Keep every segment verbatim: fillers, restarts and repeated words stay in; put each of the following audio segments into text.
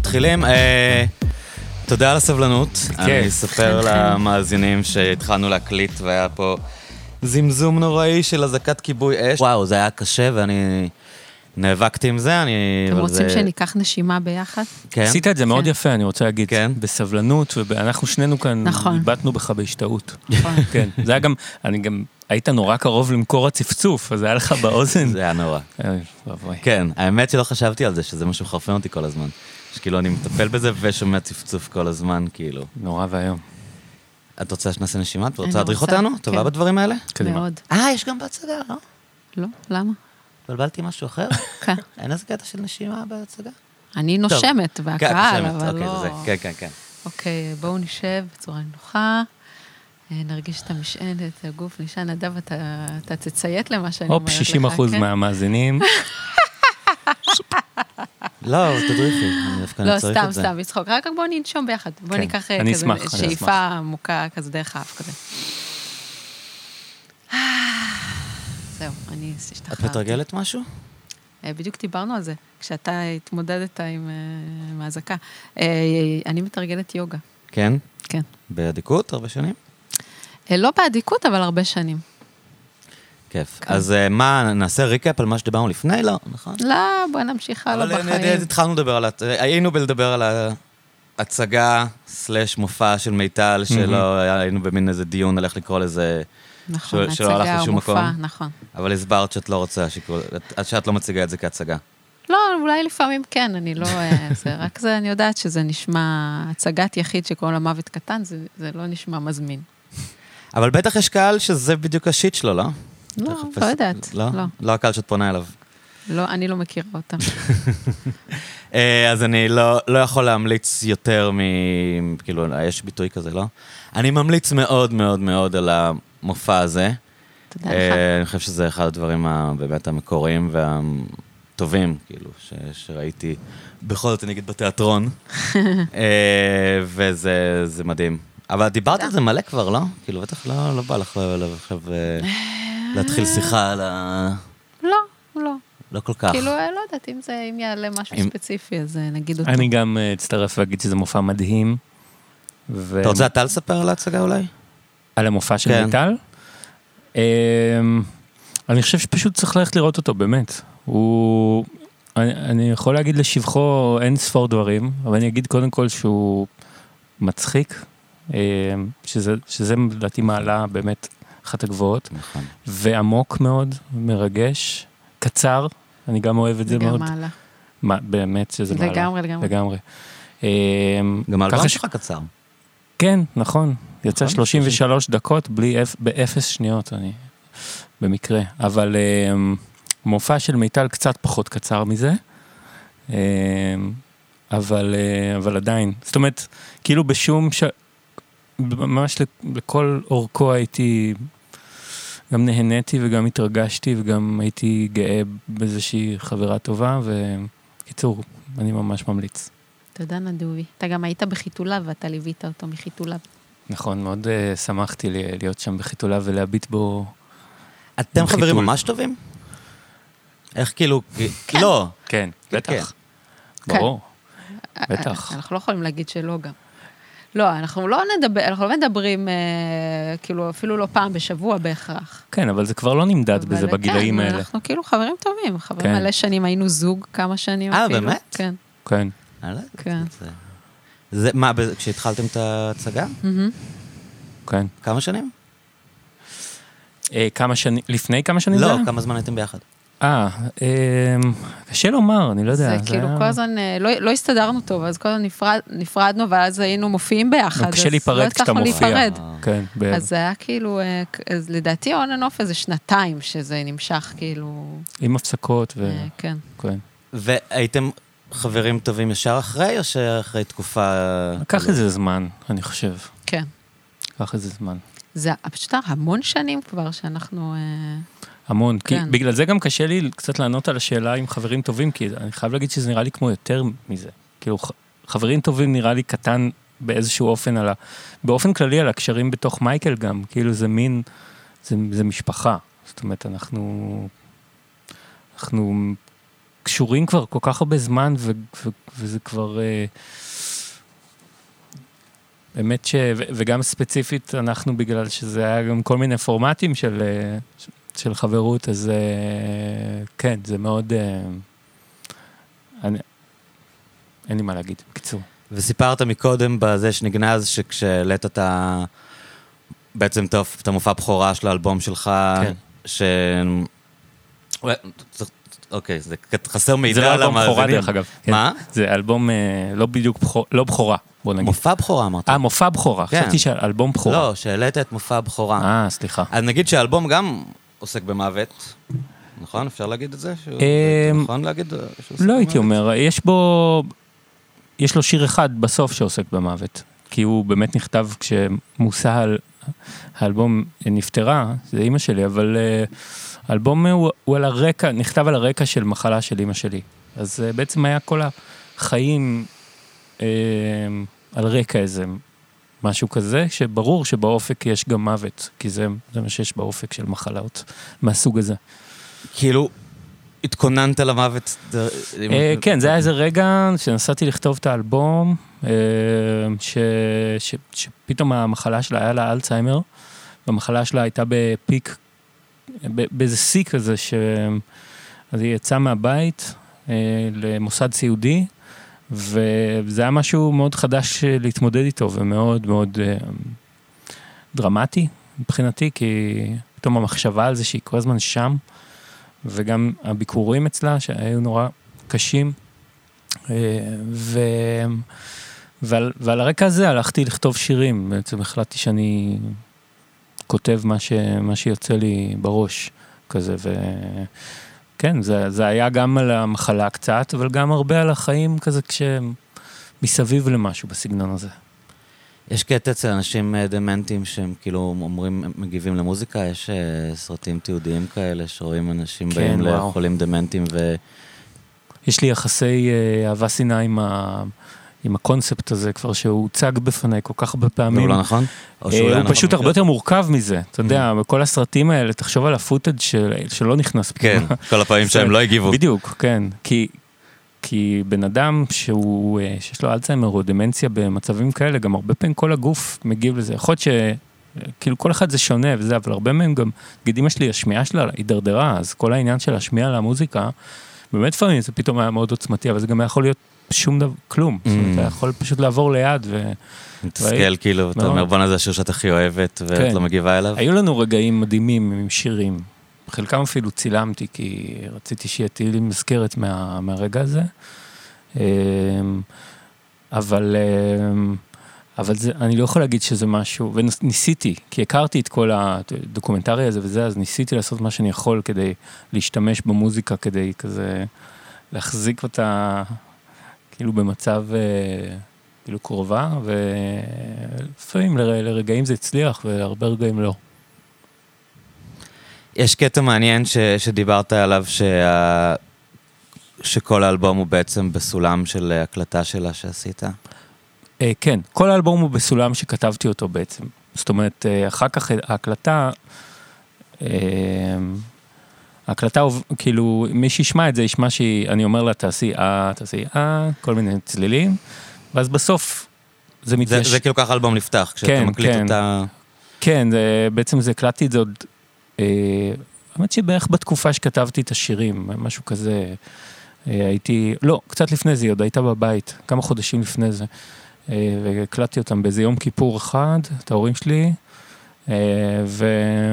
מתחילים. תודה על הסבלנות. אני אספר למאזינים שהתחלנו להקליט והיה פה זמזום נוראי של הזקת כיבוי אש. וואו, זה היה קשה ואני נאבקתי עם זה. אתם רוצים שניקח נשימה ביחד? כן. עשית את זה מאוד יפה, אני רוצה להגיד. כן. בסבלנות, ואנחנו שנינו כאן איבדנו בך בהשתאות. נכון. כן. זה היה גם, אני גם, היית נורא קרוב למקור הצפצוף, אז זה היה לך באוזן. זה היה נורא. כן, האמת שלא חשבתי על זה, שזה משהו חרפן אותי כל הזמן. שכאילו אני מטפל בזה ושומע צפצוף כל הזמן, כאילו. נורא והיום. את רוצה שנעשה נשימה? את רוצה להדריך אותנו? טובה בדברים האלה? מאוד. אה, יש גם בהצגה, לא? לא, למה? בלבלתי משהו אחר? כן. אין איזה קטע של נשימה בהצגה? אני נושמת, והקהל, אבל לא... כן, כן, כן. אוקיי, בואו נשב בצורה נוחה, נרגיש את המשענת, את הגוף, נשען, נדב, אתה תציית למה שאני אומרת לך, הופ, שישים אחוז מהמאזינים. לא, תדריכי, אני דווקא לא, צריך סתם, את זה. סתם, מצחוק, רק בואו ננשום ביחד, בואו ניקח כזה שאיפה עמוקה, כזה דרך האף כזה. זהו, אני השתחררתי. את מתרגלת משהו? בדיוק דיברנו על זה, כשאתה התמודדת עם מאזקה. אני מתרגלת יוגה. כן? כן. בעדיקות, הרבה שנים? לא בעדיקות, אבל הרבה שנים. כיף. אז מה, נעשה ריקאפ על מה שדיברנו לפני? לא, נכון? לא, בוא נמשיך הלאה בחיים. אבל התחלנו לדבר על... היינו בלדבר על ההצגה סלש מופע של מיטל, שלא היינו במין איזה דיון על איך לקרוא לזה... נכון, הצגה או מופע, נכון. אבל הסברת שאת לא רוצה, שאת לא מציגה את זה כהצגה. לא, אולי לפעמים כן, אני לא... רק זה, אני יודעת שזה נשמע... הצגת יחיד שקוראים לה מוות קטן, זה לא נשמע מזמין. אבל בטח יש קהל שזה בדיוק השיט שלו, לא? לא, לא יודעת. לא? לא הקהל שאת פונה אליו. לא, אני לא מכירה אותם. אז אני לא יכול להמליץ יותר מ... כאילו, יש ביטוי כזה, לא? אני ממליץ מאוד מאוד מאוד על המופע הזה. תודה לך. אני חושב שזה אחד הדברים באמת המקוריים והטובים, כאילו, שראיתי בכל זאת, אני אגיד, בתיאטרון. וזה מדהים. אבל דיברת על זה מלא כבר, לא? כאילו, בטח לא בא לך להתחיל שיחה על ה... לא, לא. לא כל כך. כאילו, לא יודעת, אם זה, אם יעלה משהו ספציפי, אז נגיד אותו. אני גם אצטרף להגיד שזה מופע מדהים. אתה רוצה אתה לספר על ההצגה אולי? על המופע של מיטל? אני חושב שפשוט צריך ללכת לראות אותו, באמת. הוא... אני יכול להגיד לשבחו אין ספור דברים, אבל אני אגיד קודם כל שהוא מצחיק, שזה, שזה לדעתי מעלה באמת אחת הגבוהות, נכון. ועמוק מאוד, מרגש, קצר, אני גם אוהב את זה מאוד. וגם מעלה. מה, באמת שזה מעלה. לגמרי, לגמרי. לגמרי. גם האלבום שלך קצר. כן, נכון. יצא שלושים ושלוש דקות, בלי, באפס שניות, אני, במקרה. אבל מופע של מיטל קצת פחות קצר מזה, אבל, אבל עדיין. זאת אומרת, כאילו בשום ש... ממש לכל אורכו הייתי, גם נהניתי וגם התרגשתי וגם הייתי גאה באיזושהי חברה טובה, וקיצור, אני ממש ממליץ. תודה נדובי. אתה גם היית בחיתולה ואתה ליווית אותו מחיתולה. נכון, מאוד uh, שמחתי לי, להיות שם בחיתולה ולהביט בו. אתם חברים ממש טובים? איך כאילו... כן. לא. כן, בטח. כן. ברור. בטח. אנחנו לא יכולים להגיד שלא גם. לא, אנחנו לא נדבר, אנחנו לא מדברים, אה, כאילו, אפילו לא פעם בשבוע בהכרח. כן, אבל זה כבר לא נמדד בזה בגילאים כן, האלה. אנחנו כאילו חברים טובים, חברים כן. מלא שנים, היינו זוג כמה שנים אה, אפילו. באמת? כן. כן. כן. זה, מה, כשהתחלתם את ההצגה? כן. כמה שנים? כמה שנים, לפני כמה שנים? לא, כמה זמן הייתם ביחד? אה, קשה לומר, אני לא יודע. זה כאילו כל הזמן, לא הסתדרנו טוב, אז כל הזמן נפרדנו, ואז היינו מופיעים ביחד. קשה להיפרד כשאתה מופיע. כן, בערך. אז זה היה כאילו, לדעתי און אנוף איזה שנתיים, שזה נמשך כאילו... עם הפסקות ו... כן. כן. והייתם חברים טובים ישר אחרי, או שאחרי תקופה... לקח איזה זמן, אני חושב. כן. לקח איזה זמן. זה פשוט המון שנים כבר שאנחנו... המון, כי בגלל זה גם קשה לי קצת לענות על השאלה עם חברים טובים, כי אני חייב להגיד שזה נראה לי כמו יותר מזה. כאילו, חברים טובים נראה לי קטן באיזשהו אופן על ה... באופן כללי על הקשרים בתוך מייקל גם, כאילו זה מין... זה, זה משפחה. זאת אומרת, אנחנו... אנחנו קשורים כבר כל כך הרבה זמן, ו, ו, וזה כבר... באמת ש... וגם ספציפית אנחנו, בגלל שזה היה גם כל מיני פורמטים של, של חברות, אז כן, זה מאוד... אני... אין לי מה להגיד, בקיצור. וסיפרת מקודם בזה שנגנז, שכשהעלית את ה... בעצם את המופע בכורה של האלבום שלך, כן. ש... אוקיי, זה חסר מידע. זה לא אלבום בכורה דרך אגב. מה? זה אלבום לא בדיוק בכורה, לא בכורה, בוא נגיד. מופע בכורה אמרת. אה, מופע בכורה, חשבתי שאלבום בכורה. לא, שהעלית את מופע בכורה. אה, סליחה. אז נגיד שהאלבום גם עוסק במוות, נכון? אפשר להגיד את זה? נכון להגיד? לא הייתי אומר, יש בו, יש לו שיר אחד בסוף שעוסק במוות, כי הוא באמת נכתב כשמוסה האלבום נפטרה, זה אמא שלי, אבל... האלבום הוא, הוא על הרקע, נכתב על הרקע של מחלה של אמא שלי. אז uh, בעצם היה כל החיים uh, על רקע איזה משהו כזה, שברור שבאופק יש גם מוות, כי זה, זה מה שיש באופק של מחלות מהסוג הזה. כאילו, התכוננת למוות? Uh, כן, זה היה איזה רגע שנסעתי לכתוב את האלבום, uh, ש, ש, שפתאום המחלה שלה היה לה אלצהיימר, והמחלה שלה הייתה בפיק, באיזה שיא כזה, אז היא יצאה מהבית אה, למוסד סיעודי, וזה היה משהו מאוד חדש להתמודד איתו, ומאוד מאוד אה, דרמטי מבחינתי, כי פתאום המחשבה על זה שהיא כל הזמן שם, וגם הביקורים אצלה שהיו נורא קשים, אה, ו... ועל, ועל הרקע הזה הלכתי לכתוב שירים, בעצם החלטתי שאני... כותב מה, ש, מה שיוצא לי בראש, כזה, וכן, זה, זה היה גם על המחלה קצת, אבל גם הרבה על החיים כזה, כשמסביב למשהו בסגנון הזה. יש קטע אצל אנשים דמנטים שהם כאילו אומרים, מגיבים למוזיקה, יש סרטים תיעודיים כאלה, שרואים אנשים כן, באים וואו. לחולים דמנטים ו... יש לי יחסי אהבה שנאה עם ה... עם הקונספט הזה כבר שהוא הוצג בפניי כל כך הרבה פעמים. הוא לא נכון? הוא פשוט הרבה יותר מורכב מזה. אתה יודע, בכל הסרטים האלה, תחשוב על הפוטאג' שלא נכנס. כן, כל הפעמים שהם לא הגיבו. בדיוק, כן. כי בן אדם שיש לו אלצהיימר או דמנציה במצבים כאלה, גם הרבה פעמים כל הגוף מגיב לזה. יכול להיות שכאילו כל אחד זה שונה וזה, אבל הרבה מהם גם, נגיד אמא שלי, השמיעה שלה הידרדרה, אז כל העניין של השמיעה למוזיקה, באמת פעמים זה פתאום היה מאוד עוצמתי, אבל זה גם יכול להיות שום דבר, כלום. זאת אומרת, אתה יכול פשוט לעבור ליד ו... מתסכל כאילו, אתה אומר, בוא נזה השיר שאת הכי אוהבת, ואת לא מגיבה אליו. היו לנו רגעים מדהימים עם שירים. חלקם אפילו צילמתי, כי רציתי שיהיה לי מזכרת מהרגע הזה. אבל... אבל זה, אני לא יכול להגיד שזה משהו, וניסיתי, כי הכרתי את כל הדוקומנטרי הזה וזה, אז ניסיתי לעשות מה שאני יכול כדי להשתמש במוזיקה, כדי כזה להחזיק אותה כאילו במצב כאילו קרובה, ולפעמים לרגעים זה הצליח, ולהרבה רגעים לא. יש קטע מעניין ש, שדיברת עליו, שה, שכל האלבום הוא בעצם בסולם של הקלטה שלה שעשית? כן, כל האלבום הוא בסולם שכתבתי אותו בעצם. זאת אומרת, אחר כך ההקלטה, ההקלטה, כאילו, מי שישמע את זה, ישמע שאני אומר לה, תעשי אה, תעשי אה, כל מיני צלילים, ואז בסוף זה מתייש... זה, זה כאילו ככה אלבום נפתח, כשאתה כן, מקליט כן. אותה... כן, זה, בעצם זה הקלטתי את זה עוד, האמת שבערך בתקופה שכתבתי את השירים, משהו כזה, הייתי, לא, קצת לפני זה, עוד הייתה בבית, כמה חודשים לפני זה, והקלטתי אותם באיזה יום כיפור אחד, את ההורים שלי, ו...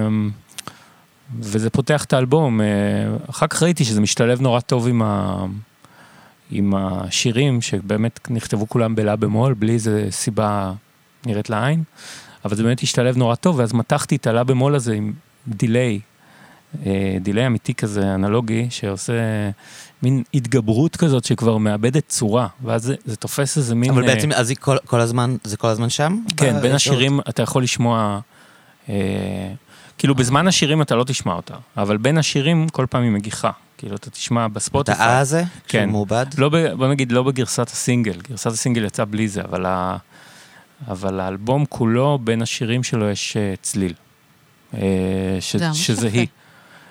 וזה פותח את האלבום. אחר כך ראיתי שזה משתלב נורא טוב עם, ה... עם השירים, שבאמת נכתבו כולם בלה במול, בלי איזה סיבה נראית לעין, אבל זה באמת השתלב נורא טוב, ואז מתחתי את הלה במול הזה עם דיליי, דיליי אמיתי כזה, אנלוגי, שעושה מין התגברות כזאת שכבר מאבדת צורה, ואז זה, זה תופס איזה מין... אבל בעצם, אז היא כל, כל הזמן, זה כל הזמן שם? כן, בין השירים אתה יכול לשמוע, אה, כאילו בזמן השירים אתה לא תשמע אותה, אבל בין השירים כל פעם היא מגיחה, כאילו אתה תשמע בספוטיפיי. את האה הזה? כן. שמעובד? לא, בוא נגיד, לא בגרסת הסינגל, גרסת הסינגל יצא בלי זה, אבל, ה, אבל האלבום כולו, בין השירים שלו יש צליל, אה, ש, שזה היא.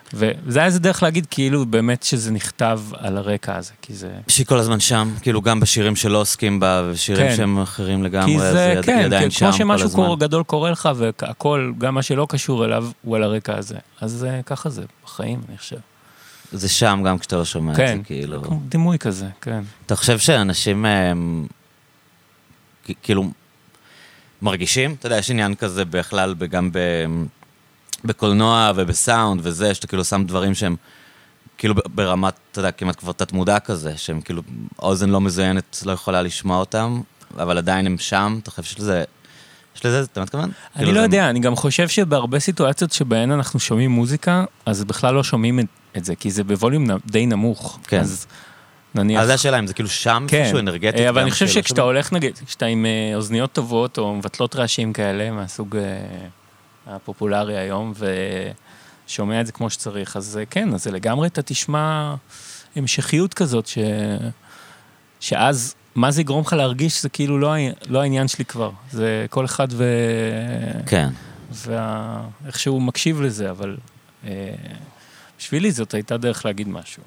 וזה היה איזה דרך להגיד כאילו באמת שזה נכתב על הרקע הזה, כי זה... שהיא כל הזמן שם, כאילו גם בשירים שלא עוסקים בה, ושירים כן. שהם אחרים לגמרי, כי זה, אז כן, היא עדיין שם כל הזמן. כמו שמשהו קור, גדול קורה לך, והכל, גם מה שלא קשור אליו, הוא על הרקע הזה. אז ככה זה, בחיים, אני חושב. זה שם גם כשאתה לא שומע כן, את זה, כאילו... כמו דימוי כזה, כן. אתה חושב שאנשים, הם, כאילו, מרגישים? אתה יודע, יש עניין כזה בכלל, גם ב... בקולנוע ובסאונד וזה, שאתה כאילו שם דברים שהם כאילו ברמת, אתה יודע, כמעט כבר תת-מודע כזה, שהם כאילו, אוזן לא מזוינת, לא יכולה לשמוע אותם, אבל עדיין הם שם, אתה חושב שזה, יש לזה, אתה מתכוון? אני לא יודע, אני גם חושב שבהרבה סיטואציות שבהן אנחנו שומעים מוזיקה, אז בכלל לא שומעים את זה, כי זה בווליום די נמוך. כן. אז נניח... אז זה השאלה, אם זה כאילו שם, משהו אנרגטי. אבל אני חושב שכשאתה הולך, נגיד, כשאתה עם אוזניות טובות, או מבטלות רעשים כאלה, מהסוג הפופולרי היום, ושומע את זה כמו שצריך, אז כן, אז זה לגמרי אתה תשמע המשכיות כזאת, ש... שאז, מה זה יגרום לך להרגיש, זה כאילו לא, לא העניין שלי כבר, זה כל אחד ו... כן. ואיך שהוא מקשיב לזה, אבל בשבילי זאת הייתה דרך להגיד משהו.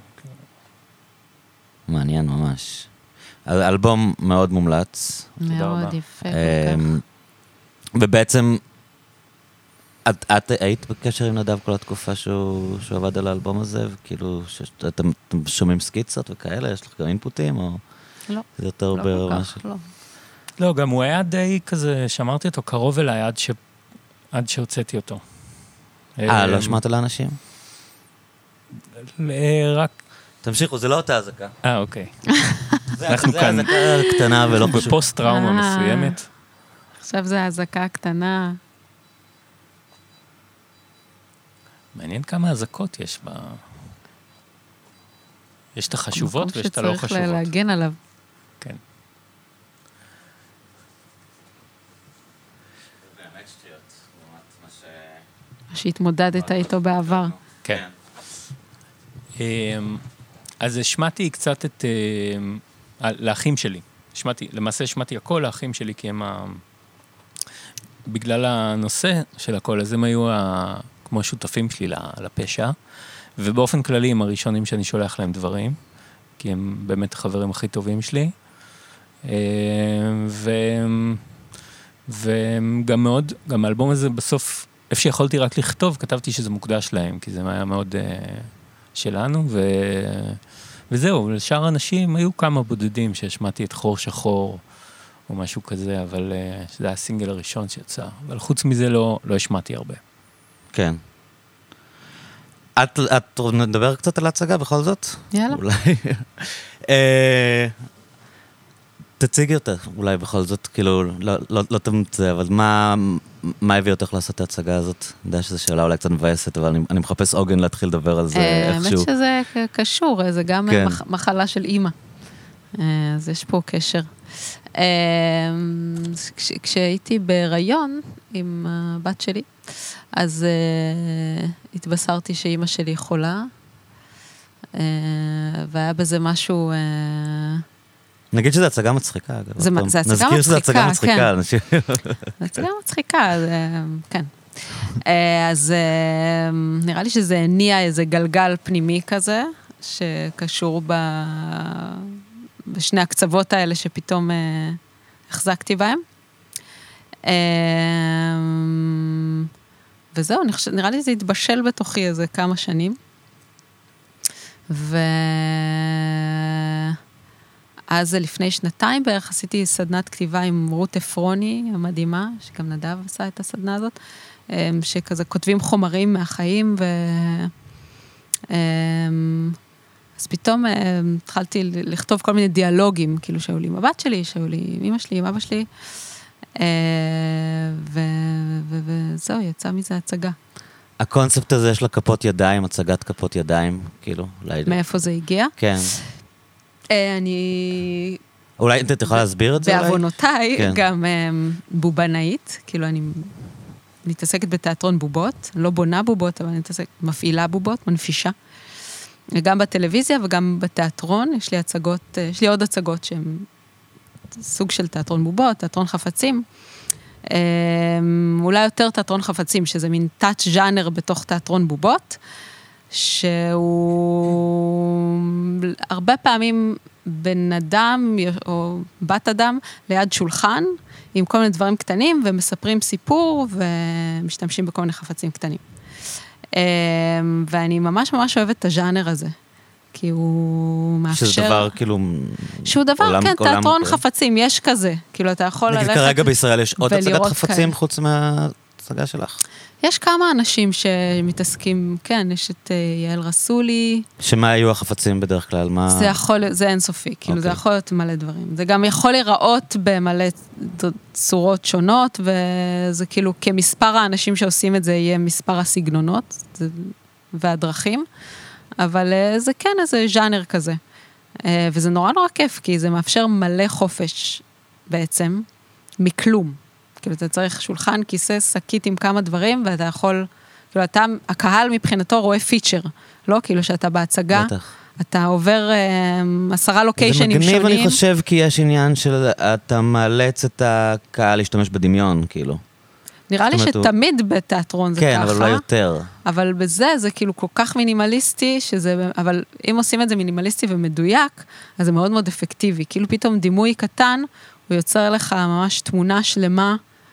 מעניין ממש. אלבום מאוד מומלץ. מאוד יפה כל כך. ובעצם, את, את היית בקשר עם נדב כל התקופה שהוא, שהוא עבד על האלבום הזה, וכאילו, שאתם שומעים סקיצות וכאלה, יש לך גם אינפוטים, או... לא, זה יותר לא כל כך, לא. לא, גם הוא היה די כזה, שמרתי אותו קרוב אליי עד, ש... עד שהוצאתי אותו. אה, לא שמעת לאנשים? רק... תמשיכו, זה לא אותה הזקה. אה, אוקיי. זה הזקה קטנה ולא חשוב. בפוסט טראומה מסוימת. עכשיו זה הזקה הקטנה. מעניין כמה הזקות יש בה... יש את החשובות ויש את הלא חשובות. שצריך להגן עליו. כן. באמת שטויות. מה שהתמודדת איתו בעבר. כן. אז השמעתי קצת את... לאחים שלי. למעשה השמעתי הכל לאחים שלי, כי הם... בגלל הנושא של הכל, אז הם היו כמו שותפים שלי לפשע. ובאופן כללי הם הראשונים שאני שולח להם דברים, כי הם באמת החברים הכי טובים שלי. ו... וגם מאוד, גם האלבום הזה בסוף, איפה שיכולתי רק לכתוב, כתבתי שזה מוקדש להם, כי זה היה מאוד שלנו, ו... וזהו, לשאר אנשים היו כמה בודדים שהשמעתי את חור שחור, או משהו כזה, אבל שזה היה הסינגל הראשון שיצא, אבל חוץ מזה לא, לא השמעתי הרבה. כן. את, את נדבר קצת על ההצגה בכל זאת? יאללה. אולי. תציגי אותה, אולי בכל זאת, כאילו, לא, לא, לא תמצא, אבל מה, מה הביא אותך לעשות את ההצגה הזאת? אני יודע שזו שאלה אולי קצת מבאסת, אבל אני, אני מחפש עוגן להתחיל לדבר על זה איכשהו. האמת שזה קשור, זה גם מחלה של אימא. אז יש פה קשר. כשהייתי בהיריון עם הבת שלי, אז uh, התבשרתי שאימא שלי חולה, uh, והיה בזה משהו... Uh, נגיד שזו הצגה מצחיקה, אגב. זה, זה הצגה נזכיר שזו הצגה מצחיקה, כן. אנשים... זה הצגה מצחיקה, זה, כן. Uh, אז uh, נראה לי שזה הניע איזה גלגל פנימי כזה, שקשור ב... בשני הקצוות האלה שפתאום uh, החזקתי בהם. Uh, וזהו, נראה לי זה התבשל בתוכי איזה כמה שנים. ואז לפני שנתיים בערך עשיתי סדנת כתיבה עם רות אפרוני המדהימה, שגם נדב עשה את הסדנה הזאת, שכזה כותבים חומרים מהחיים, ו... אז פתאום התחלתי לכתוב כל מיני דיאלוגים, כאילו שהיו לי עם הבת שלי, שהיו לי עם אמא שלי, עם אבא שלי, וזהו, יצא מזה הצגה. הקונספט הזה יש לה כפות ידיים, הצגת כפות ידיים, כאילו, אולי... מאיפה זה הגיע? כן. אני... אולי אתה יכולה להסביר את זה אולי? בעוונותיי, גם בובנאית, כאילו אני מתעסקת בתיאטרון בובות, לא בונה בובות, אבל אני מתעסקת, מפעילה בובות, מנפישה. גם בטלוויזיה וגם בתיאטרון, יש לי הצגות, יש לי עוד הצגות שהן סוג של תיאטרון בובות, תיאטרון חפצים, אולי יותר תיאטרון חפצים, שזה מין תת ז'אנר בתוך תיאטרון בובות, שהוא הרבה פעמים בן אדם או בת אדם ליד שולחן, עם כל מיני דברים קטנים, ומספרים סיפור, ומשתמשים בכל מיני חפצים קטנים. ואני ממש ממש אוהבת את הז'אנר הזה, כי הוא מאפשר... שזה דבר כאילו... שהוא דבר, כן, תיאטרון חפצים, יש כזה. כאילו, אתה יכול ללכת... נגיד כרגע בישראל יש עוד הצגת חפצים חוץ מההצגה שלך? יש כמה אנשים שמתעסקים, כן, יש את יעל רסולי. שמה היו החפצים בדרך כלל? מה... זה יכול, זה אינסופי, כאילו, זה יכול להיות מלא דברים. זה גם יכול להיראות במלא צורות שונות, וזה כאילו, כמספר האנשים שעושים את זה, יהיה מספר הסגנונות והדרכים, אבל זה כן איזה ז'אנר כזה. וזה נורא נורא כיף, כי זה מאפשר מלא חופש בעצם, מכלום. כאילו, אתה צריך שולחן, כיסא, שקית עם כמה דברים, ואתה יכול, כאילו, אתה, הקהל מבחינתו רואה פיצ'ר, לא? כאילו, שאתה בהצגה, בטח. אתה עובר אה, עשרה לוקיישנים שונים. זה מגניב, אני חושב, כי יש עניין של, אתה מאלץ את הקהל להשתמש בדמיון, כאילו. נראה לי שתמיד הוא... בתיאטרון זה כן, ככה. כן, אבל לא יותר. אבל בזה, זה כאילו כל כך מינימליסטי, שזה, אבל אם עושים את זה מינימליסטי ומדויק, אז זה מאוד מאוד אפקטיבי. כאילו, פתאום דימוי קטן, הוא יוצר לך ממש תמונה שלמה,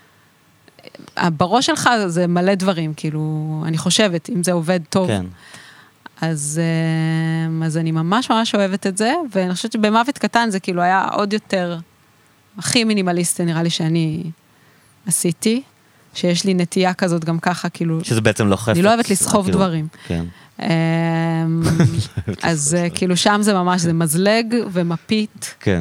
בראש שלך זה מלא דברים, כאילו, אני חושבת, אם זה עובד טוב. כן. אז, אז אני ממש ממש אוהבת את זה, ואני חושבת שבמוות קטן זה כאילו היה עוד יותר, הכי מינימליסטי נראה לי שאני עשיתי, שיש לי נטייה כזאת גם ככה, כאילו... שזה בעצם לא חפץ. אני לא אוהבת לסחוב כאילו, דברים. כן. אז כאילו שם זה ממש, זה מזלג ומפית. כן.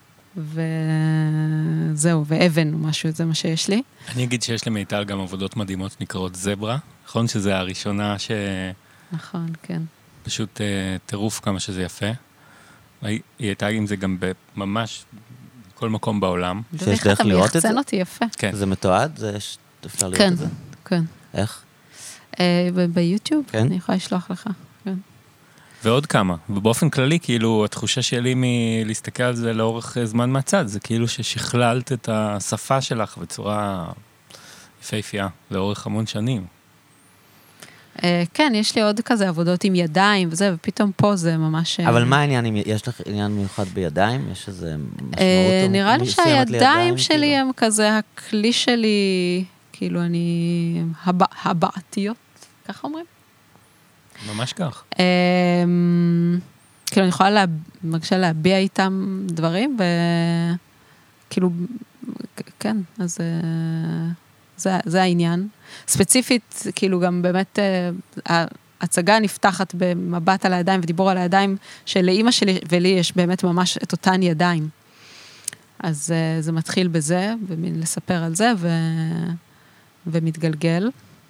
וזהו, ואבן או משהו, זה מה שיש לי. אני אגיד שיש למיטל גם עבודות מדהימות נקראות זברה, נכון שזה הראשונה ש... נכון, כן. פשוט טירוף כמה שזה יפה. היא הייתה עם זה גם ממש בכל מקום בעולם. שיש דרך לראות את זה? אתה מייחצן אותי יפה. כן. זה מתועד? אפשר לראות את זה? כן, כן. איך? ביוטיוב? כן? אני יכולה לשלוח לך, כן. ועוד כמה, ובאופן כללי, כאילו, התחושה שלי מלהסתכל על זה לאורך זמן מהצד, זה כאילו ששכללת את השפה שלך בצורה יפהפייה, לאורך המון שנים. כן, יש לי עוד כזה עבודות עם ידיים וזה, ופתאום פה זה ממש... אבל מה העניין? יש לך עניין מיוחד בידיים? יש איזה משמעות? נראה לי שהידיים שלי הם כזה, הכלי שלי, כאילו אני הבעתיות, ככה אומרים? ממש כך. כאילו, אני יכולה מרגישה להביע איתם דברים, וכאילו, כן, אז זה העניין. ספציפית, כאילו, גם באמת, ההצגה נפתחת במבט על הידיים, ודיבור על הידיים, שלאמא שלי ולי יש באמת ממש את אותן ידיים. אז זה מתחיל בזה, ולספר על זה, ומתגלגל.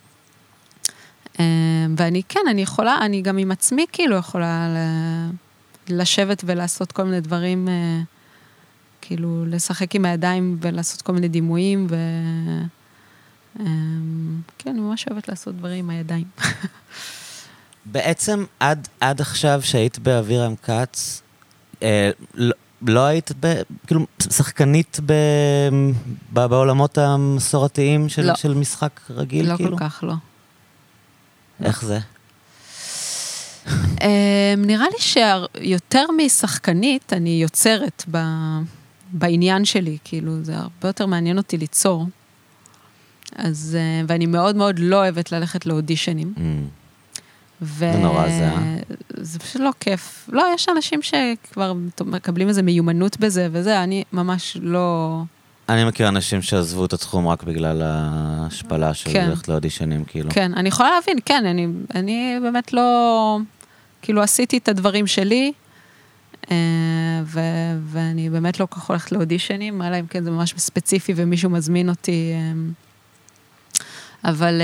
ואני, כן, אני יכולה, אני גם עם עצמי כאילו יכולה לשבת ולעשות כל מיני דברים, כאילו לשחק עם הידיים ולעשות כל מיני דימויים, ו... כן, אני ממש אוהבת לעשות דברים עם הידיים. בעצם עד, עד עכשיו שהיית באווירם כץ, אה, לא, לא היית ב, כאילו שחקנית ב, ב, בעולמות המסורתיים של, לא. של משחק רגיל? לא כאילו? כל כך, לא. איך זה? נראה לי שיותר משחקנית אני יוצרת בעניין שלי, כאילו זה הרבה יותר מעניין אותי ליצור. אז, ואני מאוד מאוד לא אוהבת ללכת לאודישנים. זה נורא זה, אה? זה פשוט לא כיף. לא, יש אנשים שכבר מקבלים איזו מיומנות בזה וזה, אני ממש לא... אני מכיר אנשים שעזבו את התחום רק בגלל ההשפלה של ללכת לאודישנים, כאילו. כן, אני יכולה להבין, כן, אני, אני באמת לא, כאילו עשיתי את הדברים שלי, ו, ואני באמת לא כך הולכת לאודישנים, אלא אם כן זה ממש ספציפי ומישהו מזמין אותי, אבל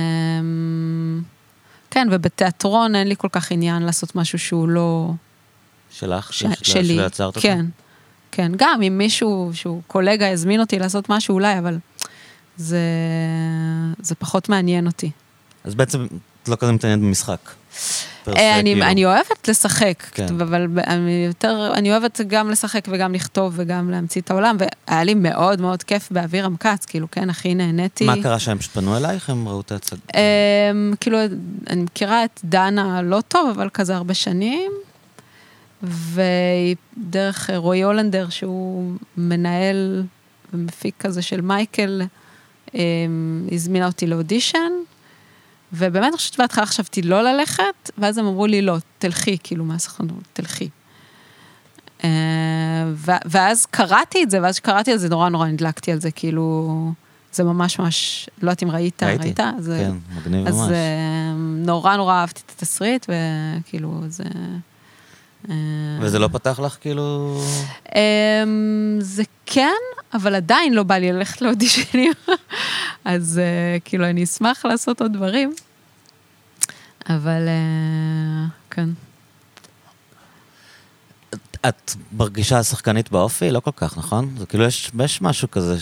כן, ובתיאטרון אין לי כל כך עניין לעשות משהו שהוא לא... שלך? ש, שלי, כן. כן, גם אם מישהו שהוא קולגה הזמין אותי לעשות משהו אולי, אבל זה, זה פחות מעניין אותי. אז בעצם את לא כזה מתעניינת במשחק. פרסה, אני, כאילו. אני אוהבת לשחק, כן. אבל אני, יותר, אני אוהבת גם לשחק וגם לכתוב וגם להמציא את העולם, והיה לי מאוד מאוד כיף באוויר המקץ, כאילו, כן, הכי נהניתי. מה קרה שהם שפנו אלייך? הם ראו את הצד? כאילו, אני מכירה את דנה לא טוב, אבל כזה הרבה שנים, ודרך רועי הולנדר, שהוא מנהל ומפיק כזה של מייקל, הזמינה אותי לאודישן, ובאמת אני חושבת בהתחלה חשבתי לא ללכת, ואז הם אמרו לי לא, תלכי, כאילו מהסוכנות, תלכי. ואז קראתי את זה, ואז שקראתי על זה, נורא נורא נדלקתי על זה, כאילו, זה ממש ממש, לא יודעת אם ראית, ראית? כן, מגניב ממש. אז נורא נורא אהבתי את התסריט, וכאילו זה... וזה לא פתח לך כאילו... זה כן, אבל עדיין לא בא לי ללכת לאודישנים, אז כאילו אני אשמח לעשות עוד דברים, אבל כן. את מרגישה שחקנית באופי? לא כל כך, נכון? זה כאילו יש, יש משהו כזה...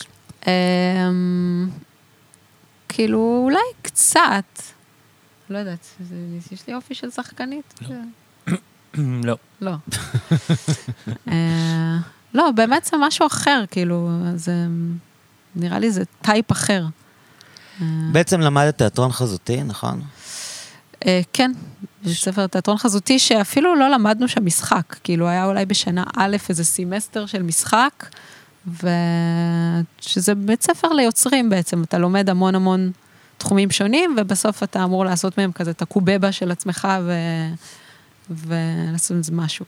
כאילו אולי קצת, לא יודעת, יש לי אופי של שחקנית? לא. לא. לא, באמת זה משהו אחר, כאילו, זה, נראה לי זה טייפ אחר. בעצם למדת תיאטרון חזותי, נכון? כן, בספר תיאטרון חזותי, שאפילו לא למדנו שם משחק, כאילו היה אולי בשנה א' איזה סמסטר של משחק, ושזה בית ספר ליוצרים בעצם, אתה לומד המון המון תחומים שונים, ובסוף אתה אמור לעשות מהם כזה את הקובבה של עצמך, ו... ולעשות את זה משהו.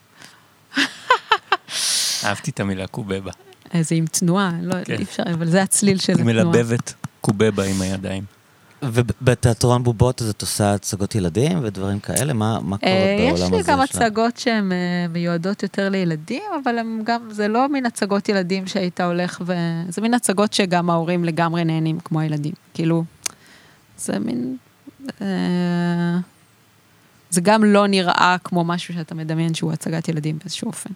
אהבתי את המילה קובבה. זה עם תנועה, לא אי אפשר, אבל זה הצליל של התנועה. היא מלבבת קובבה עם הידיים. ובתיאטרון בובות את עושה הצגות ילדים ודברים כאלה? מה קורה בעולם הזה? יש לי גם הצגות שהן מיועדות יותר לילדים, אבל זה לא מין הצגות ילדים שהיית הולך, זה מין הצגות שגם ההורים לגמרי נהנים כמו הילדים. כאילו, זה מין... זה גם לא נראה כמו משהו שאתה מדמיין שהוא הצגת ילדים באיזשהו אופן.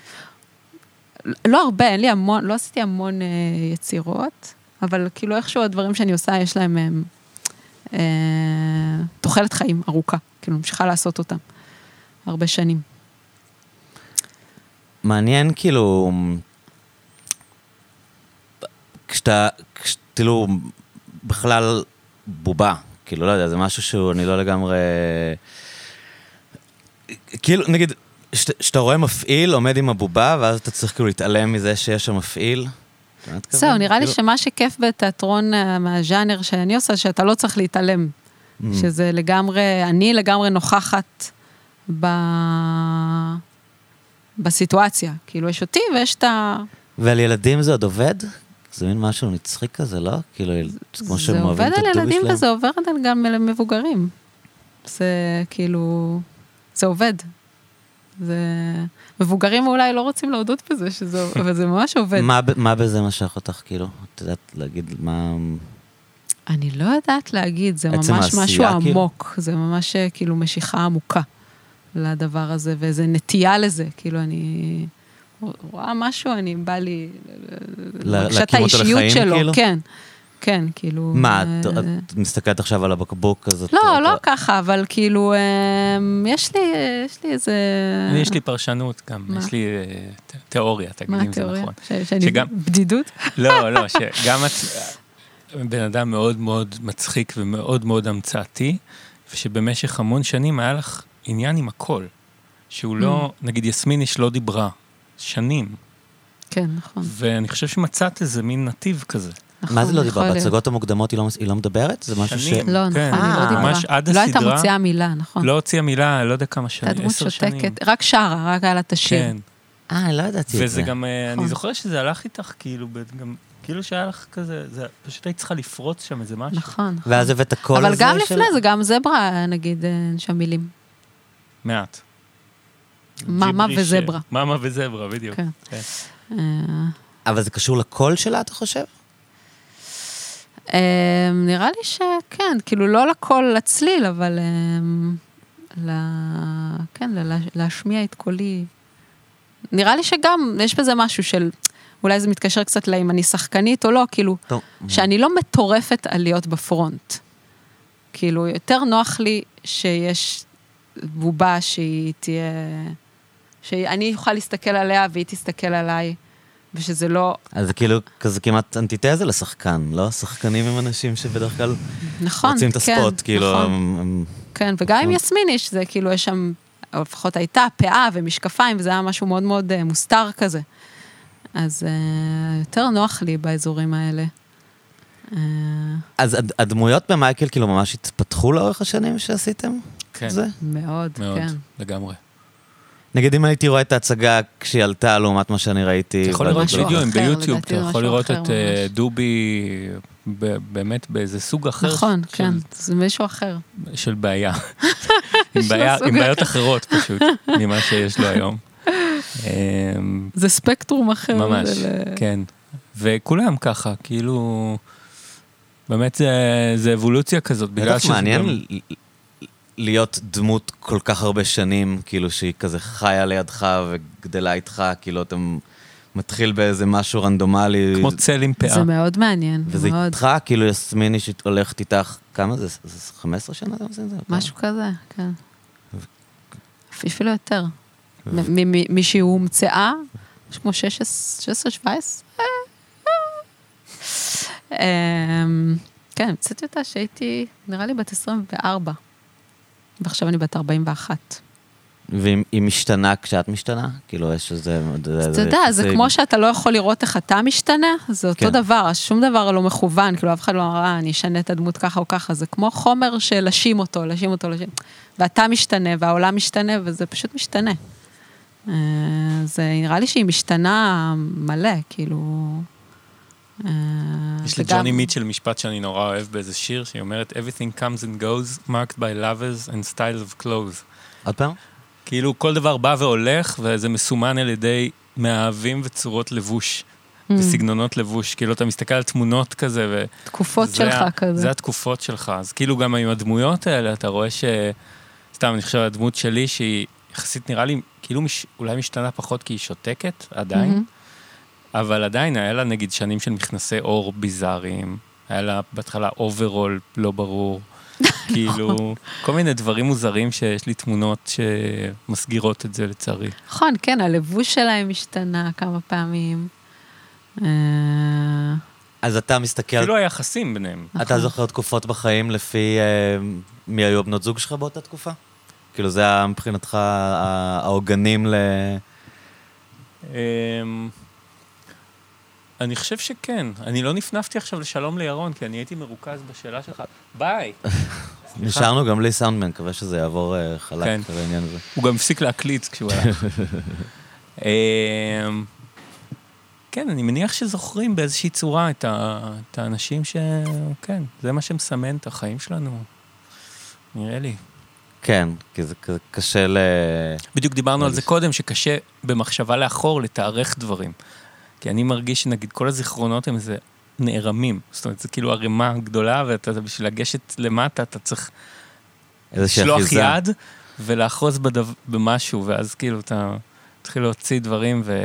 לא הרבה, אין לי המון, לא עשיתי המון אה, יצירות, אבל כאילו איכשהו הדברים שאני עושה, יש להם אה, אה, תוחלת חיים ארוכה, כאילו ממשיכה לעשות אותם הרבה שנים. מעניין כאילו, כשאתה, כאילו, בכלל בובה, כאילו לא יודע, זה משהו שהוא, אני לא לגמרי... כאילו, נגיד, שאתה רואה מפעיל, עומד עם הבובה, ואז אתה צריך כאילו להתעלם מזה שיש שם מפעיל. זהו, נראה לי שמה שכיף בתיאטרון מהז'אנר שאני עושה, שאתה לא צריך להתעלם. שזה לגמרי, אני לגמרי נוכחת בסיטואציה. כאילו, יש אותי ויש את ה... ועל ילדים זה עוד עובד? זה מין משהו נצחי כזה, לא? כאילו, כמו שהם אוהבים את הטובי שלהם. זה עובד על ילדים וזה עובר גם למבוגרים. זה כאילו... זה עובד. זה... מבוגרים אולי לא רוצים להודות בזה, שזה... אבל זה ממש עובד. מה, מה בזה משך אותך, כאילו? את יודעת להגיד מה... אני לא יודעת להגיד, זה ממש משהו העשייה, עמוק. כאילו? זה ממש כאילו משיכה עמוקה לדבר הזה, ואיזה נטייה לזה. כאילו אני רואה משהו, אני בא לי... להקים אותו לחיים, שלו, כאילו? כן. כן, כאילו... מה, את, את מסתכלת עכשיו על הבקבוק הזאת? לא, לא ככה, אבל כאילו, יש לי, יש לי איזה... יש לי פרשנות גם, יש לי תיאוריה, תגיד אם זה נכון. מה התיאוריה? שאני בדידות? לא, לא, שגם בן אדם מאוד מאוד מצחיק ומאוד מאוד המצאתי, ושבמשך המון שנים היה לך עניין עם הכל, שהוא לא, נגיד יסמיניש לא דיברה, שנים. כן, נכון. ואני חושב שמצאת איזה מין נתיב כזה. מה זה לא דיברה? בהצגות המוקדמות היא לא מדברת? זה משהו ש... לא, נכון, היא לא דיברה. לא הייתה מוציאה מילה, נכון. לא הוציאה מילה, לא יודע כמה שנים, עשר שנים. רק שרה, רק היה לה את השיר. כן. אה, לא ידעתי את זה. וזה גם, אני זוכר שזה הלך איתך, כאילו, כאילו שהיה לך כזה, פשוט היית צריכה לפרוץ שם איזה משהו. נכון. ואז הבאת הקול הזה אבל גם לפני זה, גם זברה, נגיד, שם מילים. מעט. מאמה וזברה. מאמה וזברה, בדיוק. אבל זה קשור לקול שלה, אתה חושב? נראה לי שכן, כאילו לא לכל לצליל, אבל כן, להשמיע את קולי. נראה לי שגם, יש בזה משהו של, אולי זה מתקשר קצת לאם אני שחקנית או לא, כאילו, שאני לא מטורפת על להיות בפרונט. כאילו, יותר נוח לי שיש בובה שהיא תהיה, שאני אוכל להסתכל עליה והיא תסתכל עליי, ושזה לא... אז זה כאילו, כזה כמעט אנטיתזה לשחקן, לא? שחקנים הם אנשים שבדרך כלל נכון, רוצים את הספוט, כן, כאילו... נכון. הם, הם... כן, וגם עם יסמיניש, זה כאילו יש שם, לפחות הייתה פאה ומשקפיים, וזה היה משהו מאוד מאוד מוסתר כזה. אז uh, יותר נוח לי באזורים האלה. Uh... אז הדמויות במייקל כאילו ממש התפתחו לאורך השנים שעשיתם? כן. זה? מאוד, מאוד, כן. לגמרי. נגיד אם הייתי רואה את ההצגה כשהיא עלתה לעומת מה שאני ראיתי... אתה יכול לראות משהו וידאוים אחר, ביוטיוב, לדעתי אתה זה יכול משהו לראות אחר את ממש. אה, דובי ב- באמת באיזה סוג אחר נכון, של- כן, זה מישהו אחר. של בעיה. עם יש לו בעיה- סוג עם בעיות אחרות פשוט, ממה שיש לו היום. אמ, זה ספקטרום אחר. ממש, זה ל- כן. וכולם ככה, כאילו... באמת זה- זה אבולוציה כזאת. בגלל בטח שזה מעניין גם- ל- להיות דמות כל כך הרבה שנים, כאילו שהיא כזה חיה לידך וגדלה איתך, כאילו אתה מתחיל באיזה משהו רנדומלי. כמו צל עם פאה. זה מאוד מעניין, וזה מאוד. איתך, כאילו יסמיני שהולכת איתך, כמה זה? זה חמש עשרה שנה? אתם עושים את זה? משהו כזה, כן. אפילו יותר. מ- מ- מישהי הומצאה, משהו כמו שש עשרה שבע עשרה. אמ, כן, קצת יותר שהייתי, נראה לי בת עשרים וארבע. ועכשיו אני בת ארבעים ואחת. והיא היא משתנה כשאת משתנה? כאילו יש איזה... אתה יודע, זה כמו שאתה לא יכול לראות איך אתה משתנה, זה אותו כן. דבר, שום דבר לא מכוון, כאילו אף אחד לא אמר, "אה, אני אשנה את הדמות ככה או ככה, זה כמו חומר של לשים אותו, לשים אותו, לשים. ואתה משתנה, והעולם משתנה, וזה פשוט משתנה. אה, זה נראה לי שהיא משתנה מלא, כאילו... אה, יש וגם- לג'וני מיטשל משפט שאני נורא אוהב באיזה שיר, שהיא אומרת, Everything comes and goes, marked by lovers and styles of clothes. עוד פעם? כאילו כל דבר בא והולך, וזה מסומן על ידי מאהבים וצורות לבוש, Mm. וסגנונות לבוש. כאילו אתה מסתכל על תמונות כזה, ו... תקופות זה שלך ה- כזה. זה התקופות שלך. אז כאילו גם עם הדמויות האלה, אתה רואה ש... סתם, אני חושב על הדמות שלי, שהיא יחסית נראה לי, כאילו מש... אולי משתנה פחות כי היא שותקת, עדיין. מהמם. אבל עדיין היה לה נגיד שנים של מכנסי אור ביזאריים, היה לה בהתחלה אוברול לא ברור, כאילו כל מיני דברים מוזרים שיש לי תמונות שמסגירות את זה לצערי. נכון, כן, הלבוש שלהם השתנה כמה פעמים. אה, אז אתה מסתכל... אפילו היחסים ביניהם. אתה זוכר תקופות בחיים לפי אה, מי היו הבנות זוג שלך באותה תקופה? כאילו זה היה מבחינתך ה- העוגנים ל... אמ, אני חושב שכן. אני לא נפנפתי עכשיו לשלום לירון, כי אני הייתי מרוכז בשאלה שלך. ביי. נשארנו גם בלי סאונדמן, מקווה שזה יעבור אה, חלק כן. על העניין הזה. הוא גם הפסיק להקליט כשהוא הלך. אמ, כן, אני מניח שזוכרים באיזושהי צורה את ה- את האנשים ש... כן, זה מה שמסמן את החיים שלנו. נראה לי. כן, כי זה כזה קשה ל... בדיוק דיברנו על זה קודם, שקשה במחשבה לאחור לתארך דברים. כי אני מרגיש שנגיד כל הזיכרונות הם איזה נערמים. זאת אומרת, זה כאילו ערימה גדולה, ואתה בשביל לגשת למטה, אתה צריך איזושהי לשלוח אחיזה. יד ולאחוז בדו... במשהו, ואז כאילו אתה תתחיל להוציא דברים ו...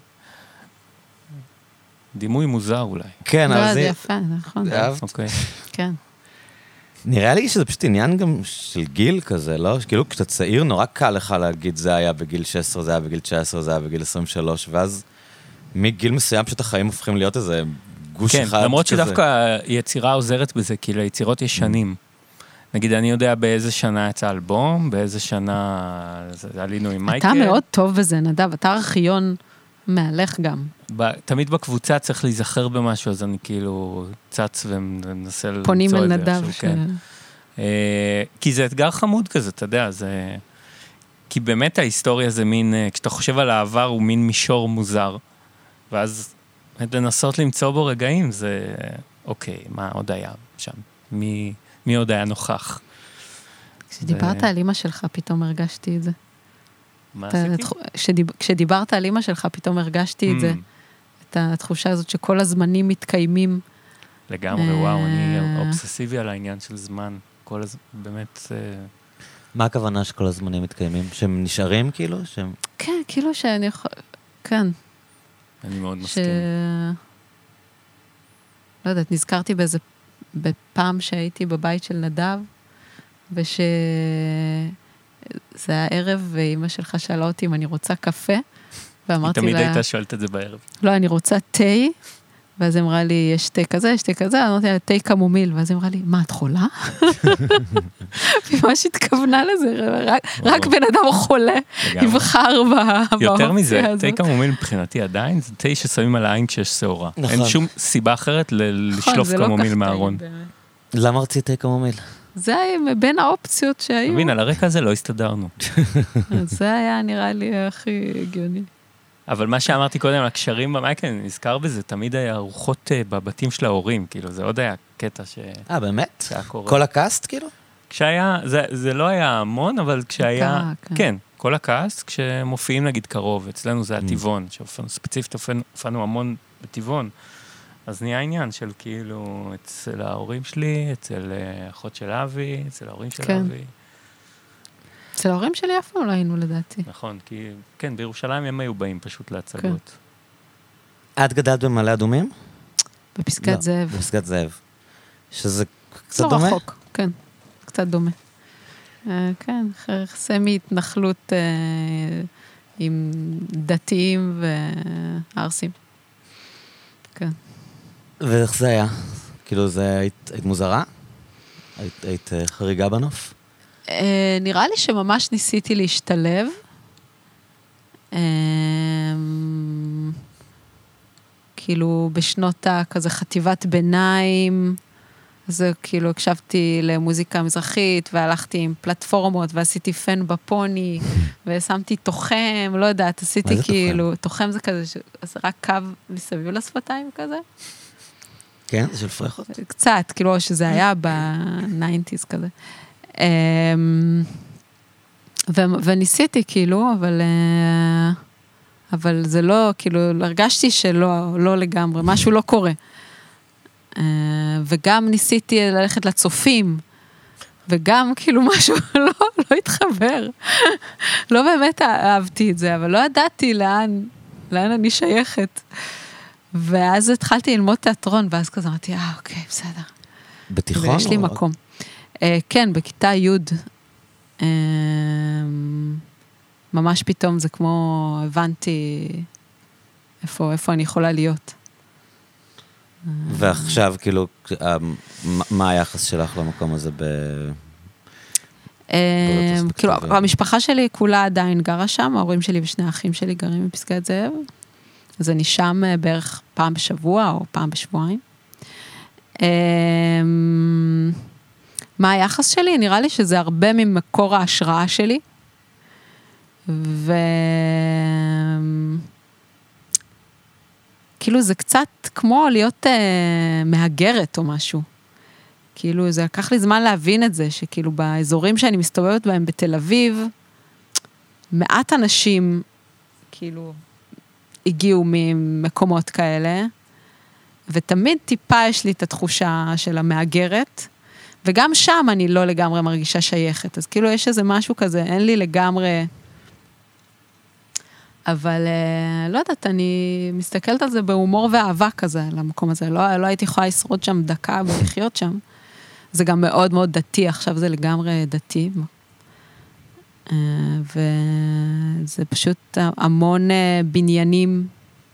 דימוי מוזר אולי. כן, לא, אבל זה זה... יפה, נכון. אהבת? אוקיי. כן. נראה לי שזה פשוט עניין גם של גיל כזה, לא? כאילו כשאתה צעיר נורא קל לך להגיד זה היה בגיל שש עשרה, זה היה בגיל תשע עשרה, זה היה בגיל עשרים ושלוש, ואז מגיל מסוים פשוט החיים הופכים להיות איזה גוש כן, אחד למרות כזה. שדווקא יצירה עוזרת בזה, כי ליצירות יש שנים. נגיד, אני יודע באיזה שנה יצא אלבום, באיזה שנה זה- עלינו עם מייקל. אתה מאוד טוב בזה, נדב, אתה ארכיון מהלך גם. ב- תמיד בקבוצה צריך להיזכר במשהו, אז אני כאילו צץ ומנסה למצוא את זה. פונים אל נדב. איכשהו, ש- כן. אה, כי זה אתגר חמוד כזה, אתה יודע, זה... כי באמת ההיסטוריה זה מין, אה, כשאתה חושב על העבר הוא מין מישור מוזר, ואז לנסות למצוא בו רגעים, זה אוקיי, מה עוד היה שם? מי, מי עוד היה נוכח? כשדיברת על אמא שלך, פתאום הרגשתי את זה. מה אתה- עשיתי? כשדיב- כשדיברת על אמא שלך, פתאום הרגשתי את זה. Mm, את התחושה הזאת שכל הזמנים מתקיימים. לגמרי, אה, וואו, אני אובססיבי על העניין של זמן. כל הזמן, באמת... אה, מה הכוונה שכל הזמנים מתקיימים? שהם נשארים כאילו? שהם... כן, כאילו שאני יכול... כן. אני מאוד ש... מסכים. לא יודעת, נזכרתי באיזה... בפעם שהייתי בבית של נדב, זה היה ערב, ואמא שלך שאלה אותי אם אני רוצה קפה, ואמרתי לה... היא תמיד הייתה שואלת את זה בערב. לא, אני רוצה תה, ואז היא אמרה לי, יש תה כזה, יש תה כזה, אמרתי לה, תה קמומיל, ואז היא אמרה לי, מה, את חולה? ממש התכוונה לזה, רק בן אדם חולה, יבחר באופציה הזאת. יותר מזה, תה קמומיל מבחינתי עדיין, זה תה ששמים על העין כשיש שעורה. אין שום סיבה אחרת לשלוף קמומיל מהארון. למה רצית תה קמומיל? זה היה בין האופציות שהיו. מבין, על הרקע הזה לא הסתדרנו. זה היה נראה לי הכי הגיוני. אבל מה שאמרתי קודם, הקשרים במייקל, אני נזכר בזה, תמיד היה ארוחות בבתים של ההורים, כאילו, זה עוד היה קטע ש... אה, באמת? כל הקאסט, כאילו? כשהיה, זה, זה לא היה המון, אבל כשהיה... כן, כל הקאסט, כשמופיעים נגיד קרוב, אצלנו זה הטבעון, ספציפית הופענו המון בטבעון, אז נהיה העניין של כאילו, אצל ההורים שלי, אצל אחות של אבי, אצל ההורים של אבי. אצל ההורים שלי אף פעם לא היינו לדעתי. נכון, כי כן, בירושלים הם היו באים פשוט להצגות. את גדלת במעלה אדומים? בפסקת זאב. בפסקת זאב. שזה קצת דומה? לא רחוק, כן, קצת דומה. כן, סמי התנחלות עם דתיים וערסים. כן. ואיך זה היה? כאילו, זה היית מוזרה? היית חריגה בנוף? נראה לי שממש ניסיתי להשתלב. כאילו בשנות כזה חטיבת ביניים, אז כאילו הקשבתי למוזיקה מזרחית, והלכתי עם פלטפורמות, ועשיתי פן בפוני, ושמתי תוחם, לא יודעת, עשיתי כאילו, תוחם זה כזה, זה רק קו מסביב לשפתיים כזה. כן, זה של פרחות? קצת, כאילו שזה היה ב-תשעים כזה. וניסיתי כאילו, אבל אבל זה לא, כאילו, הרגשתי שלא, לא לגמרי, משהו לא קורה. וגם ניסיתי ללכת לצופים, וגם כאילו משהו לא, לא התחבר. לא באמת אהבתי את זה, אבל לא ידעתי לאן, לאן אני שייכת. ואז התחלתי ללמוד תיאטרון, ואז כזה אמרתי, אה, אוקיי, בסדר. בתיכון? ויש לי מקום. כן, בכיתה י' ממש פתאום זה כמו, הבנתי איפה, איפה אני יכולה להיות. ועכשיו, כאילו, מה היחס שלך למקום הזה ב... כאילו, המשפחה שלי כולה עדיין גרה שם, ההורים שלי ושני האחים שלי גרים בפסקת זאב, אז אני שם בערך פעם בשבוע או פעם בשבועיים. מה היחס שלי? נראה לי שזה הרבה ממקור ההשראה שלי, ו... כאילו זה קצת כמו להיות uh, מהגרת או משהו. כאילו זה לקח לי זמן להבין את זה, שכאילו באזורים שאני מסתובבת בהם בתל אביב, מעט אנשים כאילו הגיעו ממקומות כאלה, ותמיד טיפה יש לי את התחושה של המהגרת, וגם שם אני לא לגמרי מרגישה שייכת, אז כאילו יש איזה משהו כזה, אין לי לגמרי... אבל לא יודעת, אני מסתכלת על זה בהומור ואהבה כזה, למקום הזה. לא, לא הייתי יכולה לשרוד שם דקה ולחיות שם. זה גם מאוד מאוד דתי, עכשיו זה לגמרי דתי. וזה פשוט המון בניינים,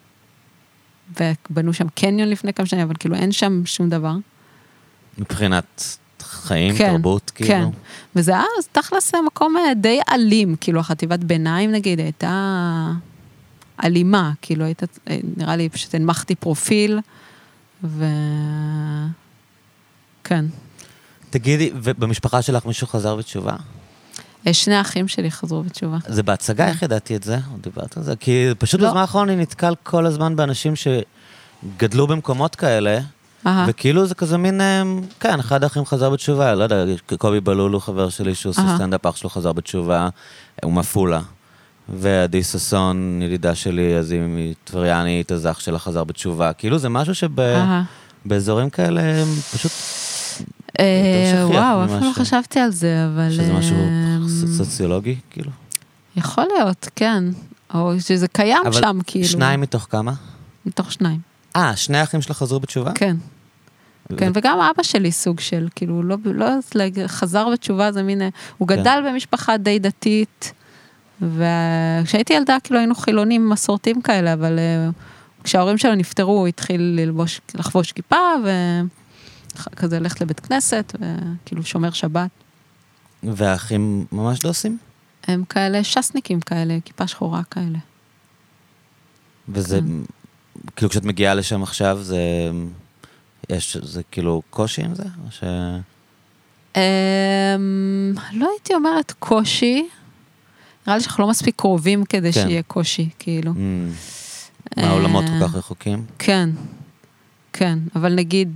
ובנו שם קניון לפני כמה שנים, אבל כאילו אין שם שום דבר. מבחינת חיים, כן, תרבות, כאילו. כן, וזה היה תכלס מקום די אלים, כאילו החטיבת ביניים נגיד, הייתה אלימה, כאילו הייתה, נראה לי פשוט הנמכתי פרופיל, ו... כן. תגידי, ובמשפחה שלך מישהו חזר בתשובה? שני האחים שלי חזרו בתשובה. זה בהצגה, איך ידעתי את זה? או דיברת על זה? כי פשוט בזמן האחרון אני נתקל כל הזמן באנשים שגדלו במקומות כאלה, וכאילו זה כזה מין, כן, אחד האחים חזר בתשובה, לא יודע, קובי בלולו, חבר שלי, שהוא עושה סטנדאפ, אח שלו חזר בתשובה, הוא מפולה. ועדי ססון, ילידה שלי, אז היא טבריאנית, אז אח שלה חזר בתשובה. כאילו זה משהו שבאזורים כאלה פשוט... וואו, אף פעם לא חשבתי על זה, אבל... שזה משהו סוציולוגי, כאילו? יכול להיות, כן. או שזה קיים שם, כאילו. שניים מתוך כמה? מתוך שניים. אה, שני האחים שלך חזרו בתשובה? כן. כן, וגם אבא שלי סוג של, כאילו, לא, לא חזר בתשובה, זה מין, הוא גדל במשפחה די דתית, וכשהייתי ילדה, כאילו, היינו חילונים מסורתיים כאלה, אבל כשההורים שלו נפטרו, הוא התחיל ללבוש, לחבוש כיפה, וכזה ללכת לבית כנסת, וכאילו שומר שבת. והאחים ממש לא עושים? הם כאלה שסניקים כאלה, כיפה שחורה כאלה. וזה, כאילו, כשאת מגיעה לשם עכשיו, זה... יש, זה כאילו קושי עם זה? או ש... לא הייתי אומרת קושי, נראה לי שאנחנו לא מספיק קרובים כדי שיהיה קושי, כאילו. מה, העולמות כל כך רחוקים? כן, כן, אבל נגיד,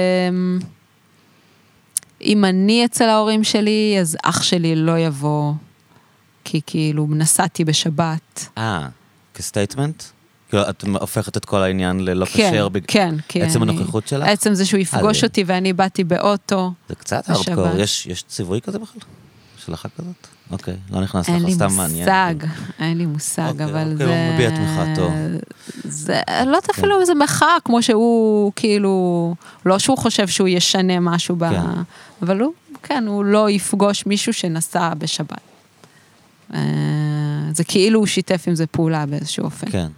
אם אני אצל ההורים שלי, אז אח שלי לא יבוא, כי כאילו נסעתי בשבת. אה, כסטייטמנט? כאילו, את הופכת את כל העניין ללא קשר, כן, כן. עצם הנוכחות שלך? עצם זה שהוא יפגוש אותי ואני באתי באוטו. זה קצת הרדקור, יש ציווי כזה בכלל? של אחת כזאת? אוקיי, לא נכנס לך, סתם מעניין. אין לי מושג, אין לי מושג, אבל זה... אוקיי, הוא מביע תמיכתו. זה, לא יודעת אפילו איזה מחאה, כמו שהוא, כאילו, לא שהוא חושב שהוא ישנה משהו, אבל הוא, כן, הוא לא יפגוש מישהו שנסע בשבת. זה כאילו הוא שיתף עם זה פעולה באיזשהו אופן. כן.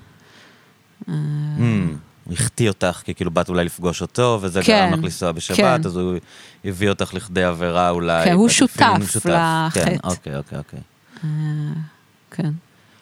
הוא הכתיא אותך, כי כאילו באת אולי לפגוש אותו, וזה גרם לך לנסוע בשבת, אז הוא הביא אותך לכדי עבירה אולי. כן, הוא שותף לחטא. כן, אוקיי, אוקיי, אוקיי. כן.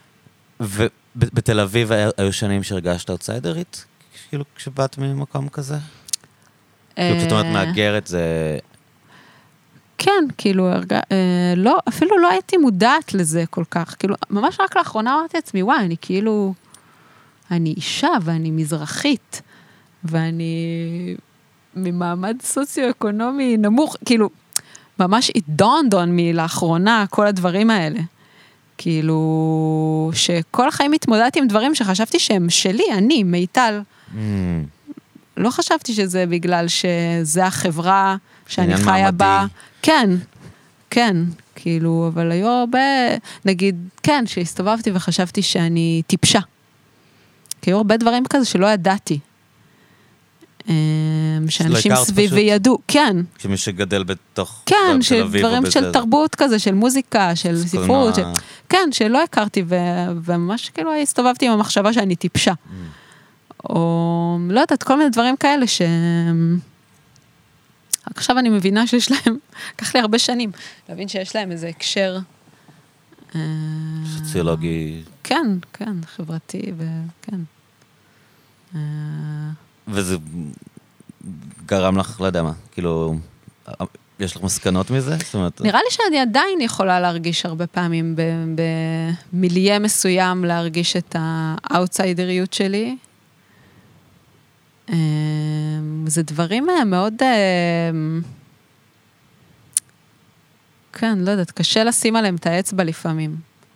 ובתל אביב היו שנים שהרגשת אאוטסיידרית, כאילו כשבאת ממקום כזה? כאילו כשאת אומרת מאגרת זה... כן, כאילו, לא, אפילו לא הייתי מודעת לזה כל כך, כאילו, ממש רק לאחרונה אמרתי לעצמי, וואי, אני כאילו... אני אישה ואני מזרחית, ואני ממעמד סוציו-אקונומי נמוך, כאילו, ממש it dawned on me לאחרונה, כל הדברים האלה. כאילו, שכל החיים התמודדתי עם דברים שחשבתי שהם שלי, אני, מיטל. Mm. לא חשבתי שזה בגלל שזה החברה שאני חיה בה. כן, כן, כאילו, אבל היו הרבה, נגיד, כן, שהסתובבתי וחשבתי שאני טיפשה. כי היו הרבה דברים כזה שלא ידעתי. שאנשים סביבי ידעו, כן. שמי שגדל בתוך... כן, שדברים של תרבות כזה, של מוזיקה, של ספרות, כן, שלא הכרתי, וממש כאילו הסתובבתי עם המחשבה שאני טיפשה. או לא יודעת, כל מיני דברים כאלה ש... עכשיו אני מבינה שיש להם, לקח לי הרבה שנים, להבין שיש להם איזה הקשר... סוציולוגי. כן, כן, חברתי, וכן. וזה גרם לך, לא יודע מה, כאילו, יש לך מסקנות מזה? נראה לי שאני עדיין יכולה להרגיש הרבה פעמים, במיליה מסוים להרגיש את האוטסיידריות שלי. זה דברים מאוד... כן, לא יודעת, קשה לשים עליהם את האצבע לפעמים.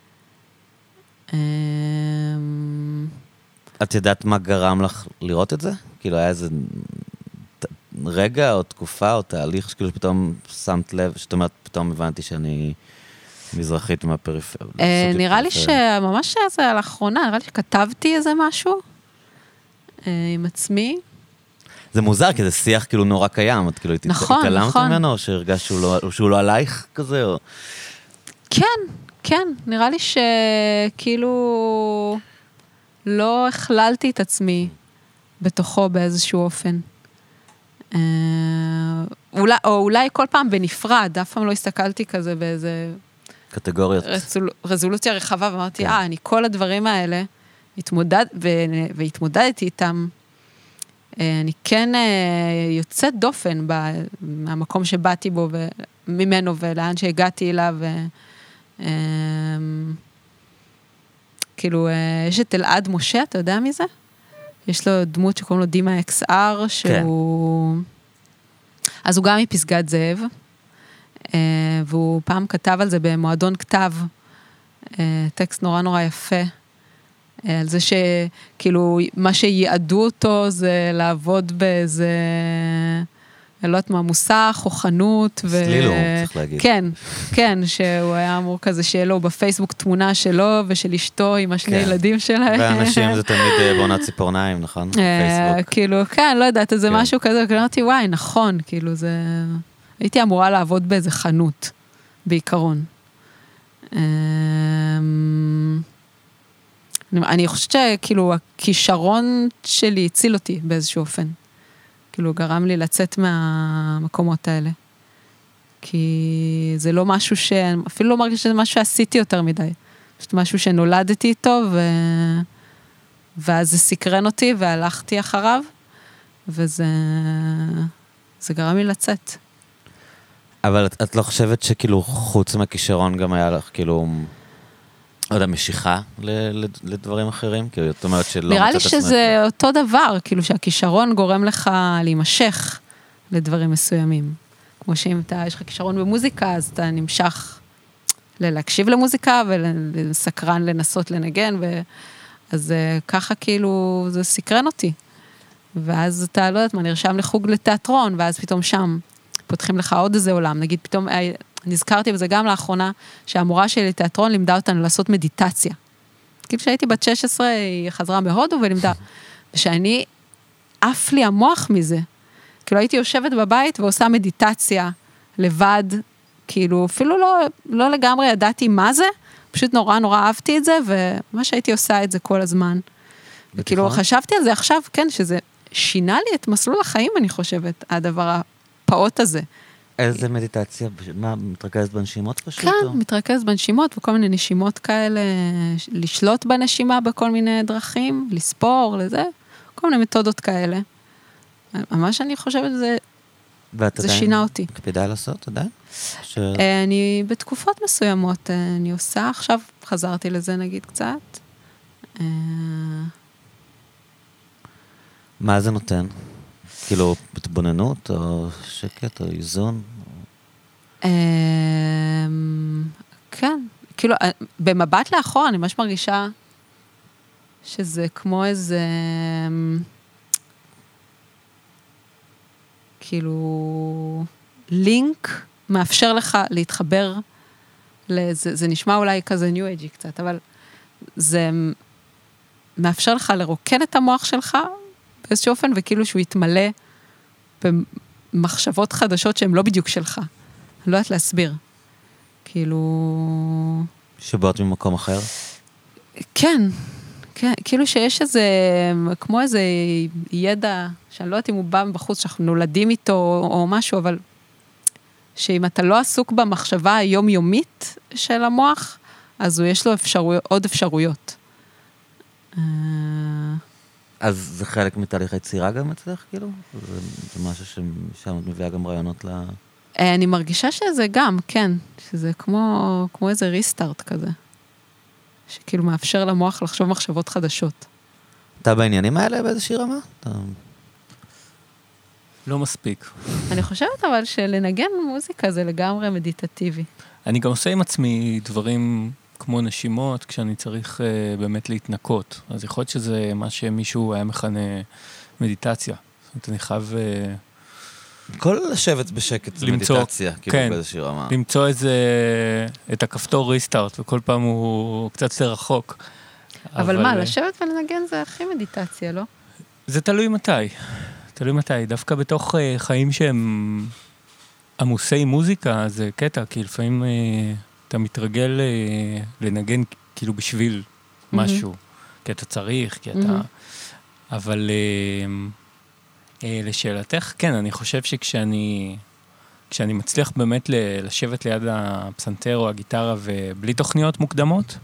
את יודעת מה גרם לך לראות את זה? כאילו היה איזה רגע או תקופה או תהליך שכאילו פתאום שמת לב, שאת אומרת, פתאום הבנתי שאני מזרחית מהפריפריה. נראה לי שממש זה לאחרונה, נראה לי שכתבתי איזה משהו עם עצמי. זה מוזר, כי זה שיח כאילו נורא קיים, את כאילו התעלמת ממנו, או שהרגשת שהוא לא עלייך כזה, או... כן, כן, נראה לי שכאילו לא הכללתי את עצמי בתוכו באיזשהו אופן. או אולי כל פעם בנפרד, אף פעם לא הסתכלתי כזה באיזה... קטגוריות. רזולוציה רחבה, ואמרתי, אה, אני כל הדברים האלה, והתמודדתי איתם, אני כן יוצאת דופן מהמקום שבאתי בו ממנו ולאן שהגעתי אליו. כאילו, יש את אלעד משה, אתה יודע מי זה? יש לו דמות שקוראים לו דימה אקס אר, שהוא... אז הוא גם מפסגת זאב, והוא פעם כתב על זה במועדון כתב, טקסט נורא נורא יפה, על זה שכאילו מה שיעדו אותו זה לעבוד באיזה אני לא יודעת מה, מוסך או חנות. סלילו, צריך להגיד. כן, כן, שהוא היה אמור כזה שיהיה לו בפייסבוק תמונה שלו ושל אשתו עם השני ילדים שלהם. ואנשים זה תמיד בעונת ציפורניים, נכון? בפייסבוק. כאילו, כן, לא יודעת, זה משהו כזה, אמרתי, וואי, נכון, כאילו זה... הייתי אמורה לעבוד באיזה חנות, בעיקרון. אני חושבת שכאילו, הכישרון שלי הציל אותי באיזשהו אופן. כאילו, גרם לי לצאת מהמקומות האלה. כי זה לא משהו ש... אפילו לא מרגיש שזה משהו שעשיתי יותר מדי. פשוט משהו שנולדתי איתו, ו... ואז זה סקרן אותי, והלכתי אחריו, וזה... זה גרם לי לצאת. אבל את, את לא חושבת שכאילו, חוץ מהכישרון גם היה לך, כאילו... לא יודע, משיכה לדברים אחרים? כאילו, זאת אומרת שלא נראה לי שזה אותו דבר, כאילו שהכישרון גורם לך להימשך לדברים מסוימים. כמו שאם אתה, יש לך כישרון במוזיקה, אז אתה נמשך להקשיב למוזיקה ולסקרן לנסות לנגן, אז ככה כאילו זה סקרן אותי. ואז אתה לא יודעת מה, נרשם לחוג לתיאטרון, ואז פתאום שם פותחים לך עוד איזה עולם. נגיד פתאום... נזכרתי בזה גם לאחרונה, שהמורה שלי לתיאטרון לימדה אותנו לעשות מדיטציה. כאילו שהייתי בת שש עשרה, היא חזרה בהודו ולימדה. ושאני, עף לי המוח מזה. כאילו הייתי יושבת בבית ועושה מדיטציה לבד, כאילו אפילו לא, לא לגמרי ידעתי מה זה, פשוט נורא נורא אהבתי את זה, ומה שהייתי עושה את זה כל הזמן. וכאילו חשבתי על זה עכשיו, כן, שזה שינה לי את מסלול החיים, אני חושבת, הדבר הפעוט הזה. איזה מדיטציה? מה, מתרכזת בנשימות פשוט? כן, מתרכזת בנשימות, וכל מיני נשימות כאלה, לשלוט בנשימה בכל מיני דרכים, לספור, לזה, כל מיני מתודות כאלה. מה שאני חושבת זה, זה שינה אותי. מקפידה לעשות, עדיין? אני בתקופות מסוימות, אני עושה, עכשיו חזרתי לזה נגיד קצת. מה זה נותן? כאילו, התבוננות, או שקט, או איזון? כן, כאילו, במבט לאחור, אני ממש מרגישה שזה כמו איזה, כאילו, לינק מאפשר לך להתחבר, לזה, זה נשמע אולי כזה ניו אייג'י קצת, אבל זה מאפשר לך לרוקן את המוח שלך, באיזשהו אופן, וכאילו שהוא יתמלא במחשבות חדשות שהן לא בדיוק שלך. אני לא יודעת להסביר. כאילו... שבאות ממקום אחר? כן, כן, כאילו שיש איזה, כמו איזה ידע, שאני לא יודעת אם הוא בא מבחוץ, שאנחנו נולדים איתו או משהו, אבל שאם אתה לא עסוק במחשבה היומיומית של המוח, אז הוא יש לו אפשרויות, עוד אפשרויות. אז זה חלק מתהליך היצירה גם אצלך, כאילו? זה, זה משהו ששם את מביאה גם רעיונות ל... אני מרגישה שזה גם, כן. שזה כמו, כמו איזה ריסטארט כזה. שכאילו מאפשר למוח לחשוב מחשבות חדשות. אתה בעניינים האלה באיזושהי רמה? אתה... לא מספיק. אני חושבת אבל שלנגן מוזיקה זה לגמרי מדיטטיבי. אני גם עושה עם עצמי דברים... כמו נשימות, כשאני צריך uh, באמת להתנקות. אז יכול להיות שזה מה שמישהו היה מכנה מדיטציה. זאת אומרת, אני חייב... Uh, כל לשבת בשקט זה למצוא, מדיטציה, כאילו כן, באיזושהי רמה. למצוא איזה, את הכפתור ריסטארט, וכל פעם הוא קצת יותר רחוק. אבל, אבל מה, לשבת ולנגן זה הכי מדיטציה, לא? זה תלוי מתי. תלוי מתי. דווקא בתוך uh, חיים שהם עמוסי מוזיקה, זה קטע, כי לפעמים... Uh, אתה מתרגל לנגן כאילו בשביל משהו, כי אתה צריך, כי אתה... אבל לשאלתך, כן, אני חושב שכשאני כשאני מצליח באמת לשבת ליד הפסנתר או הגיטרה ובלי תוכניות מוקדמות,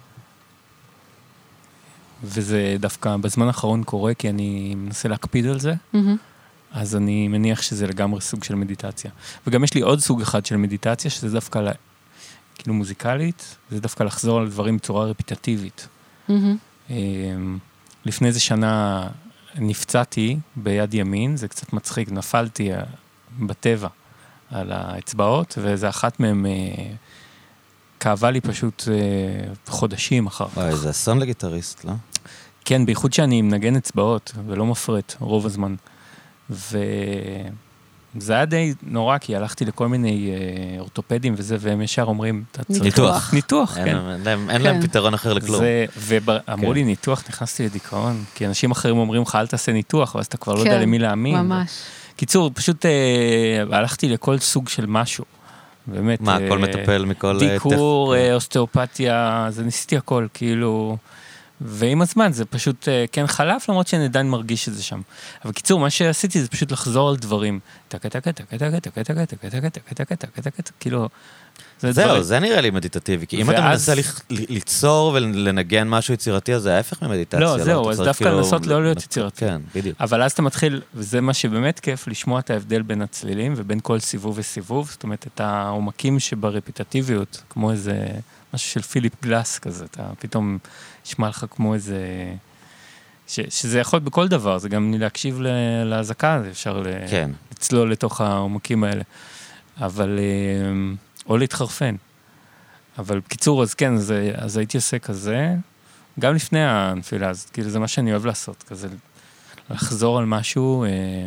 וזה דווקא בזמן האחרון קורה, כי אני מנסה להקפיד על זה, אז אני מניח שזה לגמרי סוג של מדיטציה. וגם יש לי עוד סוג אחד של מדיטציה, שזה דווקא... כאילו מוזיקלית, זה דווקא לחזור על דברים בצורה רפיטטיבית. Mm-hmm. לפני איזה שנה נפצעתי ביד ימין, זה קצת מצחיק, נפלתי בטבע על האצבעות, וזה אחת מהם כאבה לי פשוט חודשים אחר כך. וואי, זה אסון לגיטריסט, לא? כן, בייחוד שאני מנגן אצבעות, ולא מפרט רוב הזמן. ו... זה היה די נורא, כי הלכתי לכל מיני אה, אורתופדים וזה, והם ישר אומרים, ניתוח. ניתוח, אין, כן. אין, להם, אין להם פתרון אחר לכלום. ואמרו כן. לי ניתוח, נכנסתי לדיכאון, כי אנשים אחרים אומרים לך, אל תעשה ניתוח, ואז אתה כבר כן, לא יודע למי להאמין. ממש. ו... קיצור, פשוט אה, הלכתי לכל סוג של משהו. באמת. מה, אה, הכל מטפל מכל... דיקור, אה, אוסטאופתיה, זה ניסיתי הכל, כאילו... ועם הזמן זה פשוט כן חלף, למרות שאני עדיין מרגיש את זה שם. אבל קיצור, מה שעשיתי זה פשוט לחזור על דברים. טקה, טקה, טקה, טקה, טקה, טקה, טקה, טקה, טקה, טקה, טקה, טקה, כאילו... זהו, זה נראה לי מדיטטיבי, כי אם אתה מנסה ליצור ולנגן משהו יצירתי, אז זה ההפך ממדיטציה. לא, זהו, אז דווקא לנסות לא להיות יצירתי. כן, בדיוק. אבל אז אתה מתחיל, וזה מה שבאמת כיף, לשמוע את ההבדל בין הצלילים ובין כל סיבוב וסיבוב, זאת אומרת, את העומקים שברפיטטיביות, כמו איזה... משהו של פיליפ גלאס כזה, אתה פתאום ישמע לך כמו איזה... ש, שזה יכול בכל דבר, זה גם להקשיב להזקה, זה אפשר כן. לצלול לתוך העומקים האלה. אבל... או להתחרפן. אבל בקיצור, אז כן, אז, אז הייתי עושה כזה, גם לפני הנפילה, אז כאילו זה מה שאני אוהב לעשות, כזה לחזור על משהו,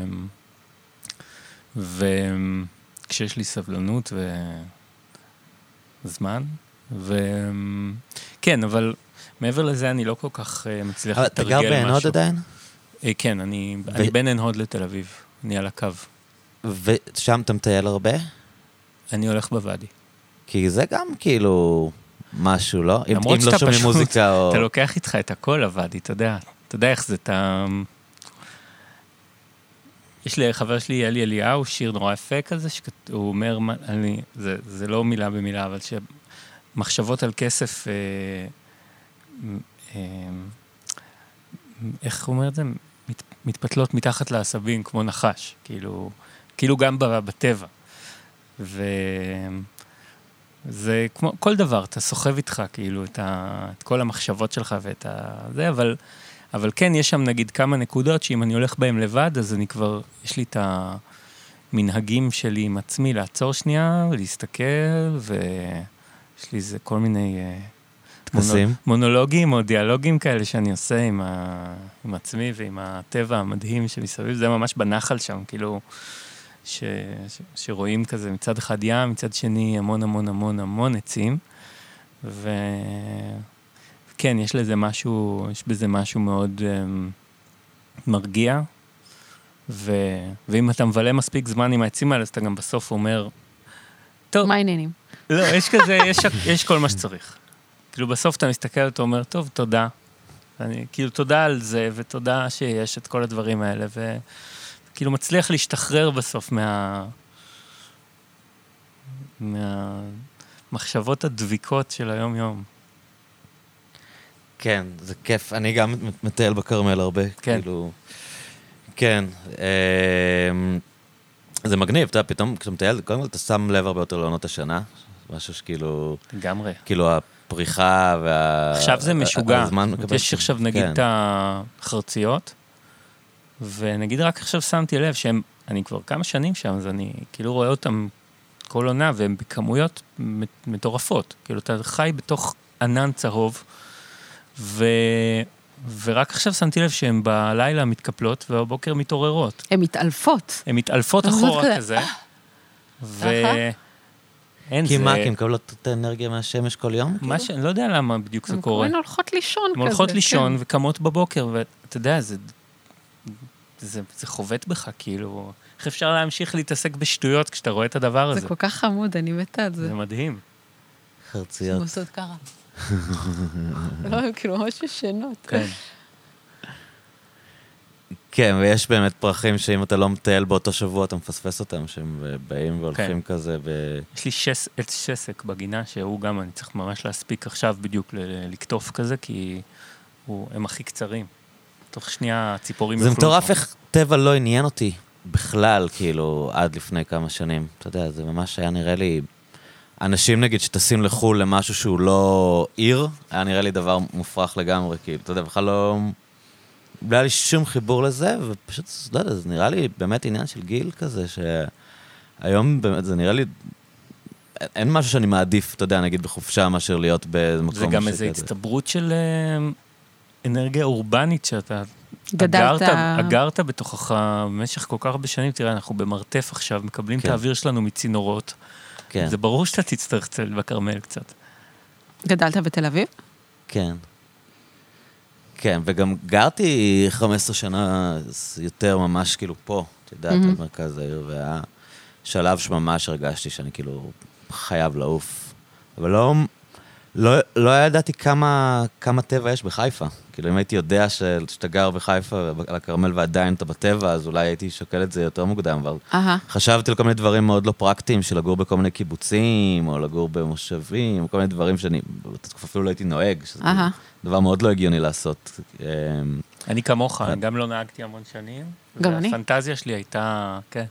וכשיש לי סבלנות וזמן, וכן, אבל מעבר לזה אני לא כל כך מצליח לתרגל משהו. אתה גר בעין הוד עדיין? כן, אני, ו... אני בין עין הוד לתל אביב, אני על הקו. ושם אתה מטייל הרבה? אני הולך בוואדי. כי זה גם כאילו משהו, לא? אם, אם לא שומעים מוזיקה או... אתה לוקח איתך את הכל הוואדי, אתה יודע. אתה יודע איך זה, אתה... יש לי, חבר שלי, אלי אליהו, שיר נורא יפה כזה, שהוא אומר, אני, זה, זה לא מילה במילה, אבל שמחשבות על כסף, אה, אה, איך הוא אומר את זה? מת, מתפתלות מתחת לעשבים, כמו נחש, כאילו, כאילו גם בטבע. וזה כמו כל דבר, אתה סוחב איתך כאילו את, ה... את כל המחשבות שלך ואת ה... זה, אבל, אבל כן, יש שם נגיד כמה נקודות שאם אני הולך בהם לבד, אז אני כבר, יש לי את המנהגים שלי עם עצמי לעצור שנייה ולהסתכל, ויש לי איזה כל מיני מונו... מונולוגים או דיאלוגים כאלה שאני עושה עם, ה... עם עצמי ועם הטבע המדהים שמסביב, זה ממש בנחל שם, כאילו... ש, ש, שרואים כזה מצד אחד ים, מצד שני המון המון המון המון עצים, וכן, יש לזה משהו, יש בזה משהו מאוד um, מרגיע, ו, ואם אתה מבלה מספיק זמן עם העצים האלה, אז אתה גם בסוף אומר, טוב. מה העניינים? לא, יש כזה, יש, יש כל מה שצריך. כאילו בסוף אתה מסתכל, אתה אומר, טוב, תודה. אני, כאילו תודה על זה, ותודה שיש את כל הדברים האלה, ו... כאילו מצליח להשתחרר בסוף מה... מהמחשבות הדביקות של היום-יום. כן, זה כיף. אני גם מטייל בקרמל הרבה. כן. כאילו... כן. זה מגניב, אתה יודע, פתאום כשאתה מטייל, קודם כל אתה שם לב הרבה יותר לעונות השנה. משהו שכאילו... לגמרי. כאילו הפריחה וה... עכשיו זה משוגע. יש עכשיו נגיד את החרציות, ונגיד רק עכשיו שמתי לב שהם, אני כבר כמה שנים שם, אז אני כאילו רואה אותם כל עונה, והם בכמויות מטורפות. כאילו אתה חי בתוך ענן צהוב, ו... ורק עכשיו שמתי לב שהן בלילה מתקפלות, והבוקר מתעוררות. הן מתעלפות. הן מתעלפות אחורה כזה. ו... כי מה, כי הן מקבלות את האנרגיה מהשמש כל יום? מה ש... אני לא יודע למה בדיוק זה קורה. הן הולכות לישון כזה. הן הולכות לישון וקמות בבוקר, ואתה יודע, זה... זה, זה חובט בך, כאילו, איך אפשר להמשיך להתעסק בשטויות כשאתה רואה את הדבר הזה? זה כל כך חמוד, אני מתה על זה. זה מדהים. חרציות. זה עושות ככה. לא, כאילו, ממש ישנות. כן. כן, ויש באמת פרחים שאם אתה לא מטייל באותו שבוע, אתה מפספס אותם, שהם באים והולכים כזה. יש לי עץ שסק בגינה, שהוא גם, אני צריך ממש להספיק עכשיו בדיוק לקטוף כזה, כי הם הכי קצרים. תוך שנייה ציפורים... זה מטורף איך טבע לא עניין אותי בכלל, כאילו, עד לפני כמה שנים. אתה יודע, זה ממש היה נראה לי... אנשים נגיד שטסים לחול למשהו שהוא לא עיר, היה נראה לי דבר מופרך לגמרי, כאילו, אתה יודע, בכלל לא... לא היה לי שום חיבור לזה, ופשוט, לא יודע, זה נראה לי באמת עניין של גיל כזה, שהיום באמת זה נראה לי... אין משהו שאני מעדיף, אתה יודע, נגיד בחופשה, מאשר להיות במקום... זה גם איזו הצטברות של... אנרגיה אורבנית שאתה גדלת... אגרת בתוכך במשך כל כך הרבה שנים, תראה, אנחנו במרתף עכשיו, מקבלים את האוויר שלנו מצינורות. זה ברור שאתה תצטרך קצת בכרמל קצת. גדלת בתל אביב? כן. כן, וגם גרתי חמש עשרה שנה יותר ממש כאילו פה, את יודעת, על מרכז העיר, והיה שלב שממש הרגשתי שאני כאילו חייב לעוף. אבל לא, לא, לא ידעתי כמה, כמה טבע יש בחיפה. כאילו, אם הייתי יודע שאתה גר בחיפה, על הכרמל ועדיין אתה בטבע, אז אולי הייתי שוקל את זה יותר מוקדם, אבל חשבתי על כל מיני דברים מאוד לא פרקטיים, של לגור בכל מיני קיבוצים, או לגור במושבים, או כל מיני דברים שאני, בתקופה אפילו לא הייתי נוהג, שזה דבר מאוד לא הגיוני לעשות. אני כמוך, אני גם לא נהגתי המון שנים. גם אני. הפנטזיה שלי הייתה, כן,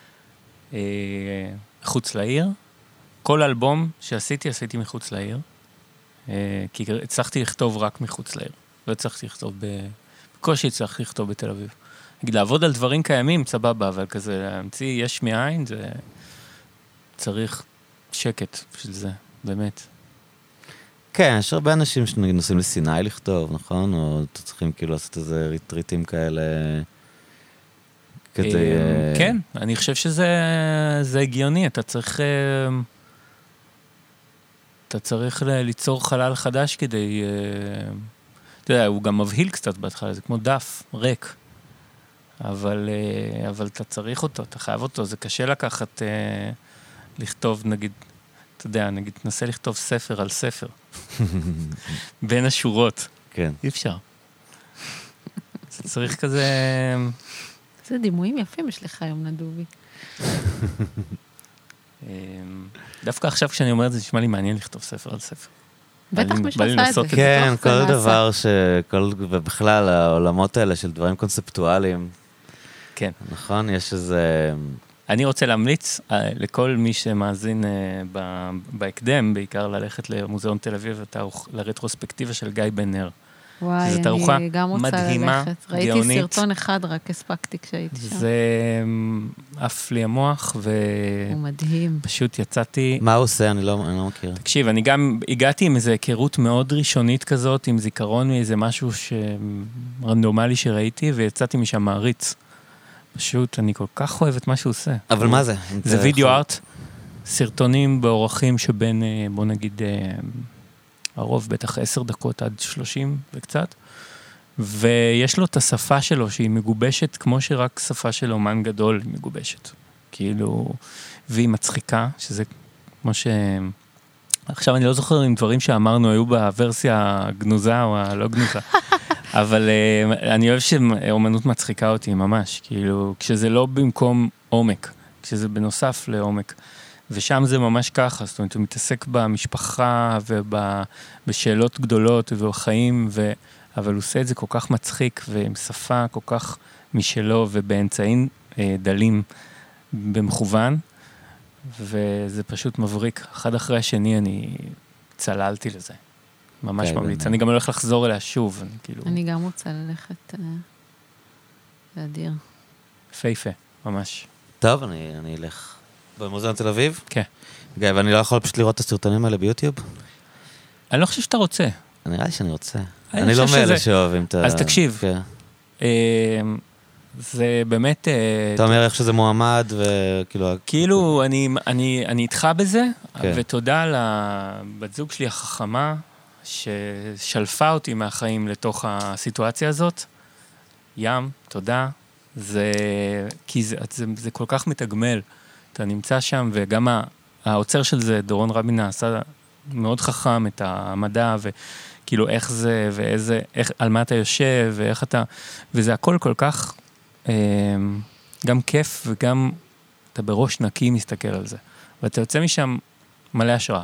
חוץ לעיר. כל אלבום שעשיתי, עשיתי מחוץ לעיר, כי הצלחתי לכתוב רק מחוץ לעיר. לא הצלחתי לכתוב, בקושי הצלחתי לכתוב בתל אביב. נגיד, לעבוד על דברים קיימים, סבבה, אבל כזה להמציא יש מאין, זה צריך שקט בשביל זה, באמת. כן, יש הרבה אנשים שנוסעים לסיני לכתוב, נכון? או צריכים כאילו לעשות איזה ריטריטים כאלה, כדי... כן, אני חושב שזה הגיוני, אתה צריך... אתה צריך ליצור חלל חדש כדי... אתה יודע, הוא גם מבהיל קצת בהתחלה, זה כמו דף, ריק. אבל, אבל אתה צריך אותו, אתה חייב אותו, זה קשה לקחת, לכתוב, נגיד, אתה יודע, נגיד, תנסה לכתוב ספר על ספר. בין השורות. כן. אי אפשר. זה צריך כזה... זה דימויים יפים יש לך היום, נדובי. דווקא עכשיו כשאני אומר את זה, נשמע לי מעניין לכתוב ספר על ספר. בטח מי שעשה את זה. כן, כל דבר שכל, ובכלל העולמות האלה של דברים קונספטואליים. כן. נכון? יש איזה... אני רוצה להמליץ לכל מי שמאזין בהקדם, בעיקר ללכת למוזיאון תל אביב, לרטרוספקטיבה של גיא בן נר. וואי, אני גם רוצה ללכת. ראיתי סרטון אחד, רק הספקתי כשהייתי שם. זה אף לי המוח, ו... הוא מדהים. פשוט יצאתי... מה הוא עושה? אני לא, אני לא מכיר. תקשיב, אני גם הגעתי עם איזו היכרות מאוד ראשונית כזאת, עם זיכרון מאיזה משהו רנדומלי שראיתי, ויצאתי משם מעריץ. פשוט, אני כל כך אוהב את מה שהוא עושה. אבל מה זה? זה וידאו ארט, סרטונים באורחים שבין, בוא נגיד... הרוב בטח עשר דקות עד שלושים וקצת, ויש לו את השפה שלו שהיא מגובשת כמו שרק שפה של אומן גדול היא מגובשת. כאילו, והיא מצחיקה, שזה כמו ש... עכשיו אני לא זוכר אם דברים שאמרנו היו בוורסיה הגנוזה או הלא גנוזה, אבל אני אוהב שאומנות מצחיקה אותי ממש, כאילו, כשזה לא במקום עומק, כשזה בנוסף לעומק. ושם זה ממש ככה, זאת אומרת, הוא מתעסק במשפחה ובשאלות גדולות ובחיים, ו... אבל הוא עושה את זה כל כך מצחיק ועם שפה כל כך משלו ובאמצעים אה, דלים במכוון, וזה פשוט מבריק. אחד אחרי השני אני צללתי לזה. ממש ממליץ. אני גם הולך לחזור אליה שוב. אני, כאילו... אני גם רוצה ללכת להדיר. פייפה, ממש. טוב, אני, אני אלך. במוזיאון תל אביב? כן. גיא, ואני לא יכול פשוט לראות את הסרטונים האלה ביוטיוב? אני לא חושב שאתה רוצה. נראה לי שאני רוצה. אני לא מאלה שאוהבים את ה... אז תקשיב. זה באמת... אתה אומר איך שזה מועמד וכאילו... כאילו, אני איתך בזה, ותודה לבת זוג שלי החכמה, ששלפה אותי מהחיים לתוך הסיטואציה הזאת. ים, תודה. זה... כי זה כל כך מתגמל. אתה נמצא שם, וגם העוצר של זה, דורון רבין עשה מאוד חכם את המדע, וכאילו איך זה, ואיזה, איך, על מה אתה יושב, ואיך אתה, וזה הכל כל כך, אה, גם כיף, וגם אתה בראש נקי מסתכל על זה. ואתה יוצא משם מלא השראה.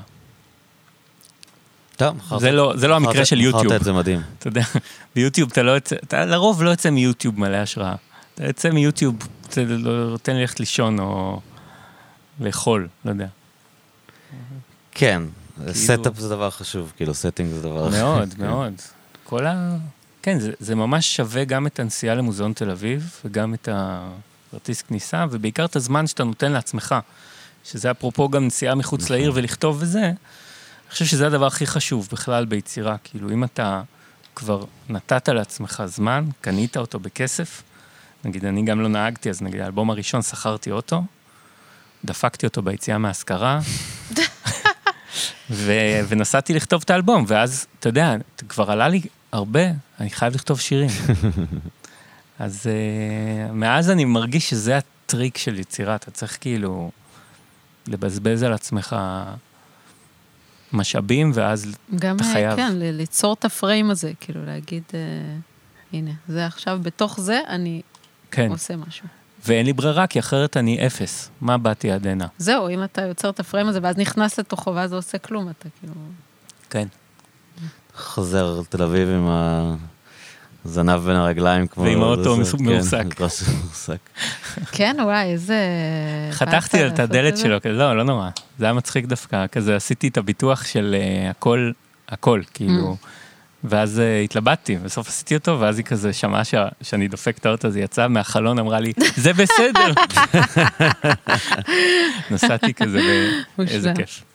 טוב, זה לא, זה לא המקרה של יוטיוב. מחרת את זה מדהים. אתה יודע, ביוטיוב אתה לא יוצא, אתה לרוב לא יוצא מיוטיוב מלא השראה. אתה יוצא מיוטיוב, אתה נותן ללכת לישון, או... לאכול, לא יודע. כן, סטאפ זה דבר חשוב, כאילו סטינג זה דבר חשוב. מאוד, מאוד. כל ה... כן, זה ממש שווה גם את הנסיעה למוזיאון תל אביב, וגם את הכרטיס כניסה, ובעיקר את הזמן שאתה נותן לעצמך, שזה אפרופו גם נסיעה מחוץ לעיר ולכתוב וזה, אני חושב שזה הדבר הכי חשוב בכלל ביצירה, כאילו אם אתה כבר נתת לעצמך זמן, קנית אותו בכסף, נגיד, אני גם לא נהגתי, אז נגיד, האלבום הראשון שכרתי אוטו, דפקתי אותו ביציאה מהשכרה, ו- ונסעתי לכתוב את האלבום, ואז, אתה יודע, כבר עלה לי הרבה, אני חייב לכתוב שירים. אז uh, מאז אני מרגיש שזה הטריק של יצירה, אתה צריך כאילו לבזבז על עצמך משאבים, ואז גם, אתה חייב. כן, ליצור את הפריים הזה, כאילו להגיד, uh, הנה, זה עכשיו, בתוך זה אני כן. עושה משהו. ואין לי ברירה, כי אחרת אני אפס. מה באתי עד הנה? זהו, אם אתה יוצר את הפריים הזה, ואז נכנס לתוכו, ואז זה עושה כלום, אתה כאילו... כן. חוזר תל אביב עם הזנב בין הרגליים, כמו... ועם האוטו מרוסק. מרוסק. כן, וואי, איזה... חתכתי את הדלת שלו, לא, לא נורא. זה היה מצחיק דווקא, כזה עשיתי את הביטוח של הכל, הכל, כאילו... ואז uh, התלבטתי, בסוף עשיתי אותו, ואז היא כזה שמעה ש... שאני דופק את האוטו, אז היא יצאה מהחלון, אמרה לי, זה בסדר. נסעתי כזה, איזה כיף.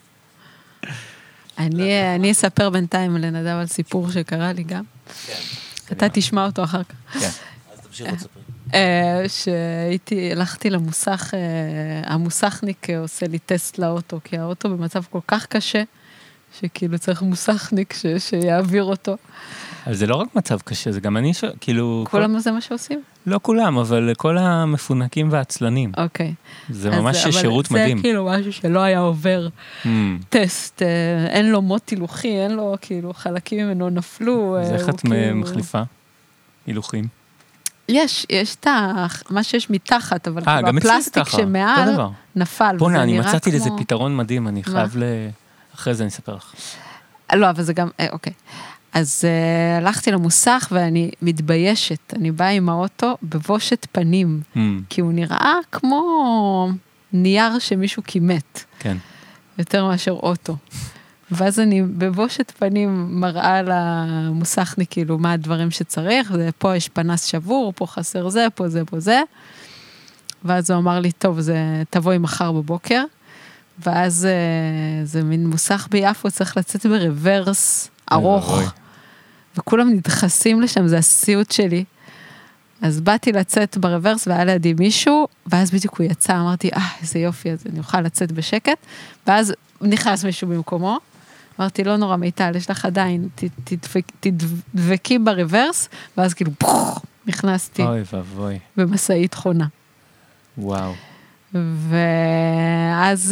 אני, אני אספר בינתיים לנדב על סיפור שקרה לי גם. אתה תשמע אותו אחר כך. כן. אז תמשיך לספר. שהייתי, הלכתי למוסך, המוסכניק עושה לי טסט לאוטו, כי האוטו במצב כל כך קשה, שכאילו צריך מוסכניק ש, שיעביר אותו. אבל זה לא רק מצב קשה, זה גם אני, ש... כאילו... כולם כל... זה מה שעושים? לא כולם, אבל כל המפונקים והעצלנים. אוקיי. זה ממש שירות מדהים. זה כאילו משהו שלא היה עובר mm. טסט, אין לו מוט הילוכי, אין לו כאילו חלקים ממנו נפלו. אז איך את כאילו... מחליפה? הילוכים? יש, יש את מה שיש מתחת, אבל 아, כאילו הפלסטיק שמעל נפל. בונה, אני מצאתי כמו... לזה פתרון מדהים, אני חייב ל... אחרי זה אני אספר לך. לא, אבל זה גם, אוקיי. אז uh, הלכתי למוסך ואני מתביישת, אני באה עם האוטו בבושת פנים, mm. כי הוא נראה כמו נייר שמישהו כימת. כן. יותר מאשר אוטו. ואז אני בבושת פנים מראה למוסכניק, כאילו, מה הדברים שצריך, ופה יש פנס שבור, פה חסר זה, פה זה, פה זה. ואז הוא אמר לי, טוב, זה תבואי מחר בבוקר. ואז uh, זה מין מוסך ביפו, צריך לצאת ברוורס ארוך. וכולם נדחסים לשם, זה הסיוט שלי. אז באתי לצאת ברוורס, והיה לידי מישהו, ואז בדיוק הוא יצא, אמרתי, אה, איזה יופי, אז אני אוכל לצאת בשקט. ואז נכנס מישהו במקומו, אמרתי, לא נורא מיטל, יש לך עדיין, תדבקי ברוורס, ואז כאילו, פוח, נכנסתי. אוי ואבוי. במסעית חונה. וואו. ואז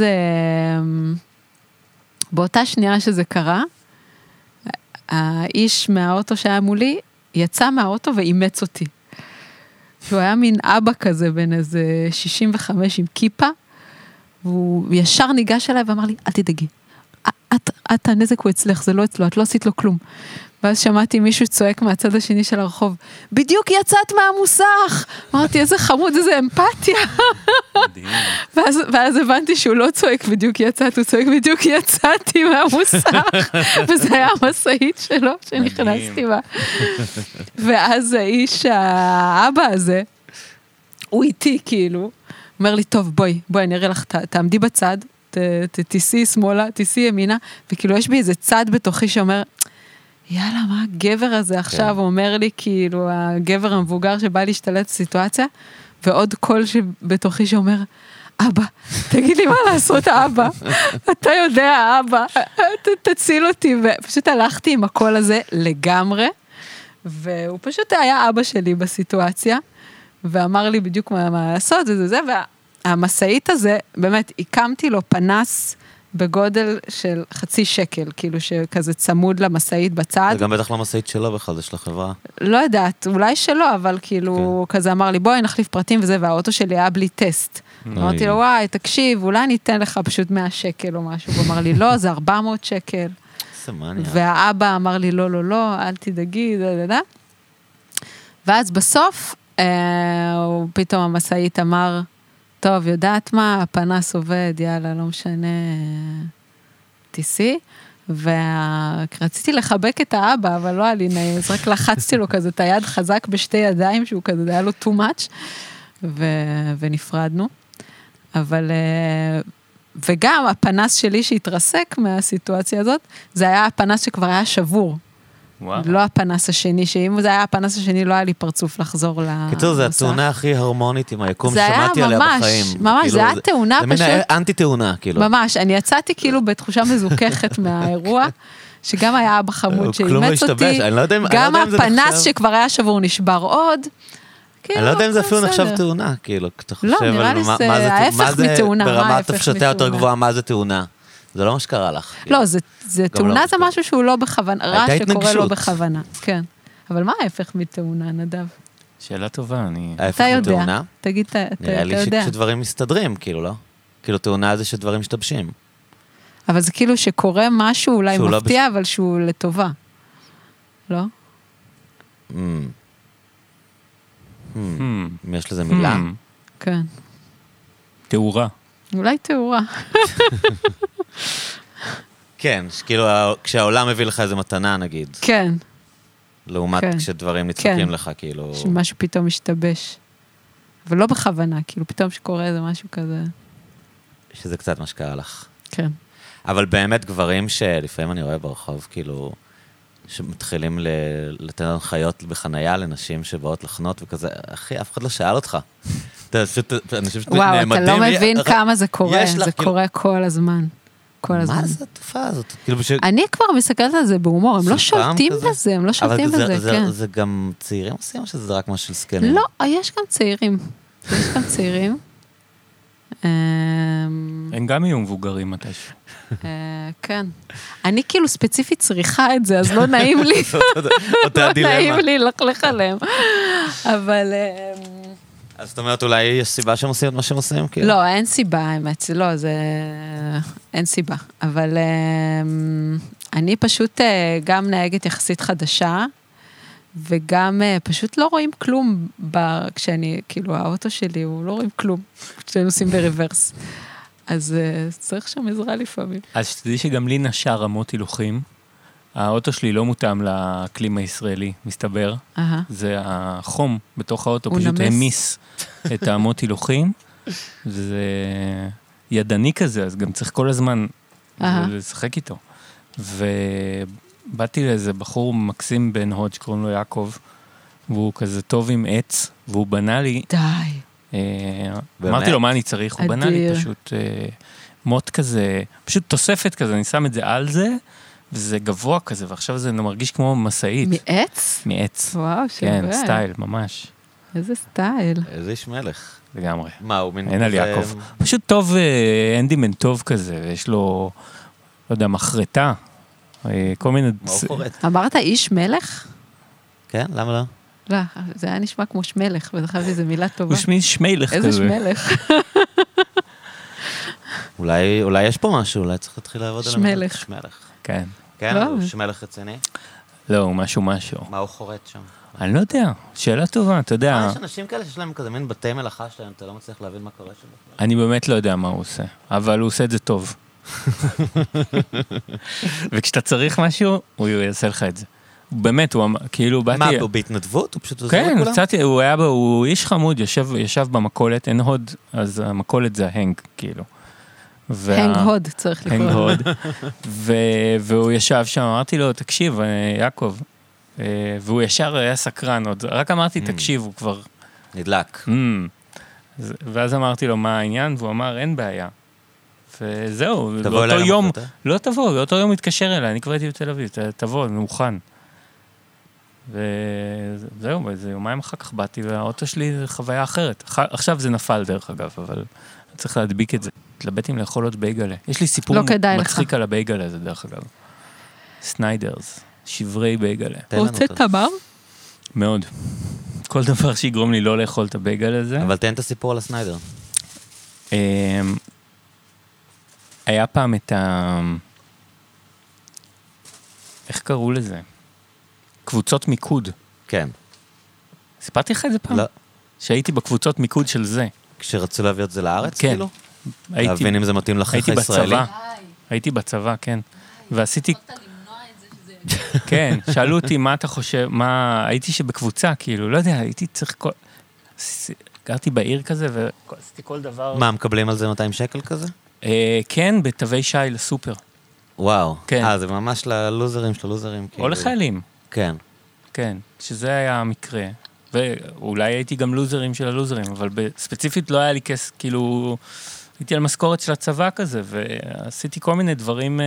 באותה שנייה שזה קרה, האיש מהאוטו שהיה מולי, יצא מהאוטו ואימץ אותי. שהוא היה מין אבא כזה, בין איזה שישים וחמש עם כיפה, והוא ישר ניגש אליי ואמר לי, אל תדאגי, את, את הנזק הוא אצלך, זה לא אצלו, את לא עשית לו כלום. ואז שמעתי מישהו צועק מהצד השני של הרחוב, בדיוק יצאת מהמוסך! אמרתי, איזה חמוד, איזה אמפתיה. ואז, ואז הבנתי שהוא לא צועק בדיוק יצאת, הוא צועק בדיוק יצאתי מהמוסך. וזה היה המסעית שלו שנכנסתי בה. ואז האיש, האבא הזה, הוא איתי כאילו, אומר לי, טוב, בואי, בואי, אני אראה לך, תעמדי בצד, תיסי שמאלה, תיסי ימינה, וכאילו יש בי איזה צד בתוכי שאומר, יאללה, מה הגבר הזה עכשיו אומר לי, כאילו, הגבר המבוגר שבא להשתלט בסיטואציה, ועוד קול שבתוכי שאומר, אבא, תגיד לי מה לעשות, אבא, אתה יודע, אבא, תציל אותי, ופשוט הלכתי עם הקול הזה לגמרי, והוא פשוט היה אבא שלי בסיטואציה, ואמר לי בדיוק מה, מה לעשות, זה זה זה, והמסעית הזה, באמת, הקמתי לו פנס, בגודל של חצי שקל, כאילו שכזה צמוד למסעית בצד. זה גם בטח למסעית שלו בכלל, זה של החברה. לא יודעת, אולי שלא, אבל כאילו, כזה אמר לי, בואי נחליף פרטים וזה, והאוטו שלי היה בלי טסט. אמרתי לו, וואי, תקשיב, אולי ניתן לך פשוט מאה שקל או משהו. הוא אמר לי, לא, זה ארבע מאות שקל. והאבא אמר לי, לא, לא, לא, אל תדאגי, דה, דה, דה. ואז בסוף, פתאום המסעית אמר, טוב, יודעת מה, הפנס עובד, יאללה, לא משנה, תיסי, ורציתי לחבק את האבא, אבל לא היה לי נעים, אז רק לחצתי לו כזה את היד חזק בשתי ידיים, שהוא כזה, היה לו too much, ו- ונפרדנו. אבל, וגם הפנס שלי שהתרסק מהסיטואציה הזאת, זה היה הפנס שכבר היה שבור. וואו. לא הפנס השני, שאם זה היה הפנס השני, לא היה לי פרצוף לחזור למסך. קיצור, זה התאונה הכי הרמונית עם היקום זה היה ששמעתי עליה ממש, בחיים. ממש, כאילו, זה היה תאונה זה מין פשוט. אנטי-תאונה, כאילו. ממש, אני יצאתי כאילו בתחושה מזוכחת מהאירוע, שגם היה אבא חמוד כלום לא שאימץ אותי, השתבש, אני לא יודע אם- אני לא גם יודע אם זה הפנס נחשב. שכבר היה שבור נשבר עוד. אני לא יודע אם זה כאילו, אפילו בסדר. נחשב תאונה, כאילו, אתה חושב לא, נראה על לי מה- זה מה זה- ההפך מה זה מתאונה, מה ברמת ההפך הפשטה יותר מתאונה? גבוהה, מה זה תאונה? זה לא מה שקרה לך. כאילו. לא, זה, זה גם תאונה לא, זה טוב. משהו שהוא לא בכוונה, רע הייתה שקורה לא התנגשות. בכוונה. כן. אבל מה ההפך מתאונה, נדב? שאלה טובה, אני... ההפך אתה יודע. מתאונה? תגיד, אתה, אתה נראה לי יודע. שדברים מסתדרים, כאילו, לא? כאילו, תאונה זה שדברים משתבשים. אבל זה כאילו שקורה משהו אולי שהוא לא מפתיע, אבל שהוא לטובה. לא? Hmm. Hmm. Hmm. אם יש לזה מילה. Hmm. כן. תאורה. אולי תאורה. כן, כאילו, כשהעולם מביא לך איזה מתנה, נגיד, כן. לעומת כן. כשדברים נצחקים כן. לך, כאילו... שמשהו פתאום משתבש. אבל לא בכוונה, כאילו פתאום שקורה איזה משהו כזה. שזה קצת מה שקרה לך. כן. אבל באמת גברים שלפעמים אני רואה ברחוב, כאילו, שמתחילים ל- לתת הנחיות בחנייה לנשים שבאות לחנות וכזה, אחי, אף אחד לא שאל אותך. אתה פשוט, אנשים שפשוט וואו, אתה נעמדים... לא לי- מבין כמה זה קורה, יש לך, זה כאילו- קורה כל הזמן. כל הזמן. מה זה התופעה הזאת? כאילו, בשביל... אני כבר מסתכלת על זה בהומור, הם לא של פעם שולטים כזה? בזה, הם לא שולטים אבל זה- בזה, זה- כן. זה גם צעירים עושים או שזה רק משהו של זקנים? לא, יש גם צעירים. יש גם צעירים. אמ, הם גם יהיו מבוגרים מתישהו. אה, כן. אני כאילו ספציפית צריכה את זה, אז לא נעים לי. אותה לא נעים דילמה. לי ללכלך עליהם. אבל... אמ, אז זאת אומרת, אולי יש סיבה שהם עושים את מה שהם עושים? כאילו? לא, אין סיבה, האמת, זה לא, זה... אין סיבה. אבל אמ, אני פשוט אה, גם נהגת יחסית חדשה, וגם אה, פשוט לא רואים כלום ב... כשאני, כאילו, האוטו שלי, הוא לא רואים כלום, כשאני נוסעים בריברס. אז אה, צריך שם עזרה לפעמים. אז שתדעי שגם לי נשר רמות הילוכים. האוטו שלי לא מותאם לאקלים הישראלי, מסתבר. אהה. זה החום בתוך האוטו, הוא פשוט נמס. המיס את האמות הילוכים. זה ידני כזה, אז גם צריך כל הזמן אהה. לשחק איתו. ובאתי לאיזה בחור מקסים בן הוד, שקוראים לו יעקב, והוא כזה טוב עם עץ, והוא בנה לי, די. אה, באמת? אמרתי לו מה אני צריך, הוא בנה לי אדיר. פשוט אה, מוט כזה, פשוט תוספת כזה, אני שם את זה על זה, וזה גבוה כזה, ועכשיו זה מרגיש כמו מסעית. מעץ? מעץ. וואו, שווה. כן, סטייל, ממש. איזה סטייל. איזה איש מלך. לגמרי. מה, הוא מין... אין על כזה- יעקב. פשוט טוב, אה, אנדימן טוב כזה, יש לו, לא יודע, מחרטה, אה, כל מיני... מה הוא חורט? אמרת איש מלך? כן, למה לא? לא, זה היה נשמע כמו שמלך, וחשבתי שזו מילה טובה. הוא שמי שמלך כזה. איזה שמלך. אולי, אולי יש פה משהו, אולי צריך להתחיל לעבוד על שמלך. המלך. שמלך. כן. כן, לא. הוא שמלך רציני. לא, הוא משהו משהו. מה הוא חורט שם? אני לא יודע, שאלה טובה, אתה יודע. אה, יש אנשים כאלה שיש להם כזה מין בתי מלאכה שלהם, אתה לא מצליח להבין מה קורה שם בכלל. אני באמת לא יודע מה הוא עושה, אבל הוא עושה את זה טוב. וכשאתה צריך משהו, הוא יעשה לך את זה. באמת, הוא אמר, כאילו באתי... מה, הוא בהתנדבות? הוא פשוט עוזר כן, לכולם? קצת, הוא היה, ב- הוא איש חמוד, יושב, ישב במקולת, אין הוד, אז המקולת זה ההנג, כאילו. וה- הנג הוד, צריך לקרוא. הנג הוד. ו- והוא ישב שם, אמרתי לו, תקשיב, אה, יעקב, אה, והוא ישר היה סקרן עוד, רק אמרתי, תקשיב, הוא כבר... נדלק. "Hmm." אז- ואז אמרתי לו, מה העניין? והוא אמר, אין בעיה. וזהו, תבוא אליי באותו יום, למחרת, אה? לא תבוא, באותו יום מתקשר אליי, אני כבר הייתי בתל אביב, ת- תבוא, אני מוכן. וזהו, איזה יומיים אחר כך באתי, והאוטו שלי זה חוויה אחרת. אח- עכשיו זה נפל דרך אגב, אבל צריך להדביק את זה. התלבט אם לאכול עוד בייגלה. יש לי סיפור לא כדאי לך. מצחיק על הבייגלה הזה, דרך אגב. סניידרס, שברי בייגלה. תן לנו רוצה אותו. תמר? מאוד. כל דבר שיגרום לי לא לאכול את הבייגלה הזה. אבל תן את הסיפור על הסניידר. אמ, היה פעם את ה... איך קראו לזה? קבוצות מיקוד. כן. סיפרתי לך את זה פעם? לא. שהייתי בקבוצות מיקוד של זה. כשרצו להביא את זה לארץ, כן. כאילו? הייתי, להבין אם זה מתאים לך הייתי הישראלי? בצבא. הייתי בצבא, כן. ועשיתי... כן, שאלו אותי מה אתה חושב, מה... הייתי שבקבוצה, כאילו, לא יודע, הייתי צריך כל... ס- גרתי בעיר כזה ועשיתי כל דבר. מה, מקבלים על זה מאתיים שקל כזה? אה, כן, בתווי שי לסופר. וואו. כן. אה, זה ממש ללוזרים של הלוזרים. או כאילו. לחיילים. כן. כן, שזה היה המקרה. ואולי הייתי גם לוזרים של הלוזרים, אבל ספציפית לא היה לי כס, כאילו, הייתי על משכורת של הצבא כזה, ועשיתי כל מיני דברים,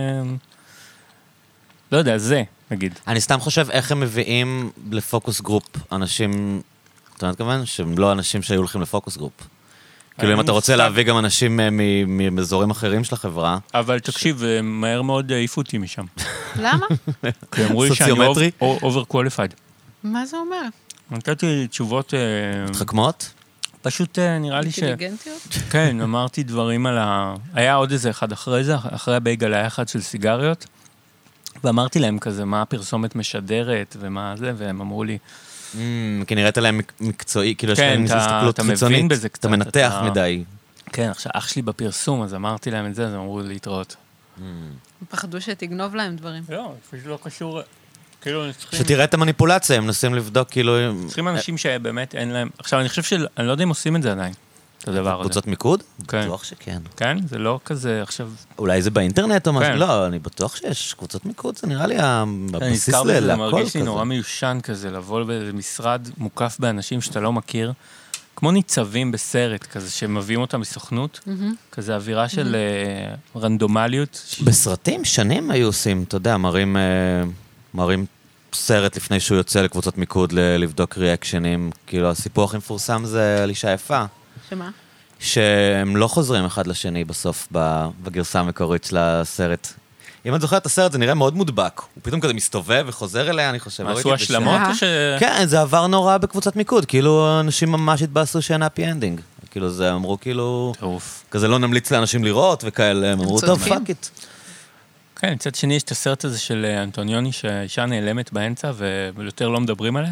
לא יודע, זה, נגיד. אני סתם חושב איך הם מביאים לפוקוס גרופ אנשים, אתה יודע כמובן, שהם לא אנשים שהיו הולכים לפוקוס גרופ. כאילו אם אתה רוצה להביא גם אנשים מאזורים אחרים של החברה. אבל תקשיב, מהר מאוד העיפו אותי משם. למה? כי אמרו לי שאני overqualified. מה זה אומר? נתתי תשובות... התחכמות? פשוט נראה לי ש... אינטליגנטיות? כן, אמרתי דברים על ה... היה עוד איזה אחד אחרי זה, אחרי הבייגל היה אחד של סיגריות, ואמרתי להם כזה, מה הפרסומת משדרת ומה זה, והם אמרו לי... כי נראית להם מקצועי, כאילו יש להם הסתכלות חיצונית, אתה מנתח מדי. כן, עכשיו אח שלי בפרסום, אז אמרתי להם את זה, אז הם אמרו להתראות. הם פחדו שתגנוב להם דברים. לא, זה לא קשור... שתראה את המניפולציה, הם נסים לבדוק כאילו... צריכים אנשים שבאמת אין להם... עכשיו, אני חושב של... אני לא יודע אם עושים את זה עדיין, את הדבר הזה. קבוצות מיקוד? כן. בטוח שכן. כן? זה לא כזה עכשיו... אולי זה באינטרנט או משהו? לא, אני בטוח שיש קבוצות מיקוד, זה נראה לי הבסיס להכל כזה. זה מרגיש לי נורא מיושן כזה, לבוא למשרד מוקף באנשים שאתה לא מכיר, כמו ניצבים בסרט כזה, שמביאים אותם מסוכנות, כזה אווירה של רנדומליות. בסרטים שנים היו עושים, אתה יודע, מראים... מראים סרט לפני שהוא יוצא לקבוצות מיקוד לבדוק ריאקשנים. כאילו, הסיפור הכי מפורסם זה על אישה יפה. שמה? שהם לא חוזרים אחד לשני בסוף בגרסה המקורית של הסרט. אם את זוכרת את הסרט, זה נראה מאוד מודבק. הוא פתאום כזה מסתובב וחוזר אליה, אני חושב. עשו השלמות או ש... כן, זה עבר נורא בקבוצת מיקוד. כאילו, אנשים ממש התבאסו שאין happy ending. כאילו, זה אמרו כאילו... טרוף. כזה לא נמליץ לאנשים לראות וכאלה. הם אמרו, טוב, פאק איט. כן, מצד שני יש את הסרט הזה של אנטוניוני, שהאישה נעלמת באמצע, ויותר לא מדברים עליה.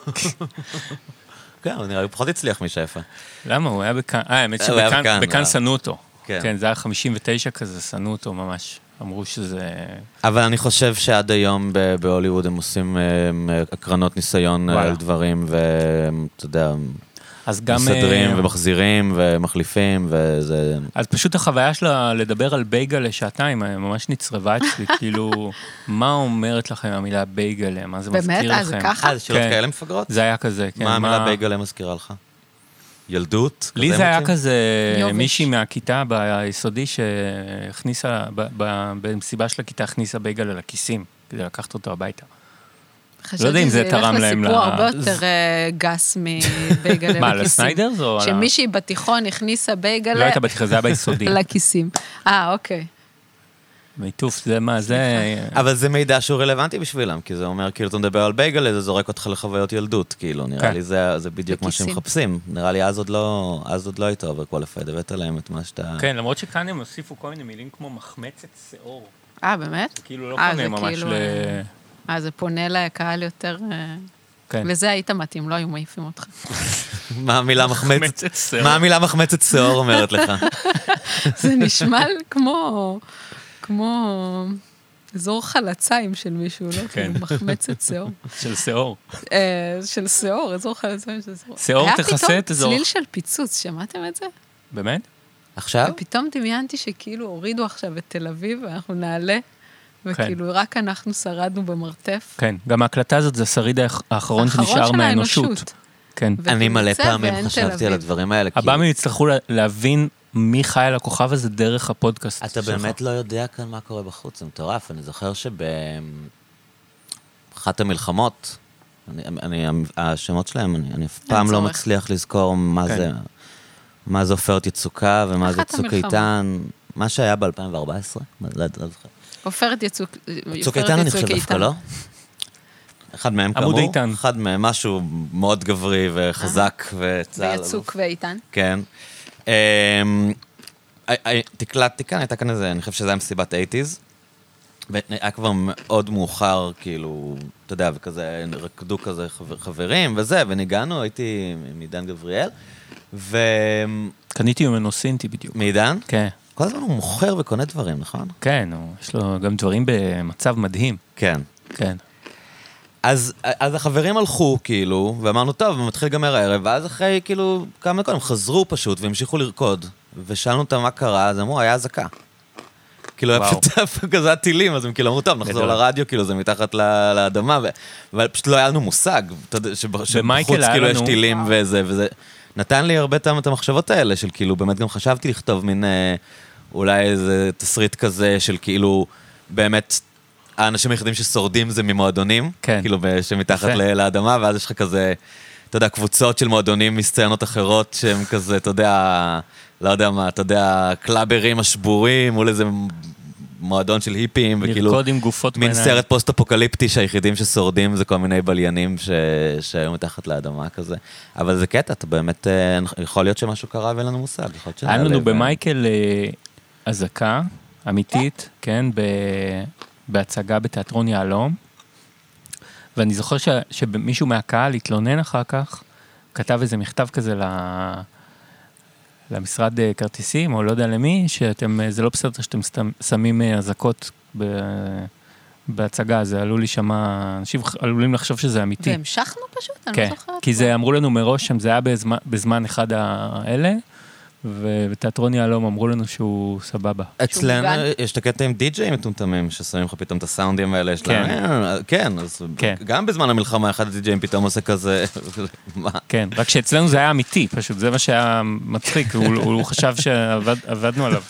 כן, הוא נראה לי פחות הצליח מאישה יפה. למה? הוא היה בכאן, אה, האמת שבכאן שנאו אותו. כן, זה היה חמישים ותשע כזה, שנאו אותו ממש. אמרו שזה... אבל אני חושב שעד היום בהוליווד הם עושים הקרנות ניסיון על דברים, ואתה יודע... אז גם... מסדרים ומחזירים ומחליפים, וזה... אז פשוט החוויה שלה לדבר על בייגל לשעתיים, ממש נצרבה אצלי, כאילו, מה אומרת לכם המילה בייגל? מה זה מזכיר לכם? באמת? אז זה ככה? אה, זה שאלות כאלה מפגרות? זה היה כזה, כן. מה המילה בייגל מזכירה לך? ילדות? לי זה היה כזה מישהי מהכיתה ביסודי שהכניסה, במסיבה של הכיתה הכניסה בייגל על הכיסים, כדי לקחת אותו הביתה. לא יודע אם זה תרם להם ל... חשבתי שזה ילך לסיפור הרבה יותר גס מבייגל לכיסים. מה, לסניידרס או... שמישהי בתיכון הכניסה בייגל... לא הייתה בתיכון, זה היה ביסודי. לכיסים. אה, אוקיי. מיטוף, זה מה, זה... אבל זה מידע שהוא רלוונטי בשבילם, כי זה אומר, כאילו, אתה מדבר על בייגל, זה זורק אותך לחוויות ילדות, כאילו, נראה לי זה בדיוק מה שהם מחפשים. נראה לי אז עוד לא, אז עוד לא היית עובר כל הפייד, הבאת להם את מה שאתה... כן, למרות שכאן הם הוסיפו כל מיני מילים כמו מחמצת שיעור. אה, באמת? כאילו לא פונה ממש ל... אה, זה פונה לקהל יותר... כן. לזה היית מתאים, לא היו מעיפים אותך. מה המילה מחמצת שיעור? מה המילה מחמצת שיעור אומרת לך? זה נשמע כמו... כמו אזור חלציים של מישהו, לא? כאילו מחמצת שיעור. של שיעור. של שיעור, אזור חלציים של שיעור. שיעור תכסה את אזור. היה פתאום צליל של פיצוץ, שמעתם את זה? באמת? עכשיו? ופתאום דמיינתי שכאילו הורידו עכשיו את תל אביב, ואנחנו נעלה, וכאילו רק אנחנו שרדנו במרתף. כן, גם ההקלטה הזאת זה השריד האחרון שנשאר מהאנושות. כן. אני מלא פעמים חשבתי על הדברים האלה. הבאמים יצטרכו להבין מי חי על הכוכב הזה דרך הפודקאסט. אתה באמת לא יודע כאן מה קורה בחוץ, זה מטורף. אני זוכר שבאחת המלחמות, השמות שלהם, אני אף פעם לא מצליח לזכור מה זה, מה זה עופרת יצוקה ומה זה צוק איתן, מה שהיה ב-אלפיים וארבע עשרה. עופרת יצוק צוק איתן אני חושב דווקא, לא? אחד מהם כאמור, אחד מהם משהו מאוד גברי וחזק וצהל. ויצוק ואיתן. כן. תקלטתי כאן, הייתה כאן איזה, אני חושב שזה היה מסיבת שמונים, והיה כבר מאוד מאוחר, כאילו, אתה יודע, וכזה, רקדו כזה חברים וזה, וניגענו, הייתי מעידן גבריאל, ו... קניתי ממנו סינטי בדיוק. מעידן? כן. כל הזמן הוא מוכר וקונה דברים, נכון? כן, יש לו גם דברים במצב מדהים. כן. כן. אז, אז החברים הלכו, כאילו, ואמרנו, טוב, מתחיל גמר הערב, ואז אחרי, כאילו, כמה דקות, הם חזרו פשוט, והמשיכו לרקוד, ושאלנו אותם מה קרה, אז אמרו, היה אזעקה. כאילו, היה פשוט כזה טילים, אז הם כאילו אמרו, טוב, נחזור לרדיו, כאילו, זה מתחת לאדמה, אבל פשוט לא היה לנו מושג, שבחוץ כאילו יש טילים וזה, וזה נתן לי הרבה את המחשבות האלה, של כאילו, באמת גם חשבתי לכתוב מין, אולי איזה תסריט כזה, של כאילו, באמת, האנשים היחידים ששורדים זה ממועדונים, כאילו, שמתחת לאדמה, ואז יש לך כזה, אתה יודע, קבוצות של מועדונים מסצנות אחרות, שהם כזה, אתה יודע, לא יודע מה, אתה יודע, קלאברים השבורים, מול איזה מועדון של היפים, וכאילו, לרקוד עם גופות מין סרט פוסט-אפוקליפטי, שהיחידים ששורדים זה כל מיני בליינים שהיו מתחת לאדמה כזה. אבל זה קטע, אתה באמת, יכול להיות שמשהו קרה ואין לנו מושג. היה לנו במייקל אזעקה אמיתית, כן, בהצגה בתיאטרון יהלום, ואני זוכר שמישהו מהקהל התלונן אחר כך, כתב איזה מכתב כזה ל... למשרד כרטיסים, או לא יודע למי, שאתם, זה לא בסדר שאתם שמים אזעקות בהצגה, זה עלול להישמע, אנשים עלולים לחשוב שזה אמיתי. והמשכנו פשוט, אני כן, לא זוכרת. כי זה אמרו לנו מראש, שם זה היה בזמן, בזמן אחד האלה, ובתיאטרון יהלום אמרו לנו שהוא סבבה. אצלנו יש את הקטע עם די-ג'אים מטומטמים, ששמים לך פתאום את הסאונדים האלה, יש להם, כן, אז גם בזמן המלחמה אחד הדי-ג'אים פתאום עושה כזה, מה? כן, רק שאצלנו זה היה אמיתי, פשוט, זה מה שהיה מצחיק, הוא חשב שעבדנו עליו.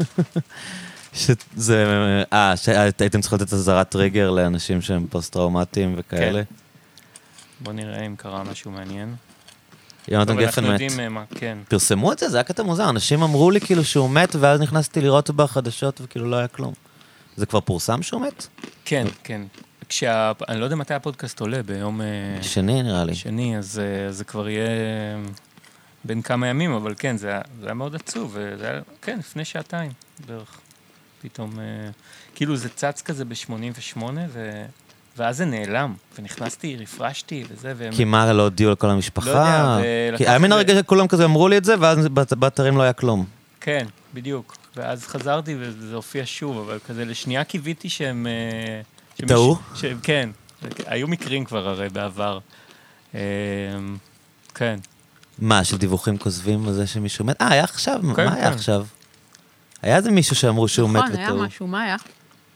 שזה, אה, שהייתם צריכים לתת הזרת טריגר לאנשים שהם פוסט-טראומטיים וכאלה? בוא נראה אם קרה משהו מעניין. יונתן גפן מת. פרסמו את זה, זה היה קטע מוזר. אנשים אמרו לי כאילו שהוא מת, ואז נכנסתי לראות בחדשות וכאילו לא היה כלום. זה כבר פורסם שהוא מת? כן, כן. כשה... אני לא יודע מתי הפודקאסט עולה, ביום... שני נראה לי. שני, אז זה כבר יהיה בין כמה ימים, אבל כן, זה היה מאוד עצוב, וזה היה, כן, לפני שעתיים בערך. פתאום, כאילו זה צץ כזה ב-שמונים ושמונה, ו... ואז זה נעלם, ונכנסתי, רפרשתי וזה, והם... כי מה, לא הודיעו לכל המשפחה? לא יודע, ולקח... כי היה מן הרגע שכולם כזה אמרו לי את זה, ואז באתרים לא היה כלום. כן, בדיוק. ואז חזרתי, וזה הופיע שוב, אבל כזה לשנייה קיוויתי שהם... טעו? כן, היו מקרים כבר הרי בעבר. כן. מה, של דיווחים כוזבים על זה שמישהו מת? אה, היה עכשיו, מה היה עכשיו? היה איזה מישהו שאמרו שהוא מת וטעו. נכון, היה משהו, מה היה?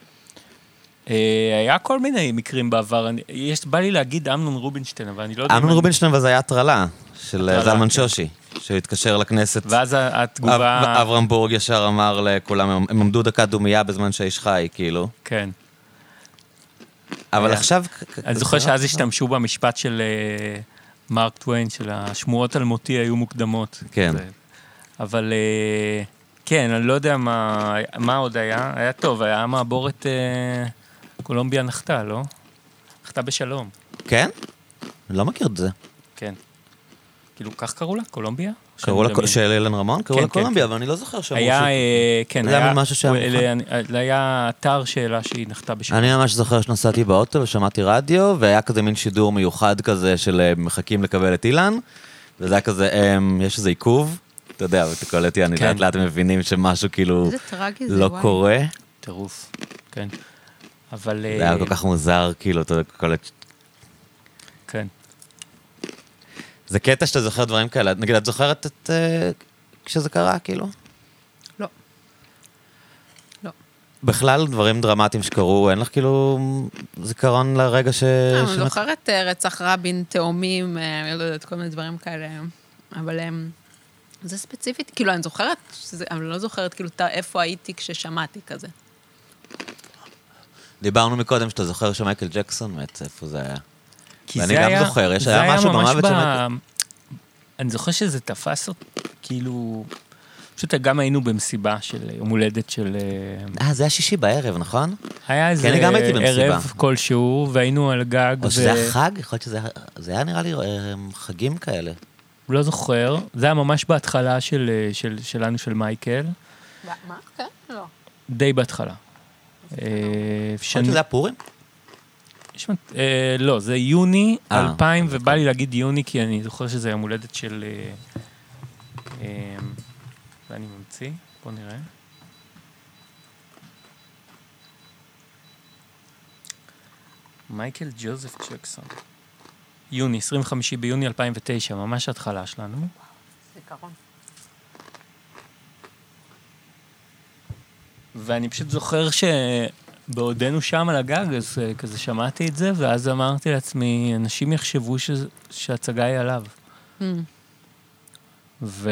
היה כל מיני מקרים בעבר, יש, בא לי להגיד אמנון רובינשטיין, אבל אני לא יודע... אמנון רובינשטיין, וזה היה הטרלה, של זלמן שושי, שהוא התקשר לכנסת. ואז התגובה... אברהם בורג ישר אמר לכולם, הם עמדו דקה דומיה בזמן שהאיש חי, כאילו. כן. אבל עכשיו... אני זוכר שאז השתמשו במשפט של מרק טוויין, של השמועות על מותי היו מוקדמות. כן. אבל... כן, אני לא יודע מה, מה עוד היה. היה טוב, היה מעבורת אה, קולומביה נחתה, לא? נחתה בשלום. כן? אני לא מכיר את זה. כן. כאילו, כך קראו לה? קולומביה? קראו לה, של אילן רמון? קראו לה קולומביה, אבל אני לא זוכר שאמרו היה, כן, היה משהו שאמרו. היה אתר שאלה שהיא נחתה בשלום. אני ממש זוכר שנסעתי באוטו ושמעתי רדיו, והיה כזה מין שידור מיוחד כזה של מחכים לקבל את אילן, וזה היה כזה, יש איזה עיכוב. אתה יודע, ותקולתי, אני לאט לאט מבינים שמשהו כאילו לא קורה. טירוף, כן. אבל... זה היה כל כך מוזר, כאילו, אתה יודע, קולט... כן. זה קטע שאתה זוכר דברים כאלה. נגיד, את זוכרת את... כשזה קרה, כאילו? לא. לא. בכלל, דברים דרמטיים שקרו, אין לך כאילו זיכרון לרגע ש... אני זוכרת רצח רבין, תאומים, אני לא יודעת, כל מיני דברים כאלה, אבל הם... זה ספציפית, כאילו, אני זוכרת, שזה, אני לא זוכרת, כאילו, איפה הייתי כששמעתי כזה. דיברנו מקודם שאתה זוכר שמייקל ג'קסון מת, איפה זה היה? ואני גם היה, זוכר, יש היה משהו במוות ב... שמייקל... אני זוכר שזה תפס אותי, כאילו... פשוט גם היינו במסיבה של יום הולדת של... אה, זה היה שישי בערב, נכון? היה איזה ערב כלשהו, והיינו על גג. או שזה היה חג? יכול להיות שזה היה, היה נראה לי חגים כאלה. לא זוכר, זה היה ממש בהתחלה של, של, שלנו, של מייקל. מה? כן? לא. די בהתחלה. יכול להיות שזה היה פורים? לא, זה יוני אלפיים, ובא לי להגיד יוני, כי אני זוכר שזה יום הולדת של... ואני ממציא, בוא נראה. מייקל ג'וזף ג'קסון. יוני, עשרים וחמישה ביוני אלפיים ותשע, ממש התחלה שלנו. זיכרון. ואני פשוט זוכר שבעודנו שם על הגג, אז כזה שמעתי את זה, ואז אמרתי לעצמי, אנשים יחשבו ש... שההצגה היא עליו. Mm. ו...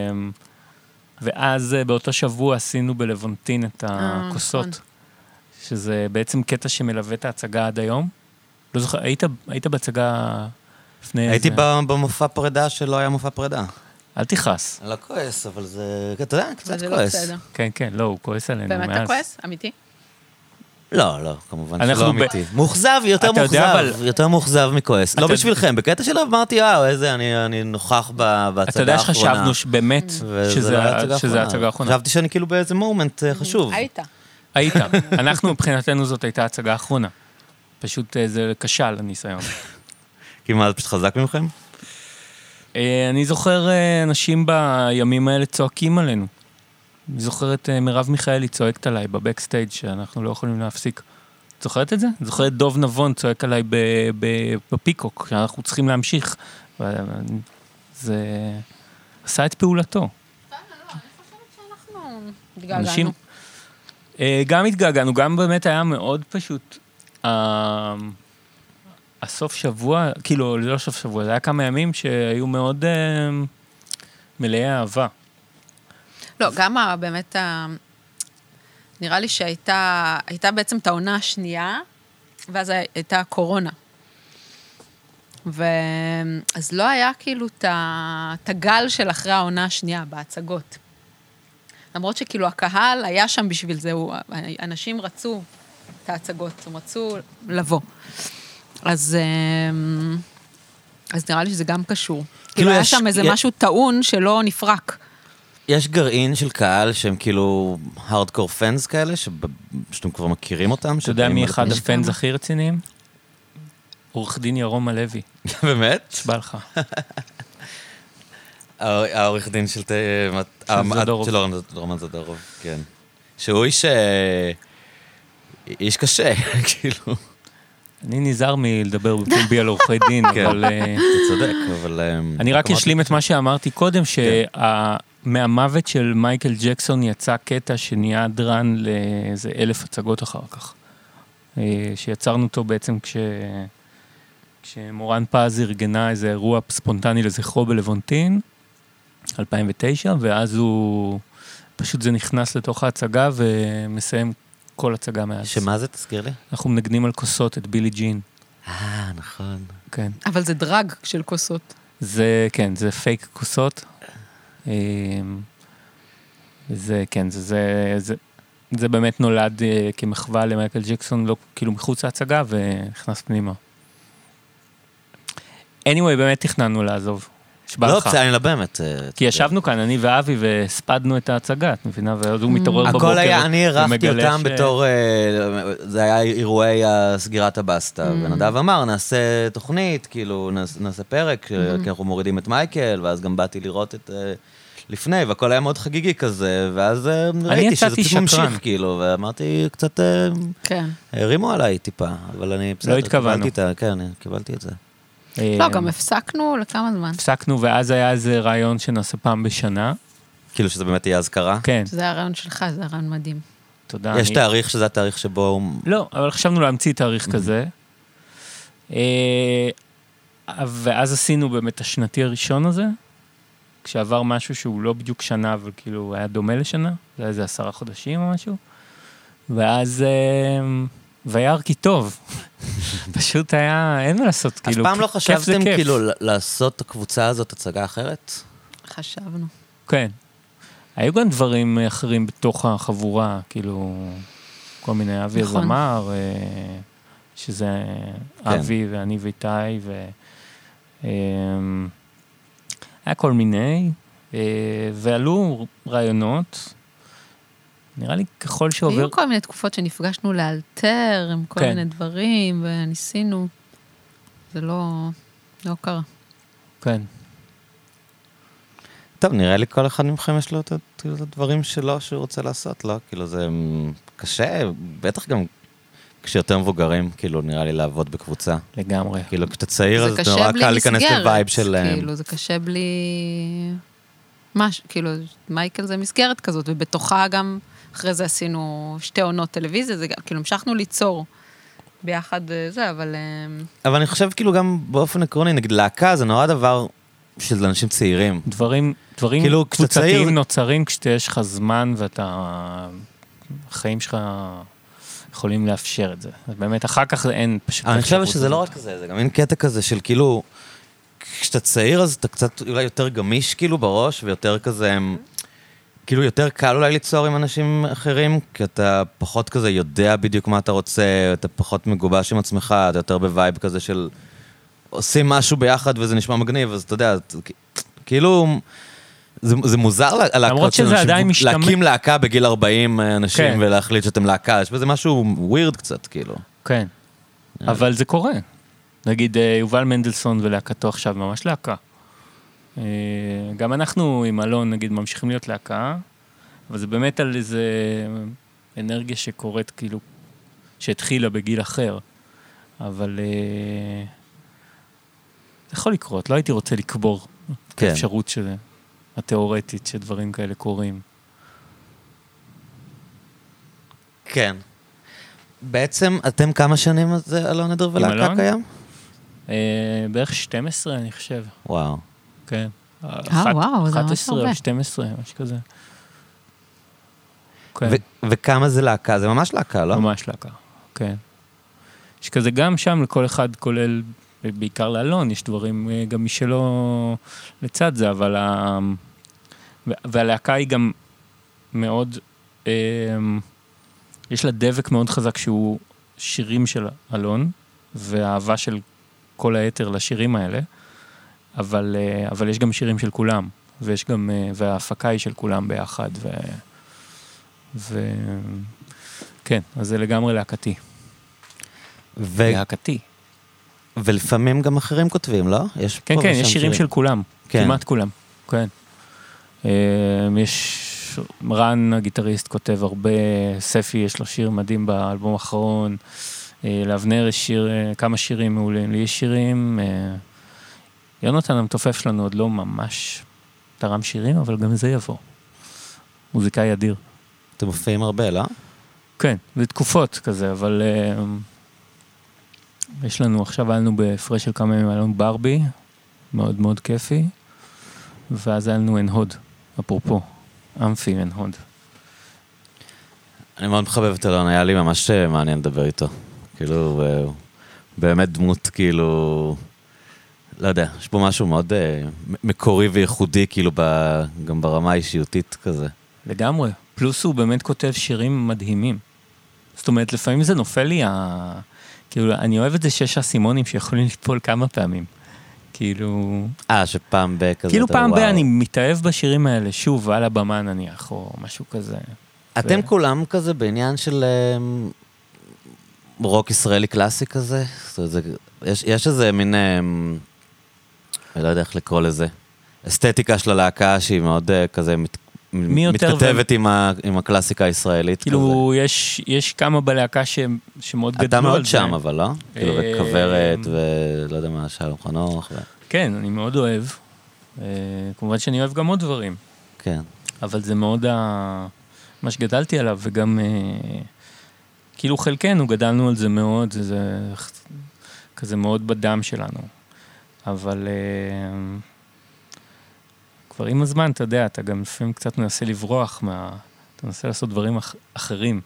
ואז באותו שבוע עשינו בלוונטין את הכוסות, שזה בעצם קטע שמלווה את ההצגה עד היום. לא זוכר, היית, היית בהצגה לפני הייתי איזה... במופע פרידה שלא היה מופע פרידה. אל תכעס. אני לא כועס, אבל זה, אתה יודע, קצת זה כועס. לא בסדר. כן, כן, לא, הוא כועס עלינו מאז. באמת אתה כועס? אמיתי? לא, לא, כמובן אנחנו שלא ב- אמיתי. מוכזב, יותר אתה יודע, מוכזב, אבל- יותר מוכזב מכועס. לא אתה- בשבילכם, בקטע שלו אמרתי, אה, איזה, אני אני נוכח ב- בהצגה האחרונה. אתה יודע שחשבנו שבאמת, וזה שזה לא ה- ההצגה שזה ההצגה האחרונה. חשבתי שאני כאילו באיזה מומנט אה, חשוב. היית. היית. אנחנו מבחינתנו זאת הייתה ההצגה האחרונה. פשוט אה, זה כשל הניסיון. כי מה, זה פשוט חזק ממכם? אה, אני זוכר אה, אנשים בימים האלה צועקים עלינו. אני זוכר את אה, מרב מיכאלי צועקת עליי בבקסטייג' שאנחנו לא יכולים להפסיק. את זוכרת את זה? אני זוכר את דוב נבון צועק עליי ב- ב- בפיקוק, שאנחנו צריכים להמשיך. ו- זה עשה את פעולתו. אנשים... אה, גם התגעגענו, גם באמת היה מאוד פשוט. אה, הסוף שבוע, כאילו, לא סוף שבוע, זה היה כמה ימים שהיו מאוד אה, מלאי אהבה. לא, גם ה- באמת, ה- נראה לי שהייתה הייתה בעצם את העונה השנייה, ואז הייתה הקורונה. ואז לא היה כאילו את ה- את הגל של אחרי העונה השנייה בהצגות. למרות שכאילו הקהל היה שם בשביל זה, הוא- אנשים רצו את ההצגות, הם רצו לבוא. אז, אמ, אז נראה לי שזה גם קשור. כאילו היה יש- שם איזה יש- משהו טעון שלא נפרק. יש גרעין של קהל שהם כאילו הארדקור פנס כאלה, שב- שאתם כבר מכירים אותם. אתה יודע שבאים מי על- אחד יש הפנס כמה. הכי רציניים? עורך דין ירום הלוי, באמת? שבא לך. הא- העורך דין של ת- אה, זדורוב. של אורן- רומן זדורוב, כן. שהוא איש... אה, איש קשה, כאילו. אני נזהר מלדבר בפומבי על עורכי דין, כן. אבל... אה, אתה צודק, אבל... אה, אני רק אמרתי- אשלים את מה שאמרתי קודם, שמהמוות של מייקל ג'קסון יצא קטע שנהיה דרן לאיזה אלף הצגות אחר כך. אה, שיצרנו אותו בעצם כש... כשמורן פז ארגנה איזה אירוע ספונטני לזכרו בלוונטין, אלפיים ותשע, ואז הוא... פשוט זה נכנס לתוך ההצגה ומסיים כל הצגה מאז. שמה זה, תזכיר לי? אנחנו מנגנים על כוסות את בילי ג'ין. אה, נכון. כן. אבל זה דרג של כוסות. זה, כן, זה פייק כוסות. אמ, זה, כן, זה, זה, זה, זה באמת נולד אה, כמחווה למייקל ג'קסון, לא, כאילו מחוץ להצגה, ונכנס פנימה. anyway, באמת תכננו לעזוב. שבא לא, לך. בסדר, אני לא באמת... אה, כי ישבנו כאן, אני ואבי, והספדנו את ההצגה, את מבינה? ואז הוא מתעורר בבוקר. הכל היה, אני ערכתי ומגלה אותם ש- בתור, אה, זה היה אירועי סגירת הבסטה, ונדב אמר, נעשה תוכנית, כאילו, נעש- נעשה פרק, כי אנחנו מורידים את מייקל, ואז גם באתי לראות את... אה, לפני, והכל היה מאוד חגיגי כזה, ואז אה, ראיתי שזה יצאתי פשוט שקרן. ממשיך, כאילו, ואמרתי, קצת אה, כן. הרימו עליי טיפה, אבל אני בסדר, התכוונו. קיבלתי את ה- כן, קיבלתי את זה. לא, גם הפסקנו לכמה זמן. הפסקנו, ואז היה איזה רעיון שנעשה פעם בשנה. כאילו שזה באמת יהיה אזכרה. כן, זה היה רעיון שלך, זה היה רעיון מדהים. תודה. יש אני- תאריך שזה התאריך שבו הוא... לא, אבל חשבנו להמציא תאריך כזה. אה, ואז עשינו באמת את השנתי הראשון הזה, כשעבר משהו שהוא לא בדיוק שנה, אבל כאילו היה דומה לשנה, זה היה איזה עשרה חודשים או משהו. ואז... אה, ויער כי טוב. פשוט היה, אין מה לעשות, אף כאילו, פעם לא כיף זה חשבתם כיף. כאילו ל- לעשות את הקבוצה הזאת הצגה אחרת? חשבנו. כן. היו גם דברים אחרים בתוך החבורה, כאילו, כל מיני אבי נכון. הזמר, אה, שזה אבי ואני ואיתי, ו... אה, היה כל מיני, אה, ועלו רעיונות, נראה לי ככל שעובר... היו כל מיני תקופות שנפגשנו לאלתר עם כל כן. מיני דברים, וניסינו. זה לא, לא קרה. כן. טוב, נראה לי כל אחד מכם יש לו את ה- את הדברים שלו שהוא רוצה לעשות, לא? כאילו זה מ, קשה, בטח גם כשיותר מבוגרים, כאילו נראה לי לעבוד בקבוצה. לגמרי. כאילו כשאתה צעיר, אז זה זה קשה נורא בלי קל להיכנס מסגרת. לווייב של... אה, כאילו, זה קשה בלי... מש, כאילו, מייקל זה מסגרת כזאת, ובתוכה גם אחרי זה עשינו שתי עונות טלוויזיה, זה כאילו המשכנו ליצור ביחד זה, אבל... אבל אני חושב כאילו גם באופן עקרוני, נגיד להקה זה נורא דבר של אנשים צעירים. דברים, דברים כאילו, קבוצתיים צעיר... נוצרים כשיש לך זמן ואתה... החיים שלך יכולים לאפשר את זה. אז באמת, אחר כך אין פשוט... אני חושב שזה לא רק כזה, זה גם אין קטע כזה של כאילו... כשאתה צעיר אז אתה קצת אולי יותר גמיש כאילו בראש, ויותר כזה... כאילו יותר קל אולי ליצור עם אנשים אחרים, כי אתה פחות כזה יודע בדיוק מה אתה רוצה, אתה פחות מגובש עם עצמך, אתה יותר בווייב כזה של... עושים משהו ביחד וזה נשמע מגניב, אז אתה יודע, כאילו... זה, זה מוזר למרות שזה עדיין משתמע... להקים להקה בגיל ארבעים אנשים כן. ולהחליט שאתם להקה, יש בזה משהו ווירד קצת, כאילו. כן, אבל זה קורה. נגיד, יובל מנדלסון ולהקתו עכשיו ממש להקה. גם אנחנו עם אלון, נגיד, ממשיכים להיות להקה, אבל זה באמת על איזה אנרגיה שקורית, כאילו, שהתחילה בגיל אחר. אבל זה יכול לקרות, לא הייתי רוצה לקבור את האפשרות שזה. התיאורטית שדברים כאלה קורים. כן. בעצם, אתם כמה שנים זה אלון עדר ולהקה קיים? בערך שתים עשרה, אני חושב. וואו. כן. אה, וואו, זה אחת עשרה או שתים עשרה, משהו כזה. וכמה זה להקה? זה ממש להקה, לא? ממש להקה, כן. יש כזה גם שם לכל אחד, כולל... בעיקר לאלון, יש דברים גם משלו לצד זה, אבל ה... והלהקה היא גם מאוד, יש לה דבק מאוד חזק שהוא שירים של אלון, והאהבה של כל היתר לשירים האלה, אבל, אבל יש גם שירים של כולם, ויש גם, וההפקה היא של כולם ביחד, ו... ו... כן, אז זה לגמרי להקתי. ו... להקתי. ולפעמים גם אחרים כותבים, לא? יש כן, כן, יש שירים של כולם, כן. כמעט כולם, כן. יש, רן, הגיטריסט, כותב הרבה, ספי, יש לו שיר מדהים באלבום האחרון, לאבנר יש שיר, כמה שירים מעולים, לי יש שירים, יונתן המתופף שלנו עוד לא ממש תרם שירים, אבל גם זה יבוא. מוזיקאי אדיר. אתם מופיעים הרבה, לא? כן, זה תקופות כזה, אבל... יש לנו, עכשיו היינו בהפרש של כמה ימים, היינו ברבי, מאוד מאוד כיפי, ואז היינו אנהוד, אפרופו, אמפי אנהוד. אני מאוד מחבב את אלון, היה לי ממש מעניין לדבר איתו. כאילו, באמת דמות, כאילו, לא יודע, יש פה משהו מאוד מקורי וייחודי, כאילו, גם ברמה האישיותית כזה. לגמרי, פלוס הוא באמת כותב שירים מדהימים. זאת אומרת, לפעמים זה נופל לי ה... כאילו, אני אוהב את זה שיש אסימונים שיכולים ליפול כמה פעמים. כאילו... אה, שפעם בכזה... כאילו פעם בה אני מתאהב בשירים האלה, שוב, על הבמה נניח, או משהו כזה. אתם כולם כזה בעניין של רוק ישראלי קלאסי כזה? יש איזה מין... אני לא יודע איך לקרוא לזה. אסתטיקה של הלהקה שהיא מאוד כזה... מתכתבת עם הקלאסיקה הישראלית. כאילו, יש כמה בלהקה שמאוד גדלו על זה. אתה מאוד שם, אבל לא? כאילו, וכברת, ולא יודע מה, שלום חנוך. כן, אני מאוד אוהב. כמובן שאני אוהב גם עוד דברים. כן. אבל זה מאוד מה שגדלתי עליו, וגם, כאילו חלקנו גדלנו על זה מאוד, זה כזה מאוד בדם שלנו. אבל... כבר עם הזמן, אתה יודע, אתה גם לפעמים קצת מנסה לברוח מה... אתה מנסה לעשות דברים אח... אחרים.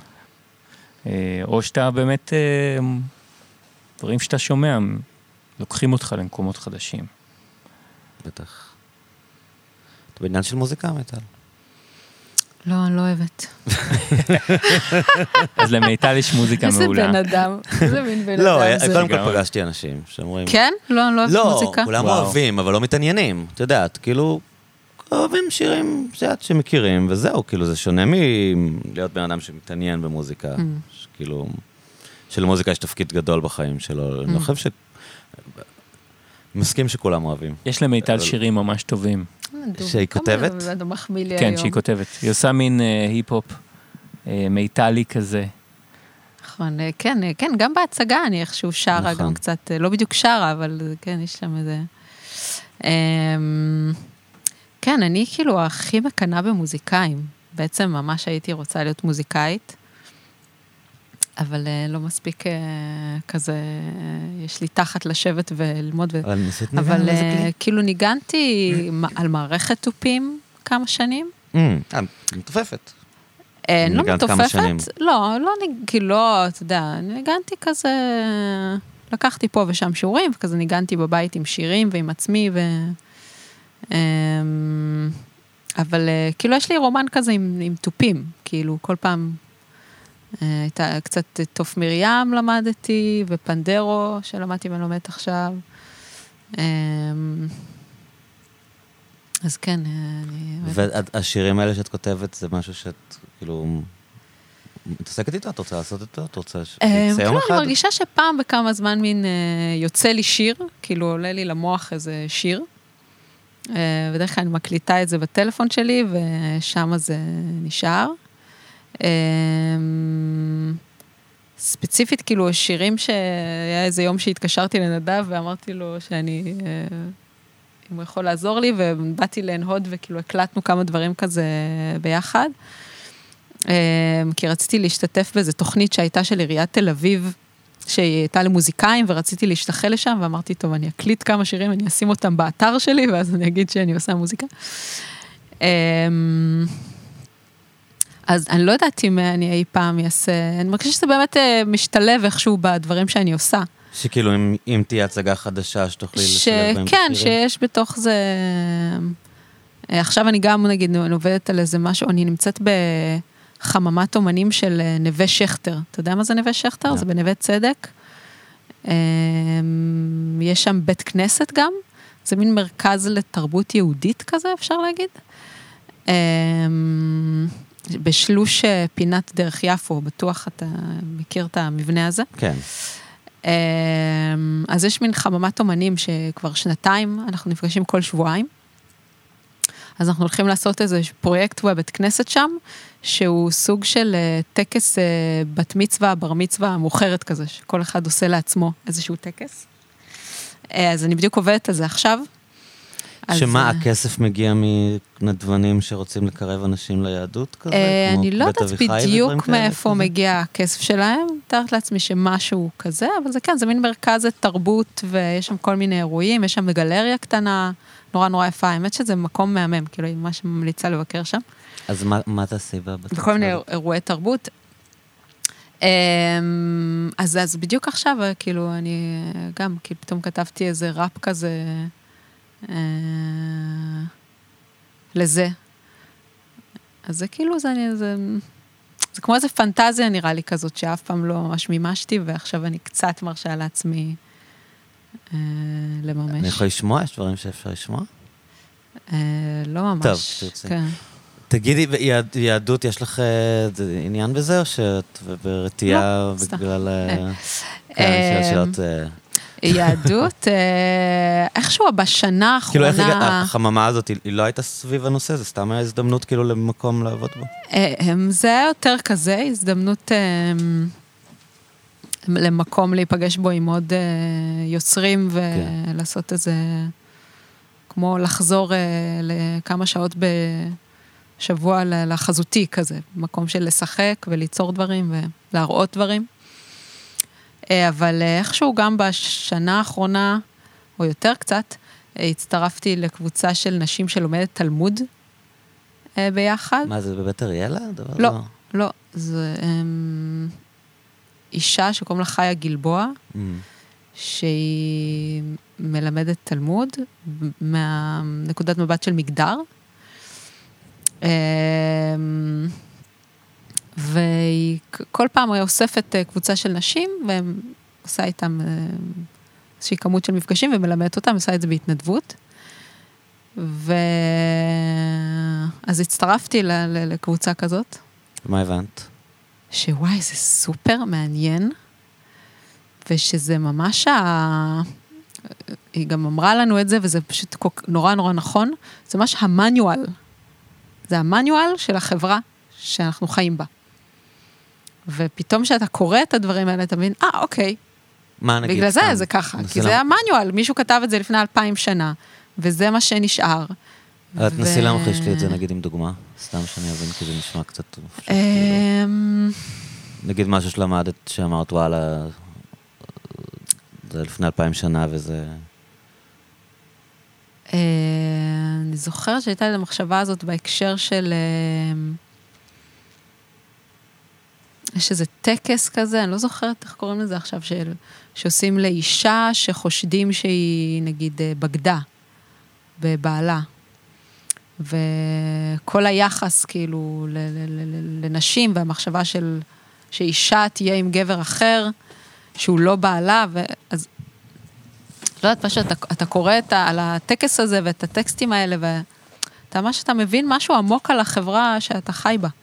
או שאתה באמת... דברים שאתה שומע, לוקחים אותך למקומות חדשים. בטח. אתה בעניין של מוזיקה, מיטל? לא, אני לא אוהבת. אז למיטל יש מוזיקה מעולה. איזה בן אדם, איזה מין בן אדם. לא, קודם כל פגשתי אנשים שאומרים... כן? לא, אני לא אוהבת מוזיקה. לא, כולם אוהבים, אבל לא מתעניינים. אתה יודעת, כאילו, אוהבים שירים שמכירים, וזהו, כאילו, זה שונה מלהיות בן אדם שמתעניין במוזיקה. כאילו, שלמוזיקה יש תפקיד גדול בחיים שלו. אני חושב ש... מסכים שכולם אוהבים. יש למיטל שירים ממש טובים. שהיא כותבת? כן, שהיא כותבת. היא עושה מין היפ-הופ מיטלי כזה. נכון, כן, כן, גם בהצגה אני איכשהו שרה, גם קצת, לא בדיוק שרה, אבל כן, יש שם איזה... כן, אני כאילו הכי מקנה במוזיקאים. בעצם ממש הייתי רוצה להיות מוזיקאית, אבל לא מספיק כזה, יש לי תחת לשבת וללמוד. אבל ניסית ניגן על איזה כלי? כאילו ניגנתי על מערכת תופים כמה שנים. אה, מתופפת. לא מתופפת, לא, לא, כאילו לא, אתה יודע, ניגנתי כזה, לקחתי פה ושם שיעורים, וכזה ניגנתי בבית עם שירים ועם עצמי, ו... אבל כאילו יש לי רומן כזה עם, עם טופים, כאילו כל פעם הייתה קצת תוף מרים למדתי, ופנדרו שלמדתי ולומדת עכשיו. אז כן, אני... והשירים האלה שאת כותבת זה משהו שאת כאילו מתעסקת איתו? את רוצה לעשות איתו? את רוצה שיצא יום אחד? אני מרגישה שפעם בכמה זמן מין יוצא לי שיר, כאילו עולה לי למוח איזה שיר, בדרך כלל אני מקליטה את זה בטלפון שלי, ושם זה נשאר. ספציפית, כאילו, שירים שהיה איזה יום שהתקשרתי לנדב, ואמרתי לו שאני, אם הוא יכול לעזור לי, ובאתי להנהוד, וכאילו הקלטנו כמה דברים כזה ביחד, כי רציתי להשתתף באיזו תוכנית שהייתה של עיריית תל אביב, שהיא הייתה למוזיקאים, ורציתי להשתחל לשם, ואמרתי, טוב, אני אקליט כמה שירים, אני אשים אותם באתר שלי, ואז אני אגיד שאני עושה מוזיקה. אז אני לא יודעת אם אני אי פעם אעשה, אני מרגישה שזה באמת משתלב איכשהו בדברים שאני עושה. שכאילו אם, אם תהיה הצגה חדשה, שתוכלי לשלב בהם כן, שיש בתוך זה, עכשיו אני גם נגיד עובדת על איזה משהו, אני נמצאת בחממת אומנים של נווה שכתר. אתה יודע מה זה נווה שכתר? זה בנווה צדק. יש שם בית כנסת גם, זה מין מרכז לתרבות יהודית כזה, אפשר להגיד. בשלוש פינת דרך יפו, בטוח אתה מכיר את המבנה הזה. כן. אז יש מין חממת אומנים שכבר שנתיים, אנחנו נפגשים כל שבועיים. אז אנחנו הולכים לעשות איזה פרויקט בבית כנסת שם, שהוא סוג של טקס בת מצווה, בר מצווה מוכרת כזה, שכל אחד עושה לעצמו איזשהו טקס. אז אני בדיוק עובדת על זה עכשיו. שמה, הכסף מגיע מנדבנים שרוצים לקרב אנשים ליהדות כזה? אני לא יודעת בדיוק מאיפה מגיע הכסף שלהם, תארת לעצמי שמשהו כזה, אבל זה כן, זה מין מרכז תרבות, ויש שם כל מיני אירועים, יש שם גלריה קטנה, נורא נורא יפה, האמת שזה מקום מהמם, כאילו היא ממש ממליצה לבקר שם. אז מה תעשי בה? בכל מיני אירועי תרבות. אז אז בדיוק עכשיו, כאילו אני גם, כאילו פתאום כתבתי איזה ראפ כזה, לזה. אז זה כאילו, זה, זה, זה כמו איזה פנטזיה נראה לי כזאת, שאף פעם לא ממש מימשתי, ועכשיו אני קצת מרשה לעצמי אה, לממש. אני יכול לשמוע? יש דברים שאפשר לשמוע? אה, לא ממש. טוב, תרצי. כן. תגידי, יהדות, יש לך עניין בזה, או שאת ברתיעה בגלל... כן, שאלות... יהדות, איכשהו בשנה האחרונה... כאילו, איך החממה הזאת, היא לא הייתה סביב הנושא? זה סתם היה הזדמנות כאילו למקום לעבוד בו? זה היה יותר כזה, הזדמנות למקום להיפגש בו עם עוד יוצרים, ולעשות איזה, כמו לחזור לכמה שעות בשבוע לחזותי כזה, מקום של לשחק וליצור דברים ולהראות דברים. אבל איכשהו גם בשנה האחרונה, או יותר קצת, הצטרפתי לקבוצה של נשים שלומדת תלמוד ביחד. מה, זה בבית אריאלה? לא, לא. זה אישה שקוראים לה חיה גלבוע, שהיא מלמדת תלמוד, מהנקודת מבט של מגדר. והיא כל פעם אוספת קבוצה של נשים, ועושה איתם איזושהי כמות של מפגשים, ומלמדת אותם, עושה את זה בהתנדבות. ו... אז הצטרפתי לקבוצה כזאת. מה הבנת? שוואי, זה סופר מעניין, ושזה ממש ה... היא גם אמרה לנו את זה, וזה פשוט נורא נורא נכון, זה ממש המניואל. זה המניואל של החברה שאנחנו חיים בה. ופתאום שאתה קורא את הדברים האלה, אתה מבין, אה, אוקיי. מה נגיד? בגלל זה זה ככה, כי זה המניואל, מישהו כתב את זה לפני אלפיים שנה, וזה מה שנשאר. תנסי להמחיש לי את זה, נגיד, עם דוגמה. סתם שאני אבין, כי זה נשמע קצת טוב. נגיד משהו שלמדת, שאמרת, וואלה, זה לפני אלפיים שנה וזה... אני זוכרת שהייתה לי המחשבה הזאת בהקשר של... יש איזה טקס כזה, אני לא זוכרת איך קוראים לזה עכשיו, של, שעושים לאישה שחושדים שהיא, נגיד, בגדה בבעלה. וכל היחס, כאילו, ל, ל, ל, לנשים, והמחשבה של, שאישה תהיה עם גבר אחר, שהוא לא בעלה, ואז, לא יודעת, פשוט, אתה, אתה קורא את, על הטקס הזה, ואת הטקסטים האלה, ואתה ממש, אתה מבין משהו עמוק על החברה שאתה חי בה.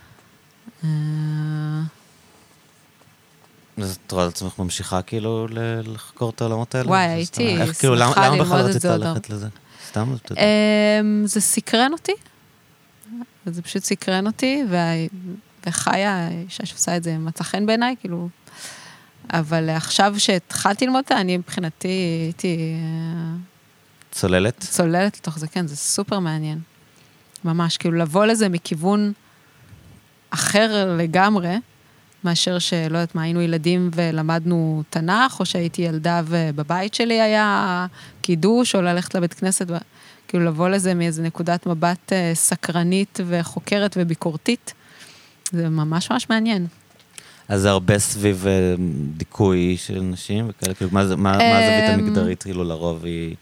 אז את רואה את עצמך ממשיכה כאילו לחקור את העולמות האלה? וואי, הייתי שמחה ללמוד את זה עוד. סתם? זה סקרן אותי, זה פשוט סקרן אותי, וחיה, אישה שעושה את זה, מצא חן בעיניי, כאילו, אבל עכשיו שהתחלתי ללמוד אותה, אני מבחינתי הייתי... צוללת? צוללת לתוך זה, כן, זה סופר מעניין. ממש, כאילו, לבוא לזה מכיוון אחר לגמרי, מאשר שלא יודעת מה, היינו ילדים ולמדנו תנ"ך, או שהייתי ילדה ובבית שלי היה קידוש, או ללכת לבית כנסת, כאילו לבוא לזה מאיזו נקודת מבט סקרנית וחוקרת וביקורתית, זה ממש ממש מעניין. אז זה הרבה סביב דיכוי של נשים וכאלה, כאילו, מה הזווית המגדרית, כאילו, לרוב היא...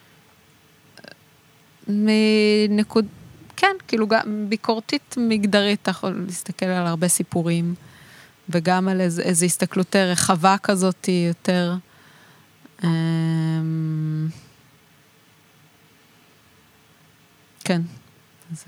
מנקוד... כן, כאילו, ביקורתית מגדרית, אתה יכול להסתכל על הרבה סיפורים, וגם על איזו, איזו הסתכלות רחבה כזאת יותר. כן. אז...